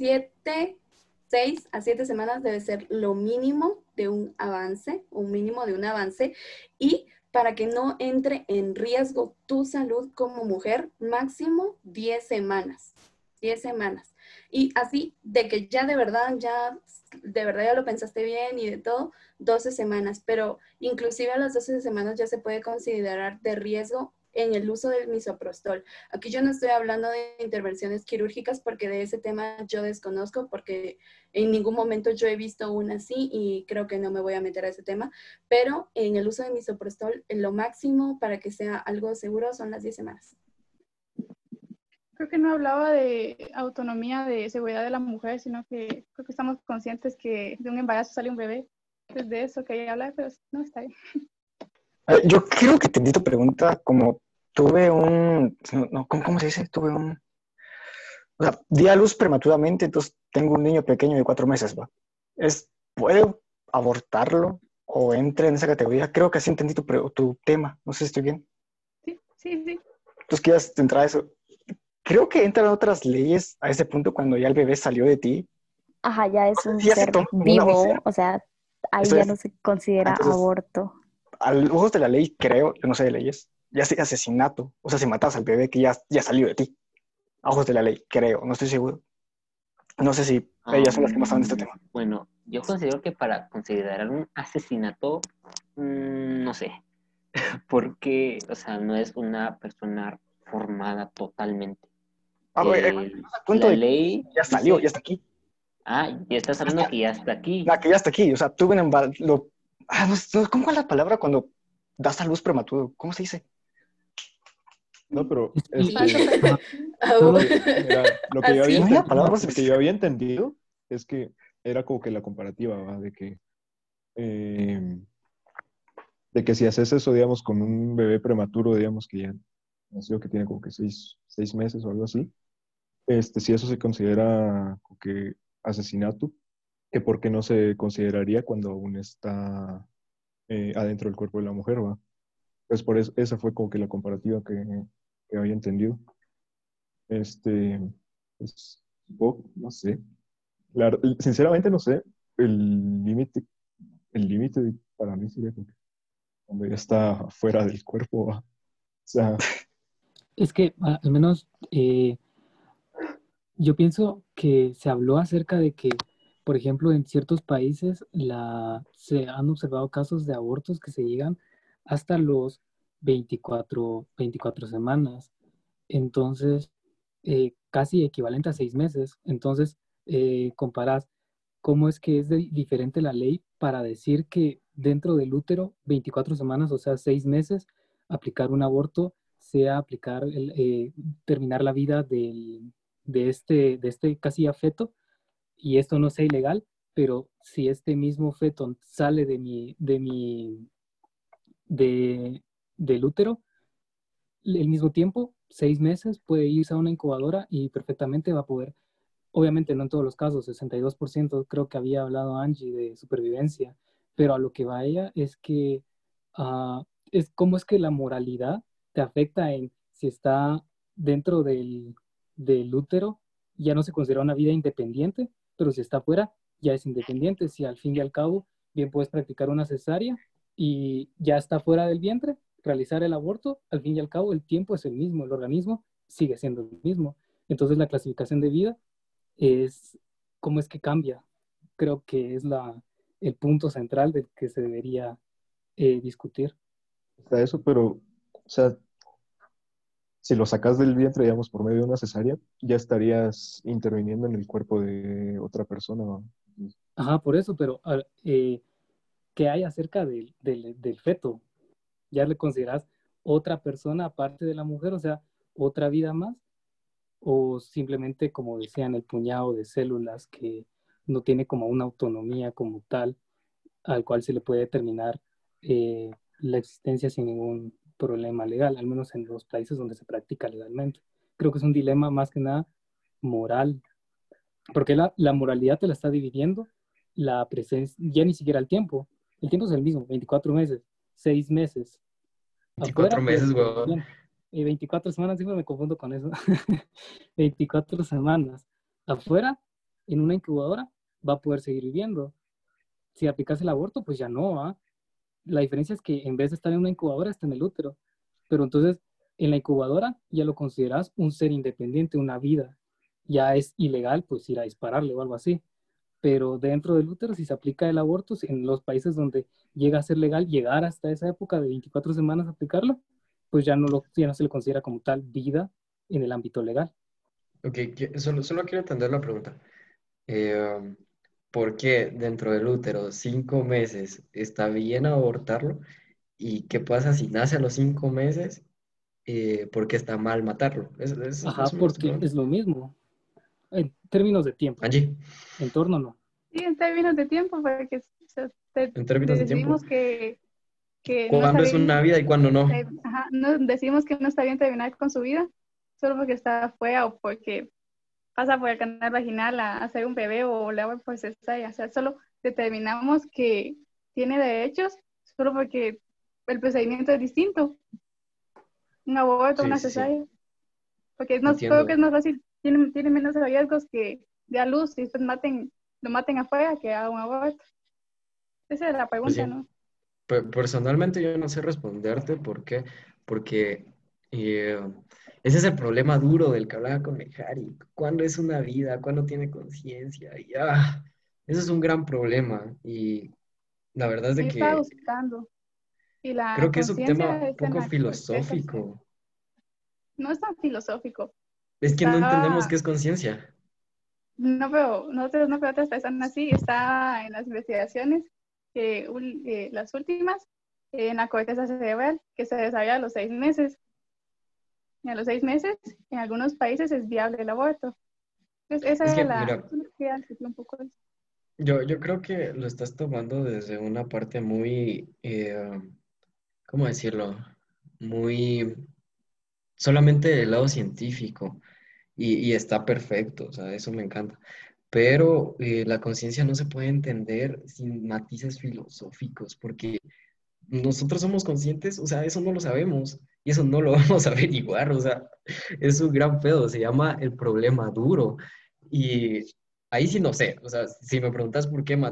6 a 7 semanas debe ser lo mínimo de un avance, y para que no entre en riesgo tu salud como mujer, máximo 10 semanas. 10 semanas. Y así, de que ya de verdad ya lo pensaste bien y de todo, 12 semanas. Pero inclusive a las 12 semanas ya se puede considerar de riesgo en el uso del misoprostol. Aquí yo no estoy hablando de intervenciones quirúrgicas porque de ese tema yo desconozco, porque en ningún momento yo he visto una así y creo que no me voy a meter a ese tema, pero en el uso de misoprostol, lo máximo para que sea algo seguro son las 10 semanas. Creo que no hablaba de autonomía, de seguridad de la mujer, sino que creo que estamos conscientes que de un embarazo sale un bebé. Es de eso que ella habla, pero no está bien. Yo creo que entendí tu pregunta como tuve un... No, ¿cómo se dice? O sea, di a luz prematuramente, entonces tengo un niño pequeño de 4 meses, ¿va? ¿Puedo abortarlo o entre en esa categoría? Creo que así entendí tu tema. No sé si estoy bien. Sí. Entonces, ¿quieres entrar a eso? Creo que entran otras leyes a ese punto cuando ya el bebé salió de ti. Ajá, ya es un Sí, ya se ser toma como vivo, o sea, ahí Esto ya es. no se considera Entonces, aborto. a los ojos de la ley, creo, yo no sé de leyes, ya sería asesinato. O sea, si matas al bebé que ya salió de ti. A ojos de la ley, creo, no estoy seguro. No sé si ellas son las que más saben de este tema. bueno, yo considero que para considerar un asesinato, no sé, porque, o sea, no es una persona formada totalmente. Al punto La de ley ya salió, ya dice, está aquí. ya estás hablando que ya está aquí. Que ya está aquí, o sea, tuve un embarazo. ¿Cómo es la palabra cuando das a luz prematuro? ¿Cómo se dice? No, pero Y- mira, lo que yo había ¿No hay una palabra entendido, más lo que específica? yo había entendido es que era como que la comparativa, ¿va? De que si haces eso, digamos, con un bebé prematuro, digamos, que ya nació, que tiene como que 6 meses o algo así, si eso se considera como que asesinato, que por qué no se consideraría cuando aún está adentro del cuerpo de la mujer, ¿va? Pues por eso, esa fue como que la comparativa que había entendido. Este, pues, no sé. Sinceramente no sé. El límite, el límite para mí sería como que cuando ya está fuera del cuerpo, ¿va? O sea, Es que al menos yo pienso que se habló acerca de que, por ejemplo, en ciertos países se han observado casos de abortos que se llegan hasta los 24 semanas. Entonces, casi equivalente a 6 meses. Entonces, comparás cómo es que es diferente la ley para decir que dentro del útero, 24 semanas, o sea, 6 meses, aplicar un aborto sea aplicar terminar la vida de este casi ya feto, y esto no sea ilegal, pero si este mismo feto sale de, del útero, el mismo tiempo, 6 meses, puede irse a una incubadora y perfectamente va a poder, obviamente no en todos los casos, 62% creo que había hablado Angie de supervivencia, pero a lo que va ella es que es cómo es que la moralidad te afecta en si está dentro del útero, ya no se considera una vida independiente, pero si está fuera, ya es independiente. Si al fin y al cabo, bien puedes practicar una cesárea y ya está fuera del vientre, realizar el aborto, al fin y al cabo el tiempo es el mismo, el organismo sigue siendo el mismo. Entonces la clasificación de vida es cómo es que cambia. Creo que es el punto central del que se debería discutir. está eso, pero, o sea, si lo sacas del vientre, digamos, por medio de una cesárea, ya estarías interviniendo en el cuerpo de otra persona, ¿va? Ajá, por eso, pero ¿qué hay acerca del feto? ¿Ya le consideras otra persona aparte de la mujer, o sea, otra vida más? ¿O simplemente, como decían, el puñado de células que no tiene como una autonomía como tal, al cual se le puede determinar la existencia sin ningún problema legal, al menos en los países donde se practica legalmente? Creo que es un dilema más que nada moral, porque la moralidad te la está dividiendo la presencia, ya ni siquiera el tiempo es el mismo, 24 meses, 6 meses, 24 afuera puede meses, seguir weón. viviendo. Y 24 semanas, siempre me confundo con eso. 24 semanas. Afuera, en una incubadora, va a poder seguir viviendo. Si aplicas el aborto, pues ya no, ¿ah? La diferencia es que en vez de estar en una incubadora, está en el útero. Pero entonces, en la incubadora ya lo consideras un ser independiente, una vida. Ya es ilegal, pues ir a dispararle o algo así. Pero dentro del útero, si se aplica el aborto, en los países donde llega a ser legal llegar hasta esa época de 24 semanas a aplicarlo, pues ya no se le considera como tal vida en el ámbito legal. Ok, solo quiero entender la pregunta. Eh, ¿Por qué dentro del útero 5 meses está bien abortarlo? ¿Y qué pasa si nace a los 5 meses? ¿Por qué está mal matarlo? Ajá, Eso me gusta porque preguntar. es lo mismo en términos de tiempo, Angie, entorno no. Sí, en términos de tiempo, porque o sea, en términos de tiempo, decidimos que no ¿cuándo está es una bien, vida y cuándo no? ajá, no, decimos que no está bien terminar con su vida solo porque está afuera o porque pasa por el canal vaginal a hacer un bebé o le hago por cesárea. O sea, solo determinamos que tiene derechos solo porque el procedimiento es distinto. Un aborto, Sí, una sí, sí, cesárea. Porque creo que entiendo. es más fácil, tiene menos riesgos que de a luz y después lo maten afuera que a un aborto. Esa es la Pues pregunta, sí, ¿no? personalmente yo no sé responderte por qué, porque eh, ese es el problema duro del que hablaba con Mejari. ¿Cuándo es una vida? ¿Cuándo tiene conciencia? Y ese es un gran problema. Y la verdad es de Yo estaba que buscando y la creo que es un tema conciencia un es en poco la corteza, sí. filosófico. No es tan filosófico. Es que no entendemos qué Está, es conciencia. no, pero nosotros no, pero otras personas sí, está en las investigaciones, las últimas, en la corteza cerebral, que se desarrolla a los 6 meses. Y a los 6 meses, en algunos países es viable el aborto. Entonces, esa Es que, era mira, quería decir un poco eso. Yo creo que lo estás tomando desde una parte muy, ¿cómo decirlo? Muy solamente del lado científico y está perfecto, o sea, eso me encanta. Pero la conciencia no se puede entender sin matices filosóficos, porque nosotros somos conscientes, o sea, eso no lo sabemos y eso no lo vamos a averiguar, o sea, es un gran pedo, se llama el problema duro. Y ahí sí no sé, o sea, si me preguntas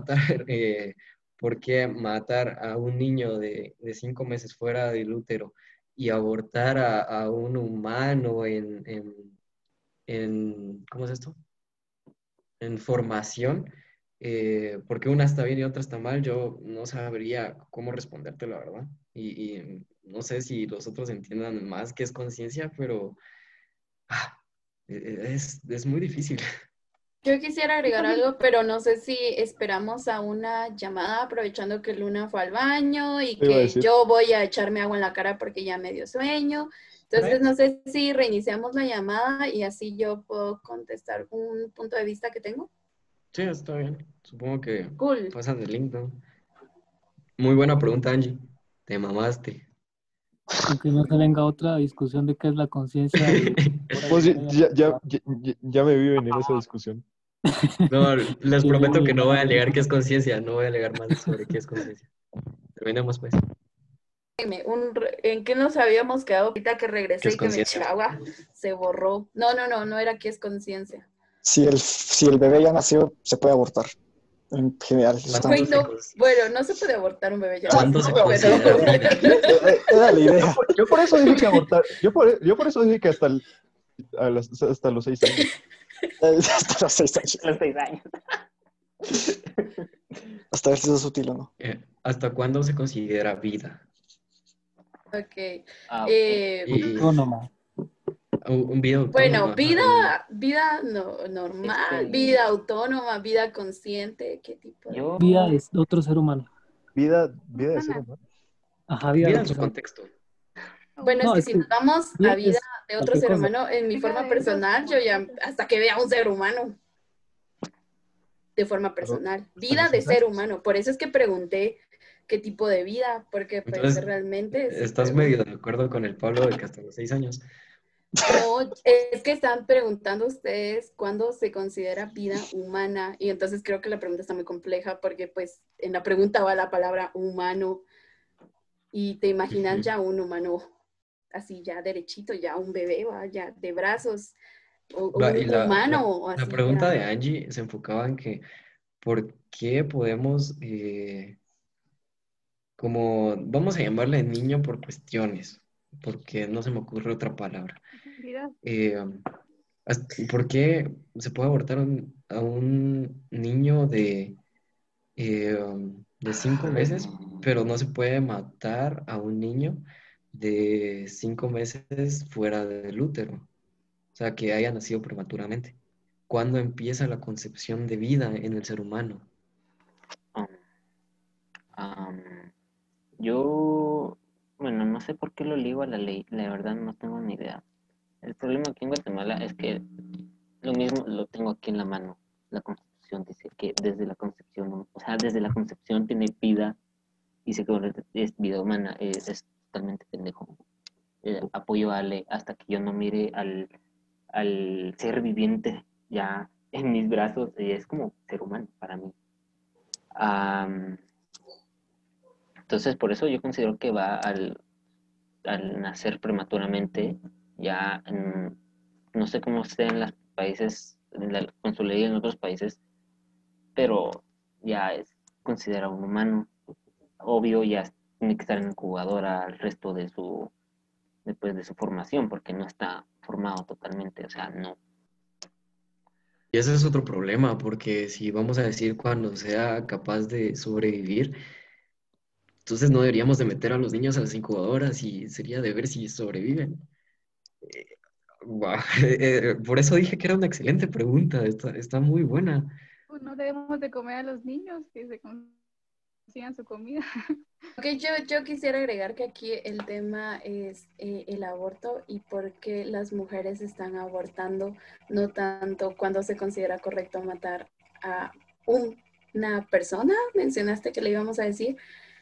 por qué matar a un niño de 5 meses fuera del útero y abortar a un humano ¿cómo es esto? En formación, porque una está bien y otra está mal, yo no sabría cómo responderte, la verdad. Y no sé si los otros entiendan más qué es conciencia, pero ah, es muy difícil. Yo quisiera agregar algo, pero no sé si esperamos a una llamada aprovechando que Luna fue al baño y Te iba a que decir. yo voy a echarme agua en la cara porque ya me dio sueño. Entonces, no sé si reiniciamos la llamada y así yo puedo contestar un punto de vista que tengo. Sí, está bien. Supongo que Cool. pasan el link, ¿no? Muy buena pregunta, Angie. Te mamaste. Y que no se venga otra discusión de qué es la conciencia y hora y Pues media. ya me vi venir esa discusión. No, les Que prometo luego que no voy a llegamos a alegar qué eso. es conciencia, no voy a alegar más sobre qué es conciencia. Terminemos pues. ¿En qué nos habíamos quedado ahorita que ¿Qué regresé es y que me conciencia? eché agua? Se borró. No era que es conciencia. Si el bebé ya nació, se puede abortar. En general, eso está. Uy, no. Bueno, no se puede abortar un bebé ya ¿Cuándo se nacido, pero... considera vida? Era la idea. Yo por eso dije que abortar. Yo por eso dije que hasta los 6 años. Hasta los 6 años. Los 6 años. Hasta ver si eso es útil o no. ¿Hasta cuándo se considera vida? Ok. Ah, ok. Y Autónoma. un vida Bueno, autónoma. Ajá, vida normal, vida autónoma, vida consciente, ¿qué tipo de Yo, Vida es de otro ser humano. Vida de ser humano. Ajá, vida de vida en otro su ser humano. contexto. Bueno, es No, que es si que nos vamos vida a vida es de otro cualquier ser cosa. humano, en mi Venga, forma de esas personal, yo ya hasta que vea un ser humano de forma personal, ¿Hasta vida los de 6 ser años? humano. Por eso es que pregunté qué tipo de vida, porque pues Entonces, realmente si ¿estás medio de acuerdo con el Pablo de que hasta los 6 años? no, es que están preguntando ustedes cuándo se considera vida humana y entonces creo que la pregunta está muy compleja porque pues en la pregunta va la palabra humano y te imaginas Ujú. ya un humano así ya derechito, ya un bebé, ¿va? Ya de brazos, o Va, y un humano o la así pregunta ya. de Angie se enfocaba en que ¿por qué podemos, como, vamos a llamarle niño por cuestiones, porque no se me ocurre otra palabra? Vida. Eh, ¿Por qué se puede abortar a un niño de 5 meses, pero no se puede matar a un niño de 5 meses fuera del útero? O sea, que haya nacido prematuramente. ¿Cuándo empieza la concepción de vida en el ser humano? um, um, yo, bueno, no sé por qué lo ligo a la ley, la verdad no tengo ni idea. El problema aquí en Guatemala es que lo mismo lo tengo aquí en la mano. La Constitución dice que desde la concepción, o sea, desde la concepción tiene vida y se que es vida humana, es totalmente pendejo. Apoyo a Ale hasta que yo no mire al ser viviente ya en mis brazos, es como ser humano para mí. Am, entonces, por eso yo considero que va al nacer prematuramente, ya no sé cómo esté en los países, con su ley en otros países, pero ya es considerado un humano. Obvio, ya tiene que estar en incubadora el resto después de su formación, porque no está formado totalmente, o sea, no. Y ese es otro problema, porque si vamos a decir cuando sea capaz de sobrevivir, entonces no deberíamos de meter a los niños a las incubadoras y sería de ver si sobreviven. Guau, por eso dije que era una excelente pregunta, está muy buena. No debemos de comer a los niños que se consigan su comida. Ok, yo quisiera agregar que aquí el tema es el aborto y por qué las mujeres están abortando, no tanto cuando se considera correcto matar a un una persona, mencionaste que le íbamos a decir.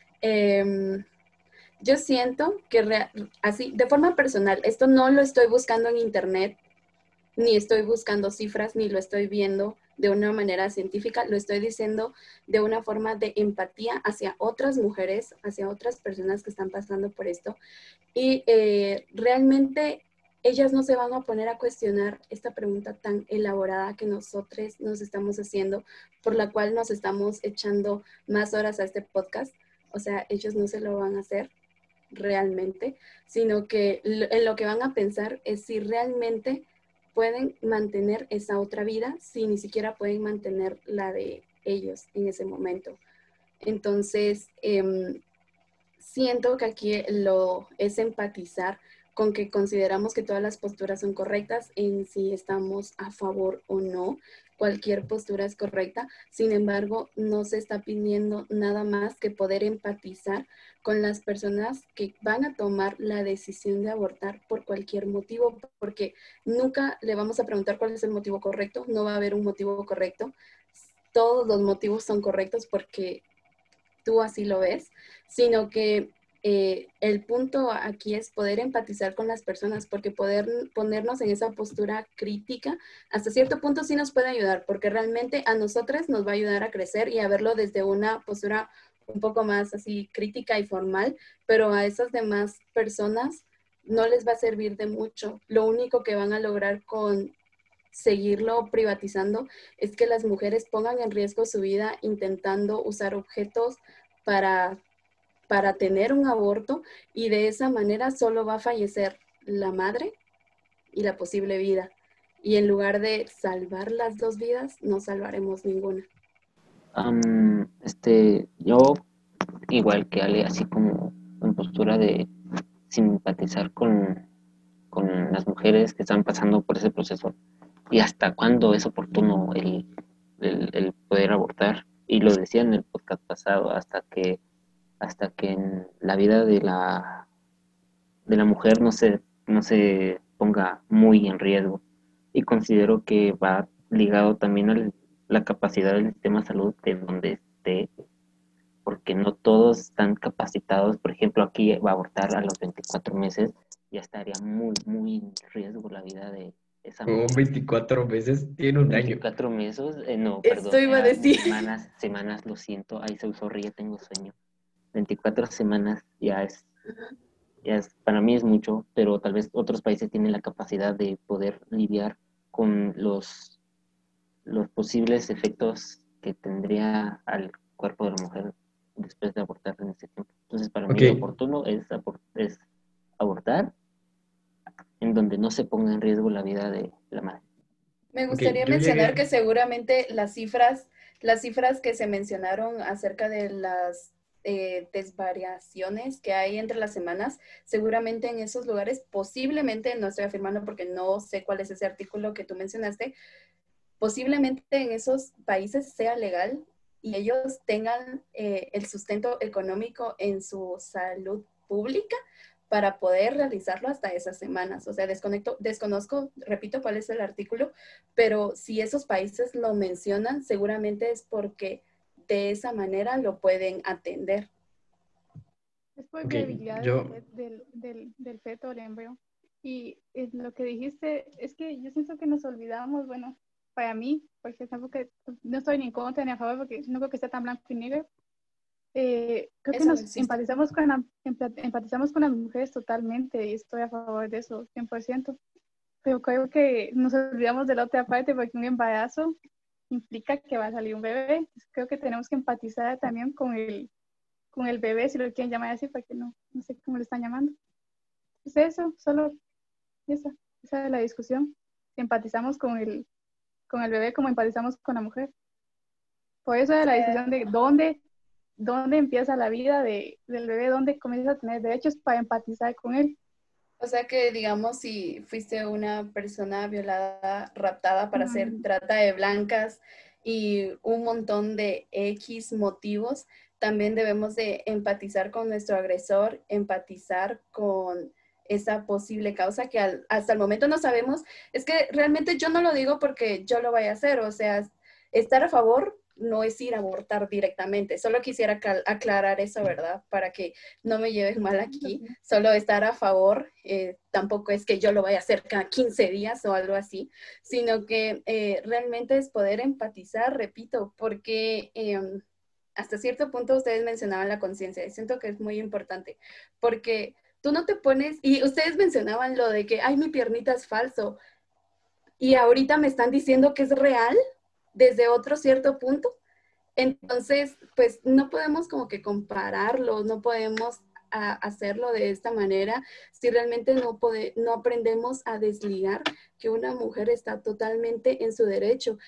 Yo siento que así, de forma personal, esto no lo estoy buscando en internet, ni estoy buscando cifras, ni lo estoy viendo de una manera científica, lo estoy diciendo de una forma de empatía hacia otras mujeres, hacia otras personas que están pasando por esto. Y realmente ellas no se van a poner a cuestionar esta pregunta tan elaborada que nosotros nos estamos haciendo, por la cual nos estamos echando más horas a este podcast. O sea, ellos no se lo van a hacer realmente, sino que en lo que van a pensar es si realmente pueden mantener esa otra vida, si ni siquiera pueden mantener la de ellos en ese momento. Entonces, siento que aquí lo es empatizar con que consideramos que todas las posturas son correctas, en si estamos a favor o no. Cualquier postura es correcta, sin embargo, no se está pidiendo nada más que poder empatizar con las personas que van a tomar la decisión de abortar por cualquier motivo, porque nunca le vamos a preguntar cuál es el motivo correcto, no va a haber un motivo correcto. Todos los motivos son correctos porque tú así lo ves, sino que el punto aquí es poder empatizar con las personas, porque poder ponernos en esa postura crítica, hasta cierto punto sí nos puede ayudar, porque realmente a nosotros nos va a ayudar a crecer y a verlo desde una postura un poco más así crítica y formal, pero a esas demás personas no les va a servir de mucho. Lo único que van a lograr con seguirlo privatizando es que las mujeres pongan en riesgo su vida intentando usar objetos para tener un aborto, y de esa manera solo va a fallecer la madre y la posible vida. Y en lugar de salvar las dos vidas, no salvaremos ninguna. Yo, igual que Ale, así como en postura de simpatizar con las mujeres que están pasando por ese proceso y hasta cuándo es oportuno el poder abortar. Y lo decía en el podcast pasado, hasta que en la vida de la mujer no se ponga muy en riesgo. Y considero que va ligado también a la capacidad del sistema de salud de donde esté, porque no todos están capacitados. Por ejemplo, aquí va a abortar a los 24 meses, ya estaría muy, muy en riesgo la vida de esa Como mujer. 24 veces, tiene un año. 24 meses, no, Esto perdón, iba a decir. semanas, lo siento, ahí se usó ya tengo sueño. 24 semanas ya es, para mí es mucho, pero tal vez otros países tienen la capacidad de poder lidiar con los posibles efectos que tendría al cuerpo de la mujer después de abortar en ese tiempo. Entonces, para mí lo Ok, oportuno es abortar en donde no se ponga en riesgo la vida de la madre. Me ok, gustaría yo mencionar que llegué. seguramente las cifras que se mencionaron acerca de las desvariaciones que hay entre las semanas, seguramente en esos lugares, posiblemente, no estoy afirmando porque no sé cuál es ese artículo que tú mencionaste, posiblemente en esos países sea legal y ellos tengan el sustento económico en su salud pública para poder realizarlo hasta esas semanas. O sea, desconozco, repito, cuál es el artículo, pero si esos países lo mencionan, seguramente es porque de esa manera lo pueden atender. Es por Ok, viabilidad yo. del feto, el embrión. Y lo que dijiste es que yo siento que nos olvidamos, bueno, para mí, porque tampoco no estoy ni en contra ni a favor, porque no creo que esté tan blanco y negro. Creo que Eso no nos existe. empatizamos con las mujeres totalmente y estoy a favor de eso, 100%. Pero creo que nos olvidamos de la otra parte, porque un embarazo implica que va a salir un bebé. Entonces, creo que tenemos que empatizar también con el bebé, si lo quieren llamar así, porque no sé cómo lo están llamando. Es eso, solo esa es la discusión. Empatizamos con el bebé como empatizamos con la mujer. Por eso es la discusión de dónde empieza la vida del bebé, dónde comienza a tener derechos para empatizar con él. O sea que, digamos, si fuiste una persona violada, raptada para hacer trata de blancas y un montón de X motivos, también debemos de empatizar con nuestro agresor, empatizar con esa posible causa que hasta el momento no sabemos. Es que realmente yo no lo digo porque yo lo vaya a hacer, o sea, estar a favor no es ir a abortar directamente. Solo quisiera aclarar eso, ¿verdad? Para que no me lleves mal aquí. Solo estar a favor, tampoco es que yo lo vaya a hacer cada 15 días o algo así, sino que realmente es poder empatizar, repito, porque hasta cierto punto ustedes mencionaban la conciencia y siento que es muy importante, porque tú no te pones, y ustedes mencionaban lo de que, ay, mi piernita es falso, y ahorita me están diciendo que es real desde otro cierto punto. Entonces, pues no podemos como que compararlo, no podemos hacerlo de esta manera si realmente no aprendemos a desligar que una mujer está totalmente en su derecho.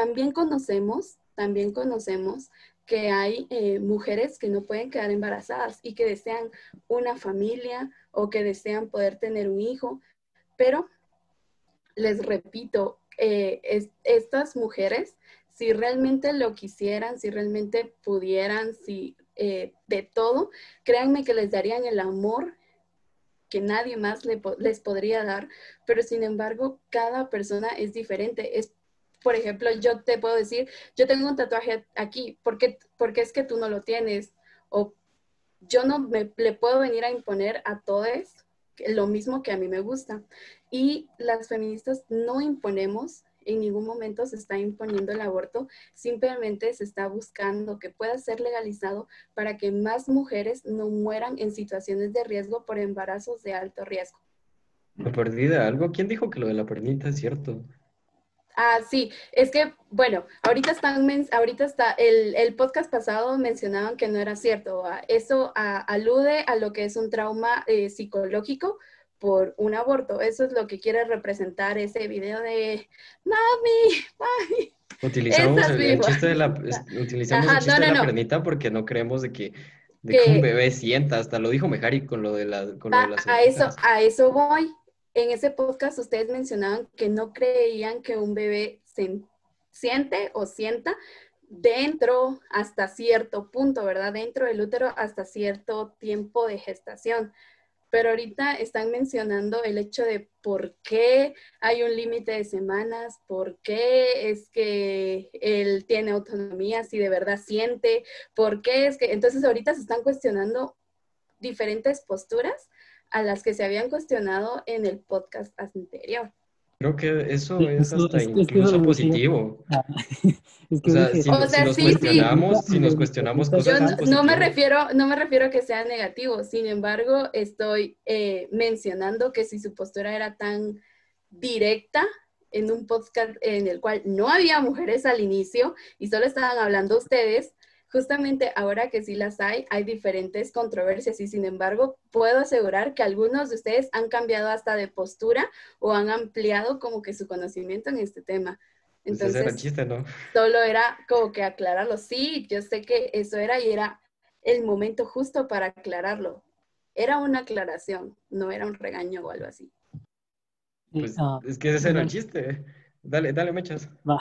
También conocemos que hay mujeres que no pueden quedar embarazadas y que desean una familia o que desean poder tener un hijo, pero les repito, estas mujeres, si realmente lo quisieran, si realmente pudieran, si de todo, créanme que les darían el amor que nadie más les podría dar, pero sin embargo, cada persona es diferente. Por ejemplo, yo te puedo decir, yo tengo un tatuaje aquí, ¿por qué es que tú no lo tienes? O yo no le puedo venir a imponer a todos lo mismo que a mí me gusta. Y las feministas no imponemos, en ningún momento se está imponiendo el aborto, simplemente se está buscando que pueda ser legalizado para que más mujeres no mueran en situaciones de riesgo por embarazos de alto riesgo. Me perdí de algo. ¿Quién dijo que lo de la pernita es cierto? Ah, sí, es que, bueno, ahorita está, el podcast pasado mencionaban que no era cierto. Eso alude a lo que es un trauma psicológico por un aborto. Eso es lo que quiere representar ese video de mami, mami. Utilizamos Esa es mi el chiste de la, utilizamos el Ajá, chiste de la no. pernita porque no creemos de que un bebé sienta. Hasta lo dijo Mejari con lo de las semanitas. A eso voy. En ese podcast ustedes mencionaban que no creían que un bebé siente o sienta dentro hasta cierto punto, ¿verdad? Dentro del útero hasta cierto tiempo de gestación. Pero ahorita están mencionando el hecho de por qué hay un límite de semanas, por qué es que él tiene autonomía, si de verdad siente, por qué es que... Entonces ahorita se están cuestionando diferentes posturas a las que se habían cuestionado en el podcast anterior. Creo que eso Sí, es hasta es que eso incluso lo dije. positivo. Es O que yo sea, dije, si, O si sea, nos sí, sí. si nos cuestionamos Yo Yo cosas, es no me positivo. refiero que sea negativo, sin embargo, estoy mencionando que si su postura era tan directa en un podcast en el cual no había mujeres al inicio y solo estaban hablando ustedes, justamente ahora que sí las hay diferentes controversias y sin embargo puedo asegurar que algunos de ustedes han cambiado hasta de postura o han ampliado como que su conocimiento en este tema. Pues ese era el Entonces, chiste, ¿no? solo era como que aclararlo. Sí, yo sé que eso era y era el momento justo para aclararlo. Era una aclaración, no era un regaño o algo así. Pues es que ese era el chiste. Dale, mechas. Va.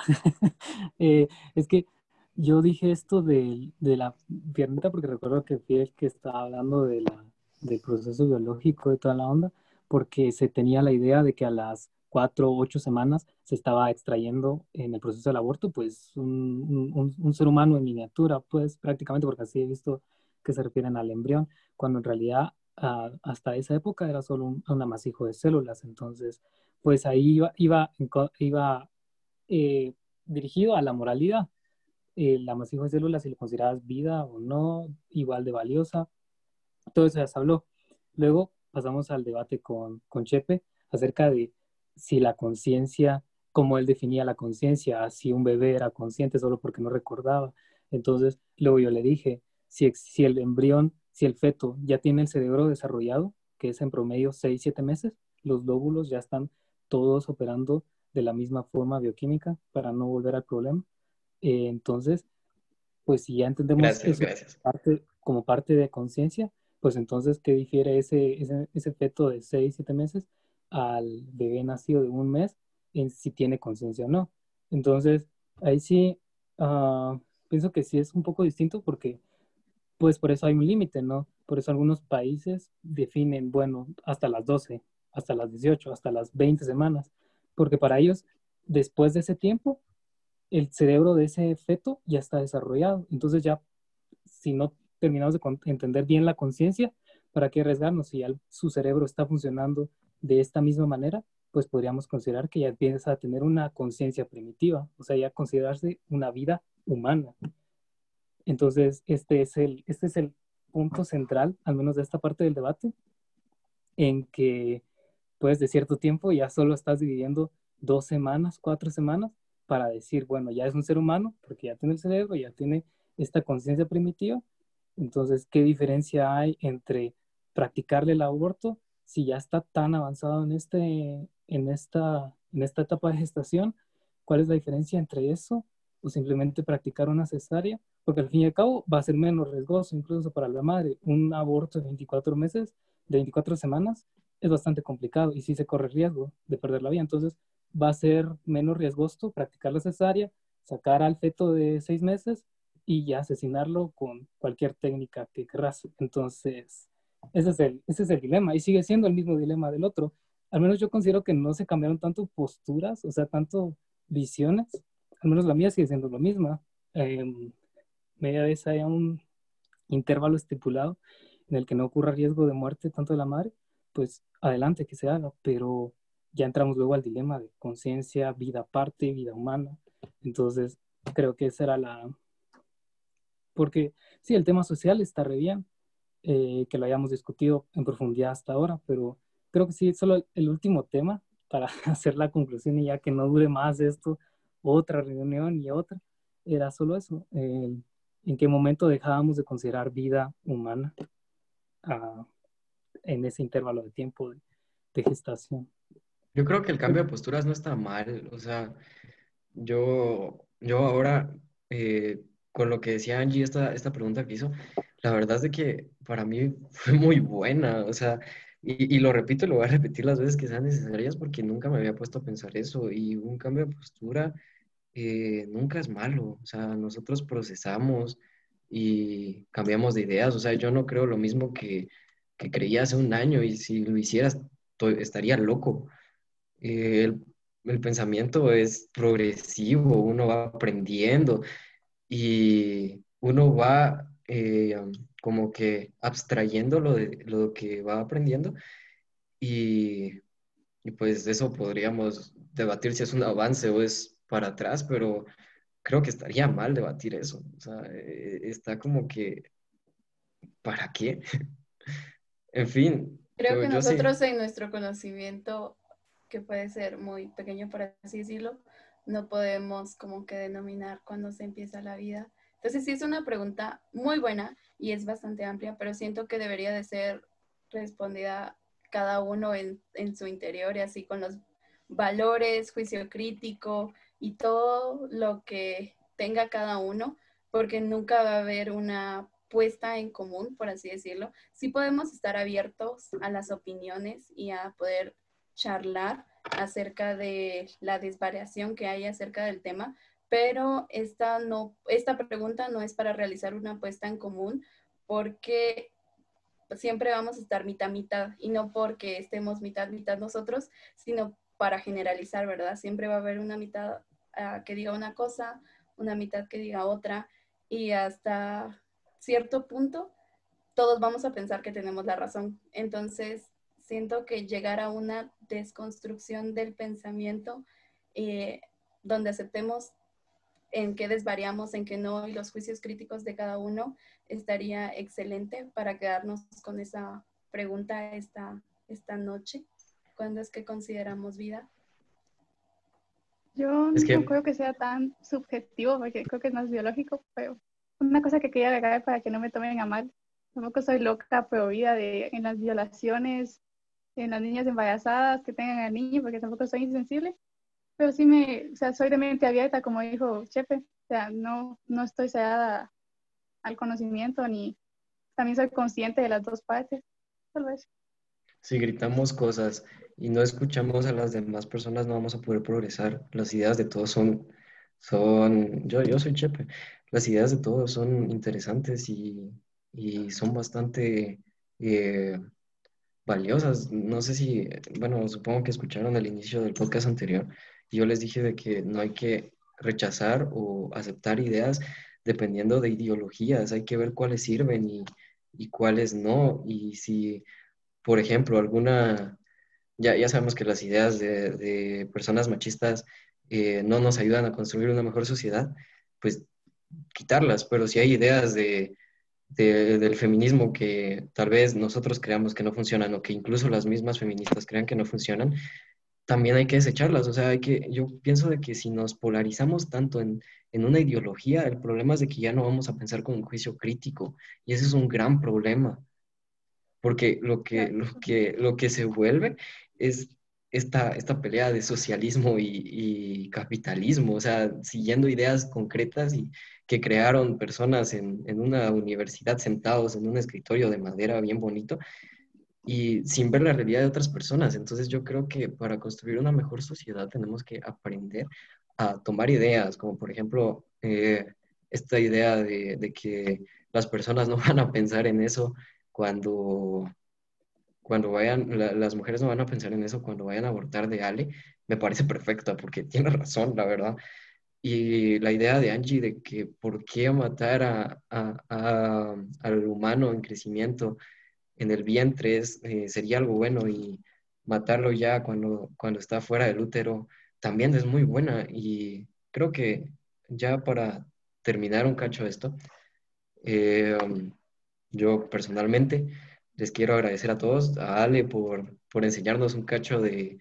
Es que yo dije esto de la piernita porque recuerdo que fui el que estaba hablando del proceso biológico y toda la onda, porque se tenía la idea de que a las 4 o 8 semanas se estaba extrayendo en el proceso del aborto, pues un ser humano en miniatura, pues prácticamente, porque así he visto que se refieren al embrión, cuando en realidad hasta esa época era solo un amasijo de células. Entonces pues ahí iba eh, dirigido a la moralidad. El amasijo de células, si lo considerabas vida o no, igual de valiosa, todo eso ya se habló. Luego pasamos al debate con Chepe acerca de si la conciencia, cómo él definía la conciencia, si un bebé era consciente solo porque no recordaba. Entonces, luego yo le dije, si el embrión, si el feto ya tiene el cerebro desarrollado, que es en promedio 6-7 meses, los lóbulos ya están todos operando de la misma forma bioquímica para no volver al problema. Entonces, pues si ya entendemos eso Gracias. como parte de conciencia, pues entonces, ¿qué difiere ese feto de 6-7 meses al bebé nacido de un mes en si tiene conciencia o no? Entonces, ahí sí, pienso que sí es un poco distinto porque, pues por eso hay un límite, ¿no? Por eso algunos países definen, bueno, hasta las 12, hasta las 18, hasta las 20 semanas, porque para ellos, después de ese tiempo, el cerebro de ese feto ya está desarrollado. Entonces ya, si no terminamos de entender bien la conciencia, ¿para qué arriesgarnos? Si ya su cerebro está funcionando de esta misma manera, pues podríamos considerar que ya empieza a tener una conciencia primitiva, o sea, ya considerarse una vida humana. Entonces, este es el punto central, al menos de esta parte del debate, en que pues de cierto tiempo ya solo estás dividiendo 2 semanas, 4 semanas para decir, bueno, ya es un ser humano porque ya tiene el cerebro, ya tiene esta conciencia primitiva. Entonces, ¿qué diferencia hay entre practicarle el aborto si ya está tan avanzado en esta etapa de gestación? ¿Cuál es la diferencia entre eso o simplemente practicar una cesárea? Porque al fin y al cabo va a ser menos riesgoso incluso para la madre. Un aborto de 24 meses, de 24 semanas, es bastante complicado y sí se corre riesgo de perder la vida. Entonces va a ser menos riesgoso practicar la cesárea, sacar al feto de 6 meses y ya asesinarlo con cualquier técnica que querrás. Entonces, ese es el dilema y sigue siendo el mismo dilema del otro. Al menos yo considero que no se cambiaron tanto posturas, o sea, tanto visiones. Al menos la mía sigue siendo lo misma. Media vez haya un intervalo estipulado en el que no ocurra riesgo de muerte tanto de la madre, pues adelante que se haga, pero ya entramos luego al dilema de conciencia, vida aparte, vida humana. Entonces, creo que esa era porque sí, el tema social está re bien, que lo hayamos discutido en profundidad hasta ahora, pero creo que sí, solo el último tema para hacer la conclusión y ya que no dure más esto, otra reunión y otra, era solo eso, en qué momento dejábamos de considerar vida humana ah, en ese intervalo de tiempo de gestación. Yo creo que el cambio de posturas no está mal. O sea, yo ahora, con lo que decía Angie, esta pregunta que hizo, la verdad es de que para mí fue muy buena. O sea, y lo repito y lo voy a repetir las veces que sean necesarias porque nunca me había puesto a pensar eso. Y un cambio de postura nunca es malo. O sea, nosotros procesamos y cambiamos de ideas. O sea, yo no creo lo mismo que creía hace un año y si lo hicieras, estaría loco. El pensamiento es progresivo, uno va aprendiendo y uno va como que abstrayendo lo que va aprendiendo y, y pues eso podríamos debatir si es un avance o es para atrás, pero creo que estaría mal debatir eso. O sea, está como que, ¿para qué? En fin, Creo que yo sí. nosotros en nuestro conocimiento, que puede ser muy pequeño por así decirlo, no podemos como que denominar cuándo se empieza la vida. Entonces sí es una pregunta muy buena y es bastante amplia, pero siento que debería de ser respondida cada uno en su interior y así con los valores, juicio crítico y todo lo que tenga cada uno, porque nunca va a haber una puesta en común, por así decirlo. Sí podemos estar abiertos a las opiniones y a poder charlar acerca de la desvariación que hay acerca del tema, pero esta pregunta no es para realizar una puesta en común porque siempre vamos a estar mitad mitad y no porque estemos mitad mitad nosotros, sino para generalizar, ¿verdad? Siempre va a haber una mitad que diga una cosa, una mitad que diga otra y hasta cierto punto todos vamos a pensar que tenemos la razón. Entonces, siento que llegar a una desconstrucción del pensamiento donde aceptemos en qué desvariamos, en qué no, y los juicios críticos de cada uno, estaría excelente para quedarnos con esa pregunta esta noche. ¿Cuándo es que consideramos vida? Yo Es no que creo que sea tan subjetivo porque creo que es más biológico, pero una cosa que quería agregar para que no me tomen a mal. Tampoco soy loca pro vida en las violaciones, en las niñas embarazadas que tengan al niño, porque tampoco soy insensible. Pero sí o sea, soy de mente abierta, como dijo Chepe. O sea, no estoy cegada al conocimiento, ni también soy consciente de las dos partes. Solo eso. si gritamos cosas y no escuchamos a las demás personas, no vamos a poder progresar. Las ideas de todos yo soy Chepe, las ideas de todos son interesantes y son bastante eh, valiosas. No sé si, bueno, supongo que escucharon al inicio del podcast anterior y yo les dije de que no hay que rechazar o aceptar ideas dependiendo de ideologías. Hay que ver cuáles sirven y cuáles no. Y si, por ejemplo, ya sabemos que las ideas de personas machistas no nos ayudan a construir una mejor sociedad, pues quitarlas. Pero si hay ideas del feminismo que tal vez nosotros creamos que no funcionan o que incluso las mismas feministas crean que no funcionan, también hay que desecharlas. O sea, yo pienso de que si nos polarizamos tanto en una ideología, el problema es de que ya no vamos a pensar con un juicio crítico. Y ese es un gran problema, porque lo que se vuelve es esta pelea de socialismo y capitalismo, o sea, siguiendo ideas concretas y que crearon personas en una universidad sentados en un escritorio de madera bien bonito y sin ver la realidad de otras personas. Entonces yo creo que para construir una mejor sociedad tenemos que aprender a tomar ideas, como por ejemplo esta idea de que las personas no van a pensar en eso cuando, cuando vayan, las mujeres no van a pensar en eso cuando vayan a abortar de Ale, me parece perfecta porque tiene razón, la verdad. Y la idea de Angie de que por qué matar al humano en crecimiento en el vientre sería algo bueno y matarlo ya cuando está fuera del útero también es muy buena. Y creo que ya para terminar un cacho de esto, eh, yo personalmente les quiero agradecer a todos, a Ale por enseñarnos un cacho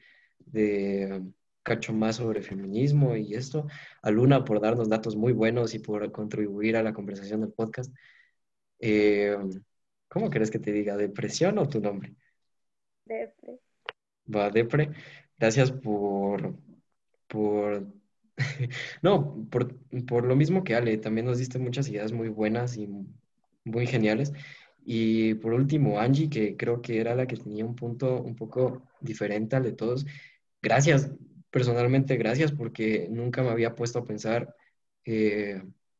cacho más sobre feminismo y esto, a Luna por darnos datos muy buenos y por contribuir a la conversación del podcast. Eh, ¿Cómo querés que te diga? ¿Depresión o tu nombre? Depre. Va, Depre. Gracias por, no, por lo mismo que Ale, también nos diste muchas ideas muy buenas y muy geniales. Y por último, Angie, que creo que era la que tenía un punto un poco diferente al de todos. Gracias, personalmente gracias, porque nunca me había puesto a pensar eh,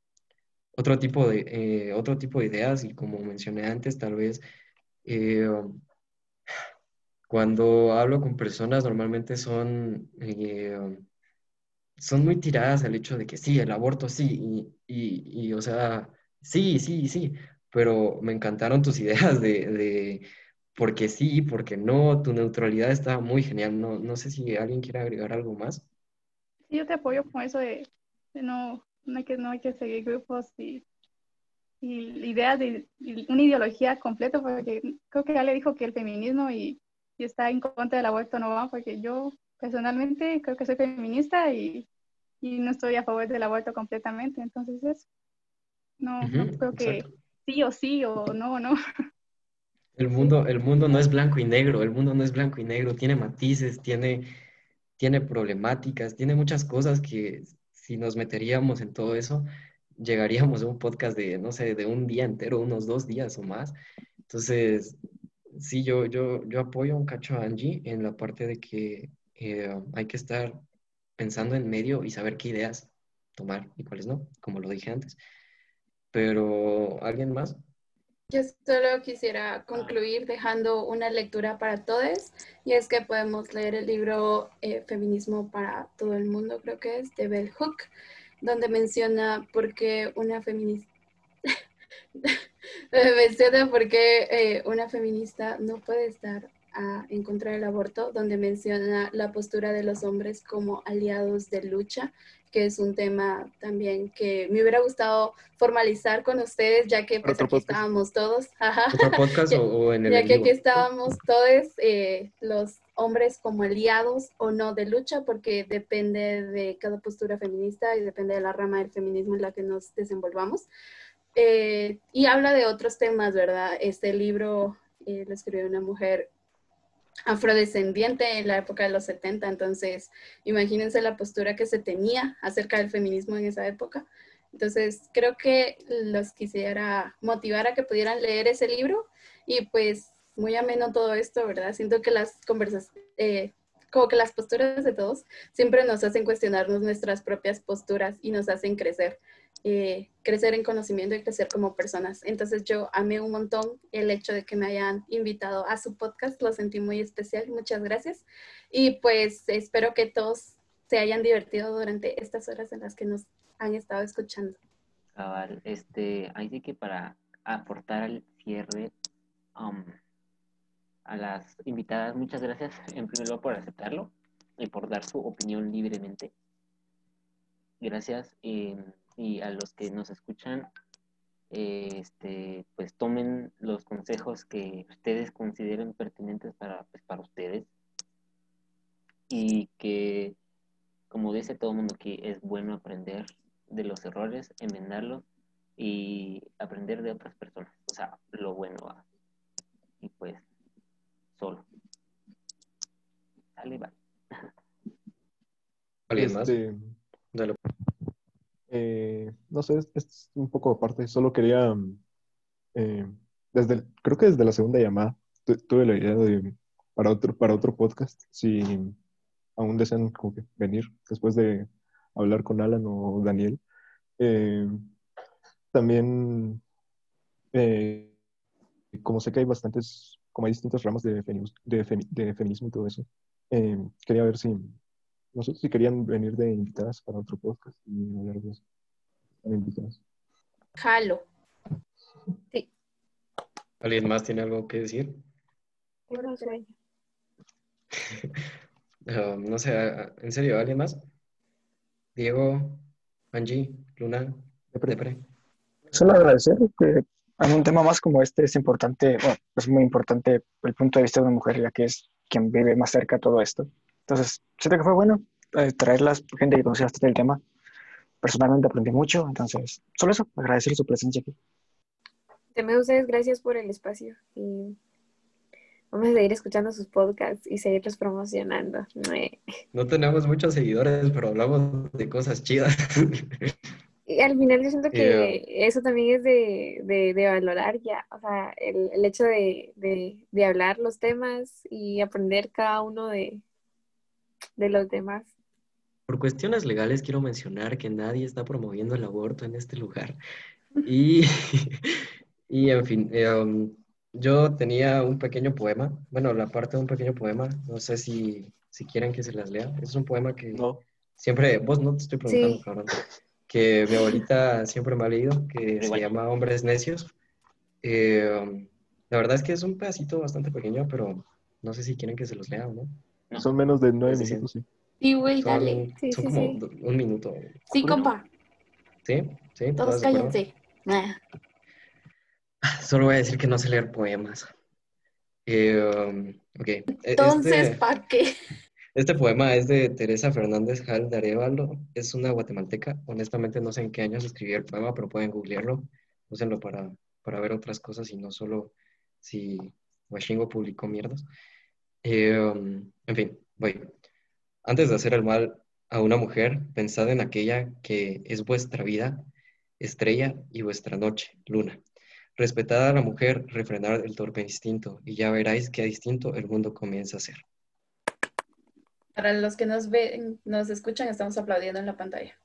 otro tipo de ideas y como mencioné antes, tal vez eh, cuando hablo con personas normalmente son muy tiradas al hecho de que sí, el aborto sí, o sea, sí, sí, sí, pero me encantaron tus ideas de por qué sí, por qué no, tu neutralidad estaba muy genial, no sé si alguien quiere agregar algo más. Sí, yo te apoyo con eso de no hay que seguir grupos y ideas y una ideología completa, porque creo que ya le dijo que el feminismo y está en contra del aborto no va, porque yo personalmente creo que soy feminista y no estoy a favor del aborto completamente, entonces eso, no Ujú, creo que exacto. sí o no. Sí, El mundo no es blanco y negro, el mundo no es blanco y negro, tiene matices, tiene problemáticas, tiene muchas cosas que si nos meteríamos en todo eso, llegaríamos a un podcast de, no sé, de un día entero, unos 2 días o más. Entonces, sí, yo apoyo un cacho a Angie en la parte de que hay que estar pensando en medio y saber qué ideas tomar y cuáles no, como lo dije antes. Pero, ¿alguien más? Yo solo quisiera concluir dejando una lectura para todos, y es que podemos leer el libro Feminismo para todo el mundo, creo que es, de Bell Hooks, donde menciona por qué una feminista menciona por qué una feminista no puede estar en contra del aborto, donde menciona la postura de los hombres como aliados de lucha, que es un tema también que me hubiera gustado formalizar con ustedes, ya que Para pues otro aquí podcast. estábamos todos, ajá, ¿Otro podcast ya, o en el ya en que aquí vivo? estábamos todos, los hombres como aliados o no de lucha, porque depende de cada postura feminista y depende de la rama del feminismo en la que nos desenvolvamos. Y habla de otros temas, ¿verdad? Este libro lo escribió una mujer afrodescendiente en la época de los 70, entonces imagínense la postura que se tenía acerca del feminismo en esa época. Entonces creo que los quisiera motivar a que pudieran leer ese libro y pues muy ameno todo esto, ¿verdad? Siento que las conversaciones, como que las posturas de todos siempre nos hacen cuestionarnos nuestras propias posturas y nos hacen crecer. Crecer en conocimiento y crecer como personas. Entonces yo amé un montón el hecho de que me hayan invitado a su podcast, lo sentí muy especial, muchas gracias. Y pues espero que todos se hayan divertido durante estas horas en las que nos han estado escuchando. Cabal, ahí sí que para aportar al cierre a las invitadas, muchas gracias en primer lugar por aceptarlo y por dar su opinión libremente. Gracias y a los que nos escuchan, pues tomen los consejos que ustedes consideren pertinentes para ustedes y que, como dice todo el mundo aquí, es bueno aprender de los errores, enmendarlos y aprender de otras personas, o sea, lo bueno va. Y pues, solo. Sale, va. ¿Alguien más? Dale. No sé, es un poco aparte. Solo quería, creo que desde la segunda llamada, tuve la idea de, para otro podcast, si aún desean como que venir después de hablar con Alan o Daniel. También, como sé que hay bastantes, como hay distintas ramas de feminismo y todo eso, quería ver si, no sé, si querían venir de invitadas para otro podcast y hablar de eso. Invitadas. Jalo. Sí. ¿Alguien más tiene algo que decir? Tengo sueño. No sé, ¿en serio? ¿Alguien más? Diego, Angie, Luna, Depre. Solo agradecer que en un tema más como este es importante, bueno, es muy importante el punto de vista de una mujer, ya que es quien vive más cerca de todo esto. Entonces, siento que fue bueno traerlas, gente que conocía bastante el tema. Personalmente aprendí mucho, entonces, solo eso, agradecer su presencia aquí. También a ustedes, gracias por el espacio. Y vamos a seguir escuchando sus podcasts y seguirlos promocionando. No tenemos muchos seguidores, pero hablamos de cosas chidas. Y al final yo siento Y, que eso también es de valorar ya, o sea, el hecho de hablar los temas y aprender cada uno de los demás. por cuestiones legales quiero mencionar que nadie está promoviendo el aborto en este lugar. Y, y en fin, yo tenía un pequeño poema, bueno, la parte de un pequeño poema, no sé si quieren que se las lea. Es un poema que No. siempre, vos no te estoy preguntando, Sí. cabrón, que mi abuelita siempre me ha leído, que se Igual. llama Hombres Necios. La verdad es que es un pedacito bastante pequeño, pero no sé si quieren que se los lea o no. No. Son menos de 9 Es decir, minutos, sí. Sí, güey, dale. Sí, son sí, como sí. un minuto. Sí, compa. ¿Sí? ¿Sí? Todos ¿Todas de acuerdo? cállense. Ah. Solo voy a decir que no sé leer poemas. Ok. Entonces, ¿para qué? Este poema es de Teresa Fernández Jal de Arévalo. Es una guatemalteca. Honestamente no sé en qué años escribió el poema, pero pueden googlearlo. Úsenlo para ver otras cosas y no solo si Washingo publicó mierdas. En fin, voy. Antes de hacer el mal a una mujer, pensad en aquella que es vuestra vida, estrella, y vuestra noche, luna. Respetad a la mujer, refrenad el torpe instinto, y ya veráis qué distinto el mundo comienza a ser. Para los que nos ven, nos escuchan, estamos aplaudiendo en la pantalla.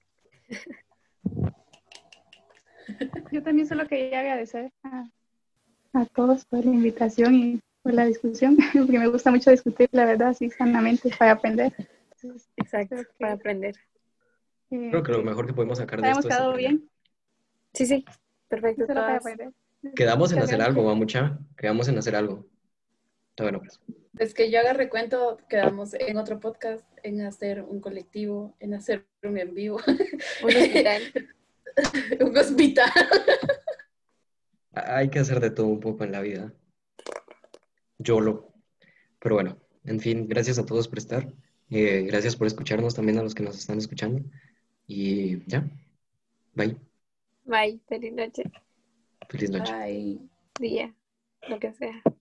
Yo también solo quería agradecer a todos por la invitación y por la discusión, porque me gusta mucho discutir, la verdad, así sanamente, para aprender. Entonces, Exacto, creo que, para aprender. Creo que lo mejor que podemos sacar de hemos esto es quedado aprender. bien, Sí, sí, perfecto. solo para Todas. aprender. Quedamos en Muchas hacer gracias. algo, mucha. Quedamos en hacer algo. Está bueno, pues. Es que yo haga recuento, quedamos en otro podcast, en hacer un colectivo, en hacer un en vivo. Un hospital. Un hospital. Hay que hacer de todo un poco en la vida. YOLO. Pero bueno, en fin, gracias a todos por estar. Gracias por escucharnos también a los que nos están escuchando. Y ya. Bye. Bye, feliz noche, Feliz noche. Ay. día, lo que sea.